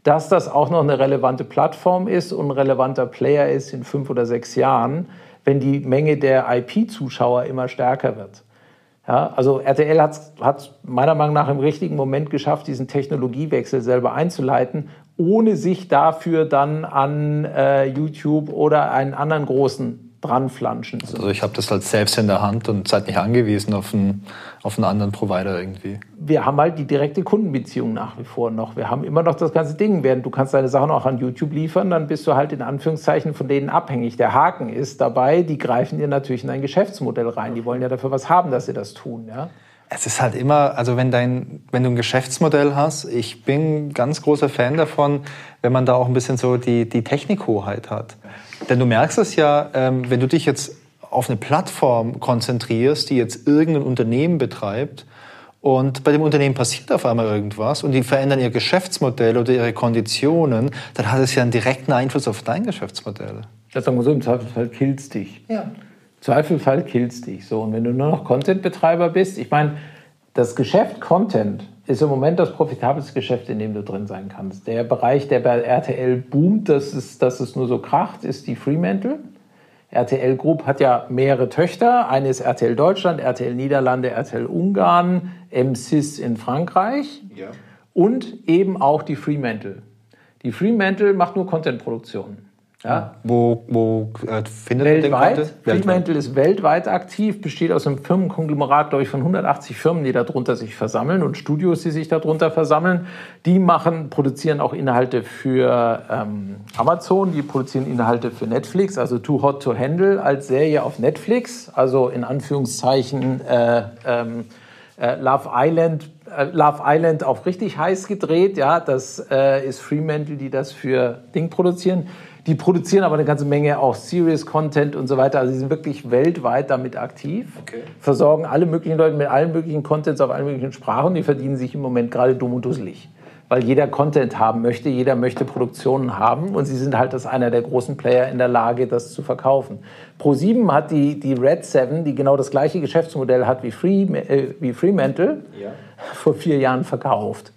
dass das auch noch eine relevante Plattform ist und ein relevanter Player ist in 5 oder 6 Jahren, wenn die Menge der IP-Zuschauer immer stärker wird. Ja, also RTL hat meiner Meinung nach im richtigen Moment geschafft, diesen Technologiewechsel selber einzuleiten, ohne sich dafür dann an YouTube oder einen anderen großen dranflanschen zu müssen.
Also ich habe das halt selbst in der Hand und seid nicht angewiesen auf einen anderen Provider irgendwie.
Wir haben halt die direkte Kundenbeziehung nach wie vor noch. Wir haben immer noch das ganze Ding. Während du kannst deine Sachen auch an YouTube liefern, dann bist du halt in Anführungszeichen von denen abhängig. Der Haken ist dabei, die greifen dir natürlich in dein Geschäftsmodell rein. Die wollen ja dafür was haben, dass sie das tun. Ja?
Es ist halt immer, also wenn du ein Geschäftsmodell hast, ich bin ganz großer Fan davon, wenn man da auch ein bisschen so die Technikhoheit hat. Denn du merkst es ja, wenn du dich jetzt auf eine Plattform konzentrierst, die jetzt irgendein Unternehmen betreibt und bei dem Unternehmen passiert auf einmal irgendwas und die verändern ihr Geschäftsmodell oder ihre Konditionen, dann hat es ja einen direkten Einfluss auf dein Geschäftsmodell.
Das sagen wir so, im Zweifelsfall killt's dich. Ja. Im Zweifelsfall killt's dich. So, und wenn du nur noch Content-Betreiber bist, ich meine, das Geschäft Content ist im Moment das profitabelste Geschäft, in dem du drin sein kannst. Der Bereich, der bei RTL boomt, dass es nur so kracht, ist die Fremantle. RTL Group hat ja mehrere Töchter. Eine ist RTL Deutschland, RTL Niederlande, RTL Ungarn, M6 in Frankreich und eben auch die Fremantle. Die Fremantle macht nur Content-Produktion. Ja.
Wo findet
weltweit. Man den Content? Fremantle ist weltweit aktiv, besteht aus einem Firmenkonglomerat, glaube ich, von 180 Firmen, die darunter sich versammeln und Studios, die sich darunter versammeln. Die produzieren auch Inhalte für Amazon, die produzieren Inhalte für Netflix, also Too Hot to Handle als Serie auf Netflix, also in Anführungszeichen Love Island auf richtig heiß gedreht. Ja, das ist Fremantle, die das für Ding produzieren. Die produzieren aber eine ganze Menge auch Serious-Content und so weiter. Also sie sind wirklich weltweit damit aktiv, versorgen alle möglichen Leute mit allen möglichen Contents auf allen möglichen Sprachen. Die verdienen sich im Moment gerade dumm und dusselig, weil jeder Content haben möchte, jeder möchte Produktionen haben und sie sind halt als einer der großen Player in der Lage, das zu verkaufen. Pro7 hat die Red 7, die genau das gleiche Geschäftsmodell hat wie Fremantle, vor 4 Jahren verkauft.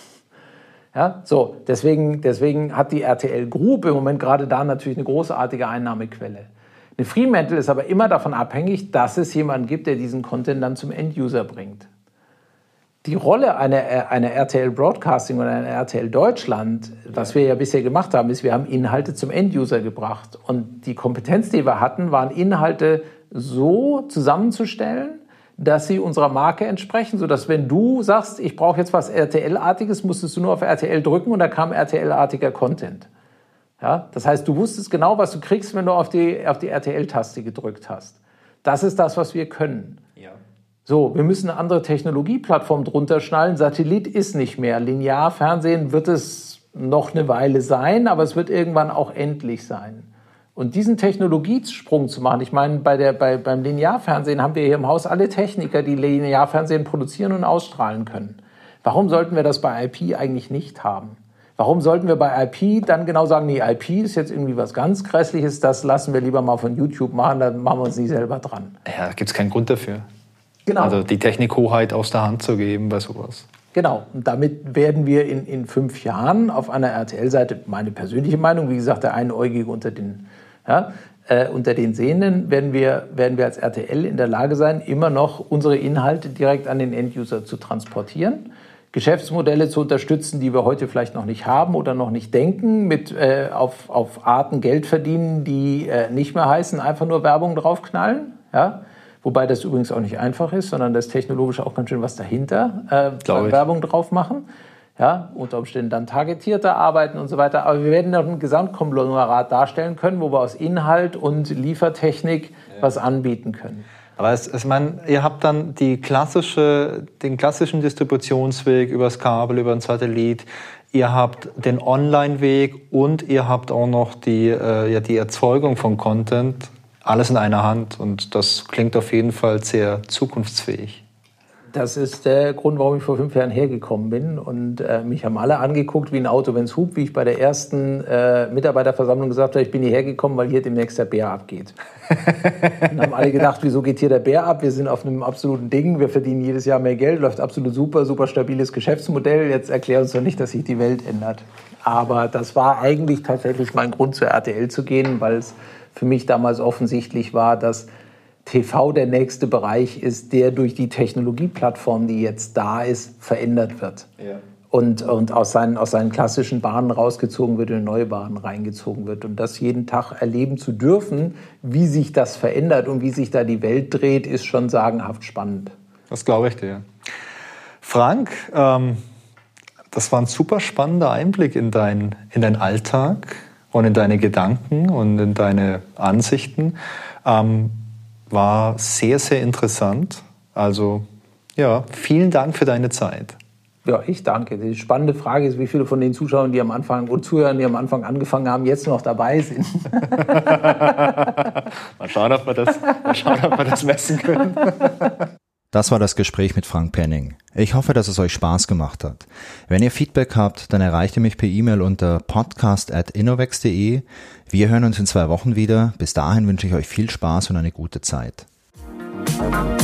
Ja, so, deswegen hat die RTL Group im Moment gerade da natürlich eine großartige Einnahmequelle. Eine Fremantle ist aber immer davon abhängig, dass es jemanden gibt, der diesen Content dann zum Enduser bringt. Die Rolle einer RTL Broadcasting oder einer RTL Deutschland, was wir ja bisher gemacht haben, ist, wir haben Inhalte zum Enduser gebracht. Und die Kompetenz, die wir hatten, waren Inhalte so zusammenzustellen, dass sie unserer Marke entsprechen, sodass wenn du sagst, ich brauche jetzt was RTL-artiges, musstest du nur auf RTL drücken und da kam RTL-artiger Content. Ja? Das heißt, du wusstest genau, was du kriegst, wenn du auf die RTL-Taste gedrückt hast. Das ist das, was wir können. Ja. So, wir müssen eine andere Technologieplattform drunter schnallen. Satellit ist nicht mehr. Linearfernsehen wird es noch eine Weile sein, aber es wird irgendwann auch endlich sein. Und diesen Technologiesprung zu machen, ich meine, beim Linearfernsehen haben wir hier im Haus alle Techniker, die Linearfernsehen produzieren und ausstrahlen können. Warum sollten wir das bei IP eigentlich nicht haben? Warum sollten wir bei IP dann genau sagen, nee, IP ist jetzt irgendwie was ganz Grässliches, das lassen wir lieber mal von YouTube machen, dann machen wir uns nicht selber dran.
Ja, da gibt es keinen Grund dafür.
Genau.
Also die Technikhoheit aus der Hand zu geben bei sowas.
Genau, und damit werden wir in 5 Jahren auf einer RTL-Seite, meine persönliche Meinung, wie gesagt, der Einäugige unter den Sehenden, werden wir als RTL in der Lage sein, immer noch unsere Inhalte direkt an den Enduser zu transportieren, Geschäftsmodelle zu unterstützen, die wir heute vielleicht noch nicht haben oder noch nicht denken, auf Arten Geld verdienen, die nicht mehr heißen, einfach nur Werbung draufknallen, ja? Wobei das übrigens auch nicht einfach ist, sondern da ist technologisch auch ganz schön was dahinter, Werbung drauf machen. Ja, unter Umständen dann targetierter arbeiten und so weiter. Aber wir werden noch ein Gesamtkonglomerat darstellen können, wo wir aus Inhalt und Liefertechnik was anbieten können.
Aber ihr habt dann den klassischen Distributionsweg übers Kabel, über den Satellit. Ihr habt den Online-Weg und ihr habt auch noch die Erzeugung von Content. Alles in einer Hand und das klingt auf jeden Fall sehr zukunftsfähig.
Das ist der Grund, warum ich vor 5 Jahren hergekommen bin. Und mich haben alle angeguckt wie ein Auto, wenn es hupt, wie ich bei der ersten Mitarbeiterversammlung gesagt habe, ich bin hierher gekommen, weil hier demnächst der Bär abgeht. Dann haben alle gedacht, wieso geht hier der Bär ab? Wir sind auf einem absoluten Ding, wir verdienen jedes Jahr mehr Geld, läuft absolut super, super stabiles Geschäftsmodell. Jetzt erklär uns doch nicht, dass sich die Welt ändert. Aber das war eigentlich tatsächlich mein Grund, zur RTL zu gehen, weil es für mich damals offensichtlich war, dass TV der nächste Bereich ist, der durch die Technologieplattform, die jetzt da ist, verändert wird. Ja. Und aus seinen klassischen Bahnen rausgezogen wird und in neue Bahnen reingezogen wird. Und das jeden Tag erleben zu dürfen, wie sich das verändert und wie sich da die Welt dreht, ist schon sagenhaft spannend.
Das glaube ich dir. Frank, das war ein super spannender Einblick in deinen Alltag und in deine Gedanken und in deine Ansichten. War sehr, sehr interessant. Also, ja, vielen Dank für deine Zeit.
Ja, ich danke. Die spannende Frage ist, wie viele von den Zuschauern, die am Anfang und Zuhörern, die am Anfang angefangen haben, jetzt noch dabei sind.
Mal schauen, ob wir das messen können.
Das war das Gespräch mit Frank Penning. Ich hoffe, dass es euch Spaß gemacht hat. Wenn ihr Feedback habt, dann erreicht ihr mich per E-Mail unter podcast@innovex.de. Wir hören uns in 2 Wochen wieder. Bis dahin wünsche ich euch viel Spaß und eine gute Zeit.